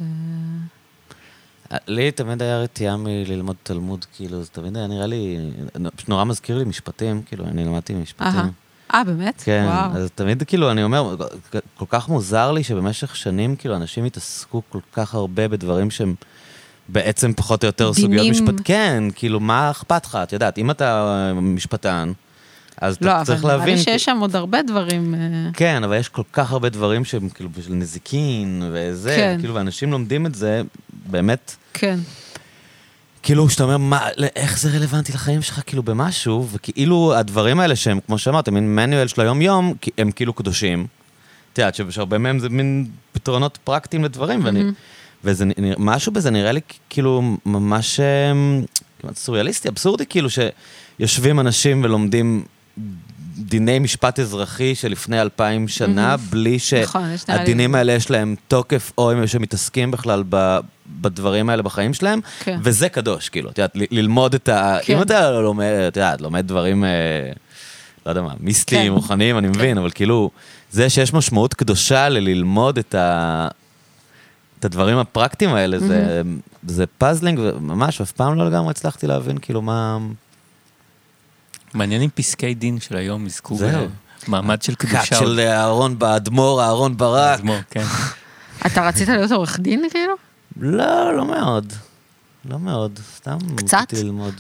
לי תמיד היה רתיעה מללמוד תלמוד, כאילו, זה תמיד היה נראה לי, נורא מזכיר לי משפטים, כאילו, אני למדתי משפטים. אה, באמת? כן, וואו. אז תמיד, כאילו, אני אומר, כל כך מוזר לי שבמשך שנים, כאילו, אנשים התעסקו כל כך הרבה בדברים שהם בעצם פחות או יותר סוגיות משפט. כן, כאילו, מה אכפת לך? את יודעת, אם אתה משפטן, אז אתה צריך להבין... לא, אבל נראה לי שיש שם עוד הרבה דברים... כן, אבל יש כל כך הרבה דברים שהם כאילו של נזיקין וזה, כאילו, ואנשים לומדים את זה, באמת... כן. כאילו, שאתה אומר, מה, איך זה רלוונטי לחיים שלך, כאילו, במשהו, וכאילו, הדברים האלה שהם, כמו שאמרת, מין מנואל של היום-יום, הם כאילו קדושים. את יודעת, שהרבה מהם זה מין פתרונות פרקטיים לדברים, ואני... וזה, משהו בזה נראה לי כאילו ממש כמעט סוריאליסטי, אבסורדי, כאילו שיושבים אנשים ולומדים דיני משפט אזרחי שלפני אלפיים שנה, בלי שהדינים האלה יש להם תוקף, או הם שמתעסקים בכלל בדברים האלה בחיים שלהם, וזה קדוש, כאילו, את יודעת, ללמוד את ה... אם אתה לומד, את יודעת, לומד דברים, לא יודע מה, מיסטיים, רוחניים, אני מבין, אבל כאילו, זה שיש משמעות קדושה לללמוד את ה... את הדברים הפרקטיים האלה, זה, זה פאזלינג, וממש, אף פעם לא לגמרי הצלחתי להבין, כאילו, מה... מעניין עם פסקי דין של היום, יזכו במעמד של קדושה. קאט של אהרון באדמו"ר, אהרון ברק. אדמו"ר, כן. אתה רצית להיות עורך דין, כאילו? לא, לא מאוד. לא מאוד, סתם... קצת? ללמוד.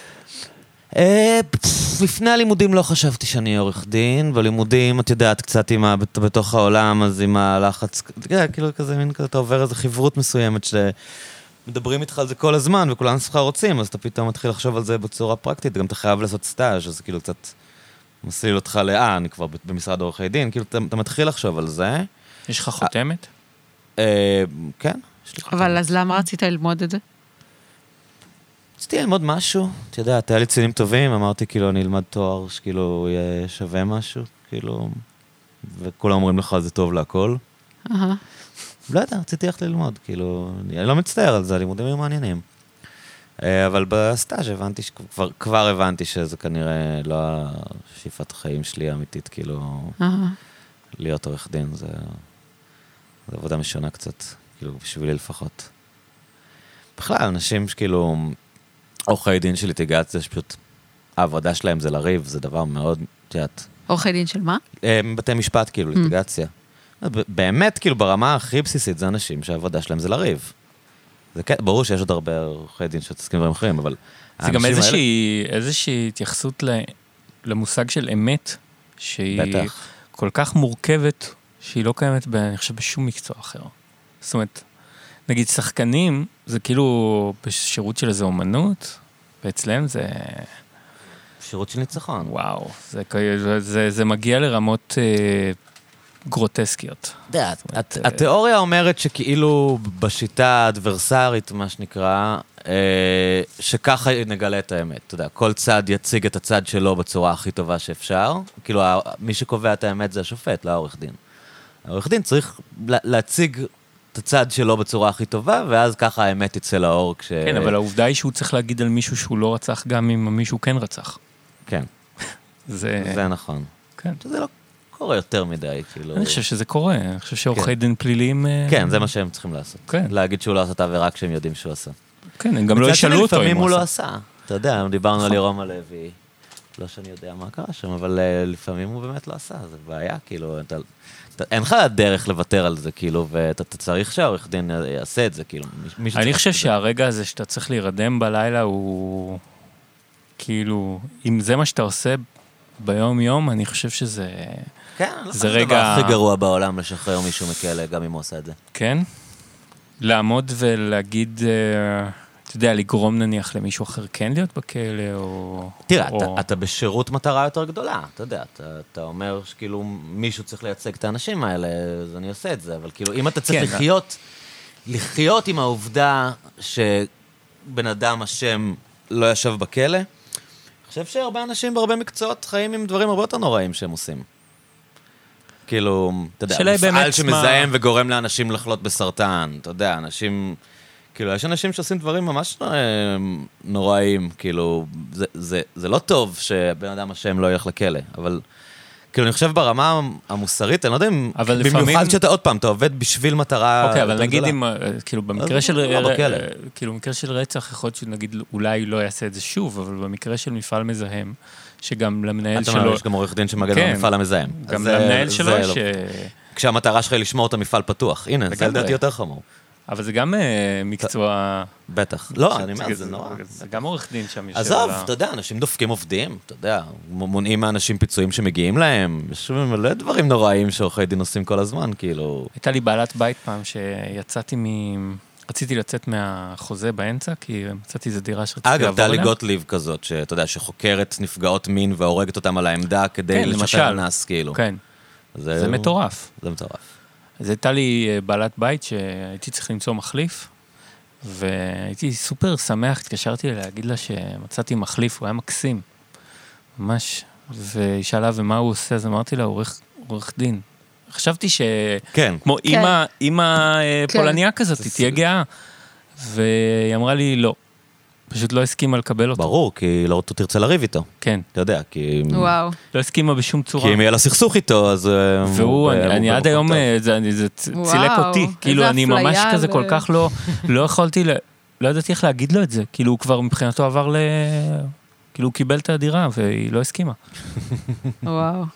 לפני הלימודים לא חשבתי שאני עורך דין, בלימודים, את יודעת, קצת בתוך העולם, אז עם הלחץ, כאילו כזה, מין כזה, אתה עובר איזו חברות מסוימת שמדברים איתך על זה כל הזמן, וכולם ספחה רוצים, אז אתה פתאום מתחיל לחשוב על זה בצורה פרקטית, גם אתה חייב לעשות סטאז', אז כאילו קצת מסליל אותך לאה, אני כבר במשרד עורכי דין, כאילו אתה מתחיל לחשוב על זה. יש לך חותמת? כן. אבל אז למה רצית ללמוד את זה? רציתי ללמוד משהו, אתה יודע, היה לי ציונים טובים, אמרתי כאילו אני אלמד תואר שכאילו יהיה שווה משהו, כאילו, וכולם אומרים לך זה טוב להכל. לא יודע, רציתי איך ללמוד, כאילו, אני לא מצטער על זה, הלימודים היו מעניינים. אבל בסטאז' הבנתי, כבר הבנתי שזה כנראה לא השאיפת החיים שלי האמיתית, כאילו, להיות עורך דין, זה עבודה משונה קצת, כאילו, בשבילי לפחות. בכלל, אנשים שכאילו... עורכי דין של ליטיגציה, שפשוט העבודה שלהם זה לריב, זה דבר מאוד, תיאת. עורכי דין של מה? בתי משפט, כאילו, ליטיגציה. באמת, כאילו, ברמה הכי בסיסית, זה אנשים שהעבודה שלהם זה לריב. זה כן, ברור שיש עוד הרבה עורכי דין שתסכים דברים אחרים, אבל... זה גם איזושהי, איזושהי התייחסות למושג של אמת, שהיא כל כך מורכבת, שהיא לא קיימת, אני חושב, בשום מקצוע אחר. זאת אומרת, נגיד שחקנים, זה כאילו בשירות של איזו אומנות, ואצלם זה... שירות של ניצחון. וואו, זה, זה, זה, זה מגיע לרמות אה, גרוטסקיות. אומרת, התיאוריה אומרת שכאילו בשיטה האדברסרית, מה שנקרא, אה, שככה נגלה את האמת. אתה יודע, כל צד יציג את הצד שלו בצורה הכי טובה שאפשר. כאילו, מי שקובע את האמת זה השופט, לא העורך דין. העורך דין צריך להציג את הצד שלו בצורה הכי טובה, ואז ככה האמת תצא לאור כש... כן, אבל העובדה היא שהוא צריך להגיד על מישהו שהוא לא רצח, גם אם מישהו כן רצח. כן. זה... זה נכון. כן. שזה לא קורה יותר מדי, כאילו... אני חושב שזה קורה, אני חושב שעורכי דין פליליים... כן, זה מה שהם צריכים לעשות. כן. להגיד שהוא לא עשה את העבירה כשהם יודעים שהוא עשה. כן, הם גם לא ישאלו אותו לפעמים הוא לא עשה. אתה יודע, דיברנו על לירום הלוי, לא שאני יודע מה קרה שם, אבל לפעמים הוא באמת לא עשה, זה בעיה, כאילו... אין לך דרך לוותר על זה, כאילו, ואתה צריך שהעורך דין יעשה את זה, כאילו. אני חושב שהרגע הזה שאתה צריך להירדם בלילה הוא... כאילו, אם זה מה שאתה עושה ביום יום, אני חושב שזה... כן, זה רגע... הכי גרוע בעולם לשחרר מישהו מכלא, גם אם הוא עושה את זה. כן? לעמוד ולהגיד, אתה יודע, לגרום נניח למישהו אחר כן להיות בכלא, או... תראה, אתה בשירות מטרה יותר גדולה, אתה יודע, אתה אומר שכאילו מישהו צריך לייצג את האנשים האלה, אז אני עושה את זה, אבל כאילו, אם אתה צריך לחיות, לחיות עם העובדה שבן אדם השם לא ישב בכלא, אני חושב שהרבה אנשים בהרבה מקצועות חיים עם דברים הרבה יותר נוראים שהם עושים. כאילו, אתה יודע, מפעל שמזהם וגורם לאנשים לחלות בסרטן, אתה יודע, אנשים, כאילו, יש אנשים שעושים דברים ממש נוראים, כאילו, זה, זה, זה לא טוב שבן אדם השם לא ילך לכלא, אבל, כאילו, אני חושב ברמה המוסרית, אני לא יודע אם, במיוחד שאתה עוד פעם, אתה עובד בשביל מטרה... אוקיי, אבל נגיד אם, כאילו, במקרה של, כאילו, במקרה של רצח, יכול להיות שנגיד, אולי לא יעשה את זה שוב, אבל במקרה של מפעל מזהם, שגם למנהל שלו... אתה אומר, יש גם עורך דין שמגן על המפעל המזהם. גם למנהל שלו ש... כשהמטרה שלך היא לשמור את המפעל פתוח. הנה, זה לדעתי יותר חמור. אבל זה גם מקצוע... בטח. לא, אני אומר, זה נורא. זה גם עורך דין שם. עזוב, אתה יודע, אנשים דופקים עובדים, אתה יודע, מונעים מאנשים פיצויים שמגיעים להם, יש מלא דברים נוראים שעורכי דין עושים כל הזמן, כאילו... הייתה לי בעלת בית פעם שיצאתי מ... רציתי לצאת מהחוזה באמצע, כי מצאתי איזו דירה שרציתי לעבור אליה. אגב, טלי גוטליב כזאת, שאתה יודע, שחוקרת נפגעות מין והורגת אותם על העמדה כדי לשחרר נס, כאילו. כן, זה מטורף. זה מטורף. אז הייתה לי בעלת בית שהייתי צריך למצוא מחליף, והייתי סופר שמח, התקשרתי לה להגיד לה שמצאתי מחליף, הוא היה מקסים, ממש, והיא שאלה ומה הוא עושה, אז אמרתי לה, עורך, עורך דין. חשבתי ש... כן. כמו כן. אימא, אימא כן. פולניה כזאת, היא תהיה גאה. והיא אמרה לי, לא. פשוט לא הסכימה לקבל אותו. ברור, כי לא תרצה לריב איתו. כן. אתה יודע, כי... וואו. לא הסכימה בשום צורה. כי אם יהיה לה סכסוך איתו, אז... והוא, אני, אני עד היום, זה, זה צילק אותי. כאילו, אני ממש כזה כל כך לא, לא יכולתי, לא ידעתי איך להגיד לו את זה. כאילו, הוא כבר מבחינתו עבר ל... כאילו, הוא קיבל את הדירה, והיא לא הסכימה. וואו.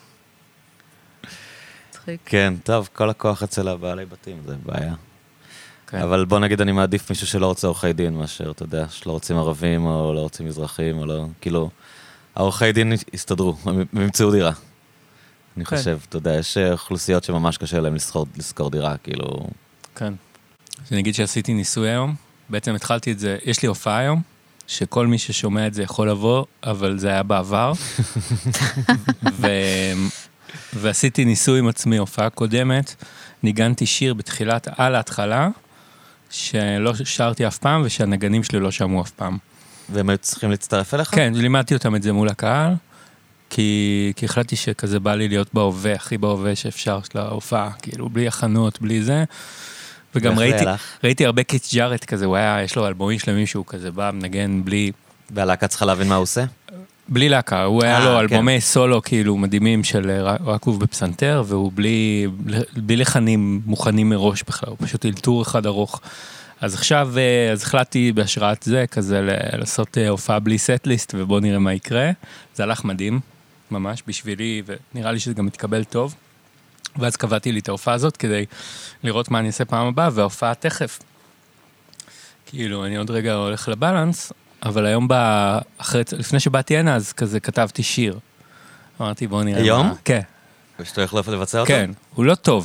כן, טוב, כל הכוח אצל הבעלי בתים, זה בעיה. אבל בוא נגיד, אני מעדיף מישהו שלא רוצה עורכי דין, מאשר, אתה יודע, שלא רוצים ערבים, או לא רוצים מזרחים, או לא, כאילו, העורכי דין הסתדרו, הם ימצאו דירה. אני חושב, אתה יודע, יש אוכלוסיות שממש קשה להם לזכור דירה, כאילו... כן. אני אגיד שעשיתי ניסוי היום, בעצם התחלתי את זה, יש לי הופעה היום, שכל מי ששומע את זה יכול לבוא, אבל זה היה בעבר. ו... ועשיתי ניסוי עם עצמי, הופעה קודמת, ניגנתי שיר בתחילת, על ההתחלה, שלא שרתי אף פעם, ושהנגנים שלי לא שמעו אף פעם. והם צריכים להצטרף אליך? כן, לימדתי אותם את זה מול הקהל, כי, כי החלטתי שכזה בא לי להיות בהווה, הכי בהווה שאפשר של ההופעה, כאילו, בלי הכנות, בלי זה. וגם ראיתי, ראיתי הרבה קיץ ג'ארט כזה, הוא היה, יש לו אלבומים שלמים שהוא כזה בא, מנגן בלי... והלהקה צריכה להבין מה הוא עושה? בלי להקה, הוא היה לו אלבומי סולו כאילו מדהימים של רקוב בפסנתר, והוא בלי, בלי לחנים מוכנים מראש בכלל, הוא פשוט אלתור אחד ארוך. אז עכשיו, אז החלטתי בהשראת זה, כזה לעשות הופעה בלי סט-ליסט, ובוא נראה מה יקרה. זה הלך מדהים, ממש, בשבילי, ונראה לי שזה גם מתקבל טוב. ואז קבעתי לי את ההופעה הזאת, כדי לראות מה אני אעשה פעם הבאה, וההופעה תכף. כאילו, אני עוד רגע הולך לבלנס, אבל היום בא, אחרי, לפני שבאתי הנה, אז כזה כתבתי שיר. אמרתי, בוא נראה. היום? מה... כן. ושאתה הולך לבצע אותו? כן, הוא לא טוב.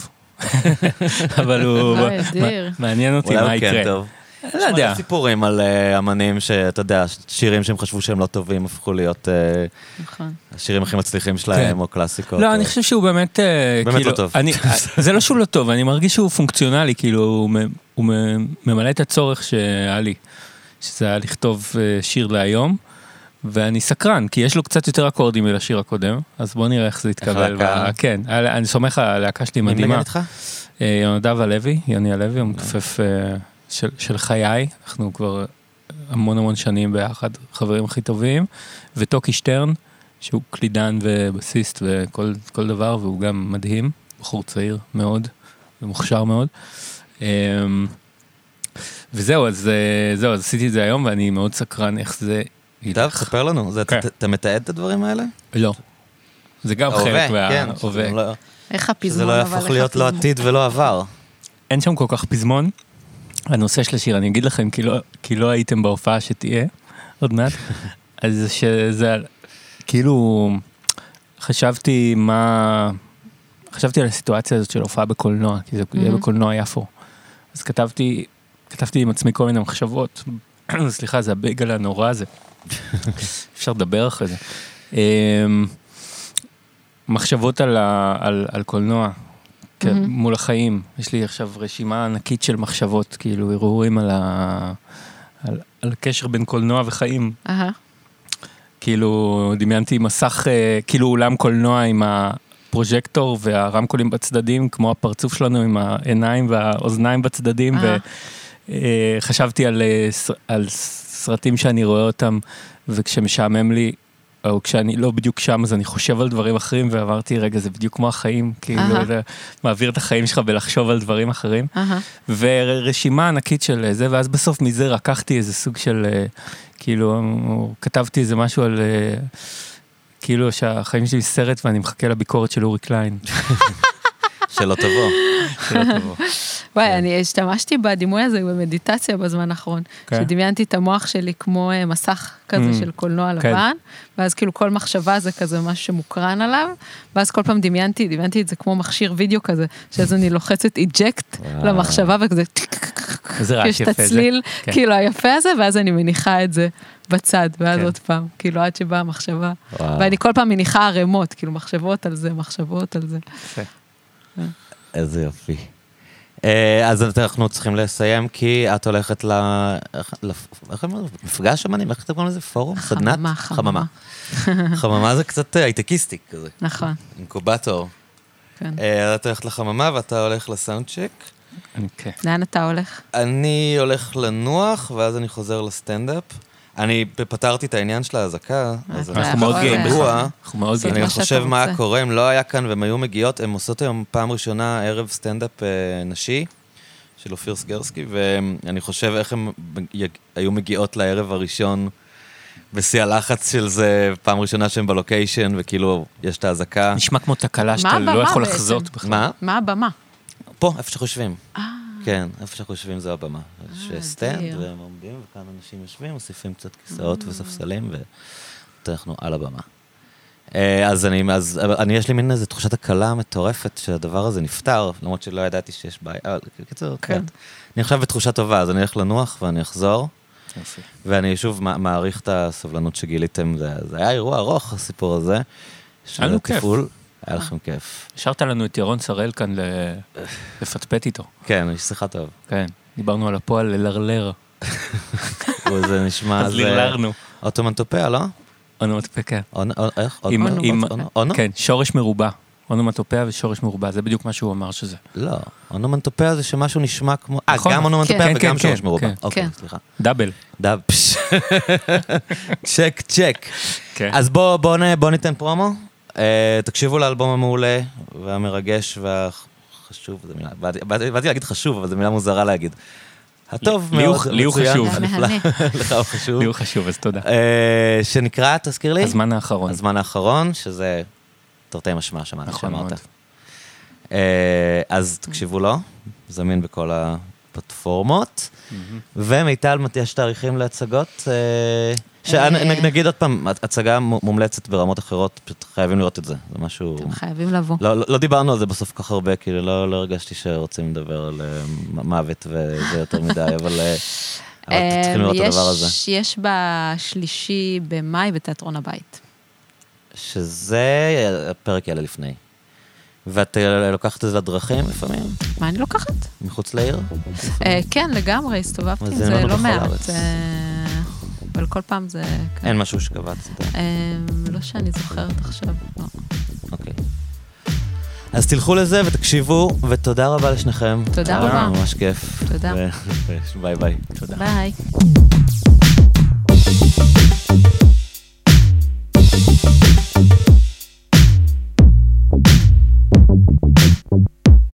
אבל הוא... מעניין אותי מה יקרה. אולי הוא כן טוב. לא יודע. יש סיפורים על אמנים שאתה יודע, שירים שהם חשבו שהם לא טובים, הפכו להיות השירים הכי מצליחים שלהם, או קלאסיקות. לא, אני חושב שהוא באמת... באמת לא טוב. זה לא שהוא לא טוב, אני מרגיש שהוא פונקציונלי, כאילו, הוא ממלא את הצורך שהיה לי, שזה היה לכתוב שיר להיום, ואני סקרן, כי יש לו קצת יותר אקורדים מלשיר הקודם, אז בואו נראה איך זה יתקבל. כן, אני סומך על הלהקה שלי מדהימה. מי מנגן איתך? יונדב הלוי, יוני הלוי, הוא מתופף של, של חיי, אנחנו כבר המון המון שנים ביחד, חברים הכי טובים, וטוקי שטרן, שהוא קלידן ובסיסט וכל כל דבר, והוא גם מדהים, בחור צעיר מאוד, ומוכשר מאוד. וזהו, אז, זהו, אז עשיתי את זה היום, ואני מאוד סקרן איך זה... טוב, ספר לנו, זה, כן. אתה, אתה מתעד את הדברים האלה? לא. זה גם ההווה, חלק כן, מההווה. לא, איך הפזמון, שזה לא יהפוך להיות לא עתיד ולא עבר. אין שם כל כך פזמון. הנושא של השיר, אני אגיד לכם, כי לא, כי לא הייתם בהופעה שתהיה, עוד מעט, אז שזה, כאילו, חשבתי מה, חשבתי על הסיטואציה הזאת של הופעה בקולנוע, כי זה יהיה בקולנוע יפו. אז כתבתי, כתבתי עם עצמי כל מיני מחשבות, סליחה, זה הבגל הנורא הזה. אפשר לדבר אחרי זה. מחשבות על, על, על קולנוע, מול החיים. יש לי עכשיו רשימה ענקית של מחשבות, כאילו, הרהורים על, ה... על, על הקשר בין קולנוע וחיים. אהה. כאילו, דמיינתי מסך, כאילו אולם קולנוע עם הפרוז'קטור והרמקולים בצדדים, כמו הפרצוף שלנו עם העיניים והאוזניים בצדדים, וחשבתי על, על סרטים שאני רואה אותם, וכשמשעמם לי, או כשאני לא בדיוק שם, אז אני חושב על דברים אחרים, ואמרתי, רגע, זה בדיוק כמו החיים, כאילו, זה מעביר את החיים שלך בלחשוב על דברים אחרים, ורשימה ענקית של זה, ואז בסוף מזה לקחתי איזה סוג של, כאילו, כתבתי איזה משהו על, כאילו, שהחיים שלי סרט, ואני מחכה לביקורת של אורי קליין. שלא תבוא. שלא תבוא. וואי, אני השתמשתי בדימוי הזה במדיטציה בזמן האחרון, שדמיינתי את המוח שלי כמו מסך כזה של קולנוע לבן, ואז כאילו כל מחשבה זה כזה משהו שמוקרן עליו, ואז כל פעם דמיינתי, דמיינתי את זה כמו מכשיר וידאו כזה, שאז אני לוחצת איג'קט למחשבה וכזה, יש את הצליל כאילו היפה הזה, ואז אני מניחה את זה בצד, ואז עוד פעם, כאילו עד שבאה המחשבה, ואני כל פעם מניחה ערימות, כאילו מחשבות על זה, מחשבות על זה. איזה יופי. אז אנחנו צריכים לסיים, כי את הולכת למפגש אמנים, איך אתם קוראים לזה? פורום? סדנת? חממה. חממה זה קצת הייטקיסטי כזה. נכון. אינקובטור. את הולכת לחממה ואתה הולך לסאונד צ'ק. לאן אתה הולך? אני הולך לנוח, ואז אני חוזר לסטנדאפ. אני פתרתי את העניין של ההזקה, אז אנחנו מאוד גאים. אני חושב מה קורה, אם לא היה כאן והם היו מגיעות, הם עושות היום פעם ראשונה ערב סטנדאפ נשי, של אופיר סגרסקי, ואני חושב איך הם היו מגיעות לערב הראשון, בשיא הלחץ של זה, פעם ראשונה שהם בלוקיישן, וכאילו יש את ההזקה. נשמע כמו תקלה שאתה לא יכול לחזות בכלל. מה? מה הבמה? פה, איפה שחושבים. כן, איפה שאנחנו יושבים זה הבמה. יש סטנד, והם עומדים, וכאן אנשים יושבים, מוסיפים קצת כיסאות וספסלים, ואנחנו על הבמה. אז אני, אז אני, יש לי מין איזו תחושת הקלה מטורפת שהדבר הזה נפטר, למרות שלא ידעתי שיש בעיה. קיצור, כן. אני עכשיו בתחושה טובה, אז אני הולך לנוח ואני אחזור, ואני שוב מעריך את הסבלנות שגיליתם. זה היה אירוע ארוך, הסיפור הזה. היה לנו כיף. היה לכם כיף. השארת לנו את ירון שראל כאן לפטפט איתו. כן, יש שיחה טוב. כן, דיברנו על הפועל ללרלר. זה נשמע... אז לרלרנו. אוטומטופיה, לא? אונומטופיה, כן. איך? אונו? כן, שורש מרובע. אונומטופיה ושורש מרובע, זה בדיוק מה שהוא אמר שזה. לא, אונומטופיה זה שמשהו נשמע כמו... אה, גם אונומטופיה וגם שורש מרובע. אוקיי, סליחה. דאבל. דאבל. צ'ק, צ'ק. אז בואו ניתן פרומו. תקשיבו לאלבום המעולה והמרגש והחשוב, באתי להגיד חשוב, אבל זו מילה מוזרה להגיד. הטוב מאוד, לי הוא חשוב. לך הוא חשוב. לי הוא חשוב, אז תודה. שנקרא, תזכיר לי? הזמן האחרון. הזמן האחרון, שזה תרתי משמע, שמעתי שאמרת. אז תקשיבו לו, זמין בכל הפלטפורמות. ומיטל, יש תאריכים להצגות נגיד עוד פעם, הצגה מומלצת ברמות אחרות, פשוט חייבים לראות את זה, זה משהו... אתם חייבים לבוא. לא דיברנו על זה בסוף כך הרבה, כאילו לא הרגשתי שרוצים לדבר על מוות וזה יותר מדי, אבל צריכים לראות את הדבר הזה. יש בשלישי במאי בתיאטרון הבית. שזה הפרק יעלה לפני. ואת לוקחת את זה לדרכים לפעמים? מה אני לוקחת? מחוץ לעיר? כן, לגמרי, הסתובבתי עם זה לא מעט. אבל כל פעם זה... אין משהו שקבצת? לא שאני זוכרת עכשיו, לא. אוקיי. אז תלכו לזה ותקשיבו, ותודה רבה לשניכם. תודה רבה. ממש כיף. תודה. ביי ביי. ביי.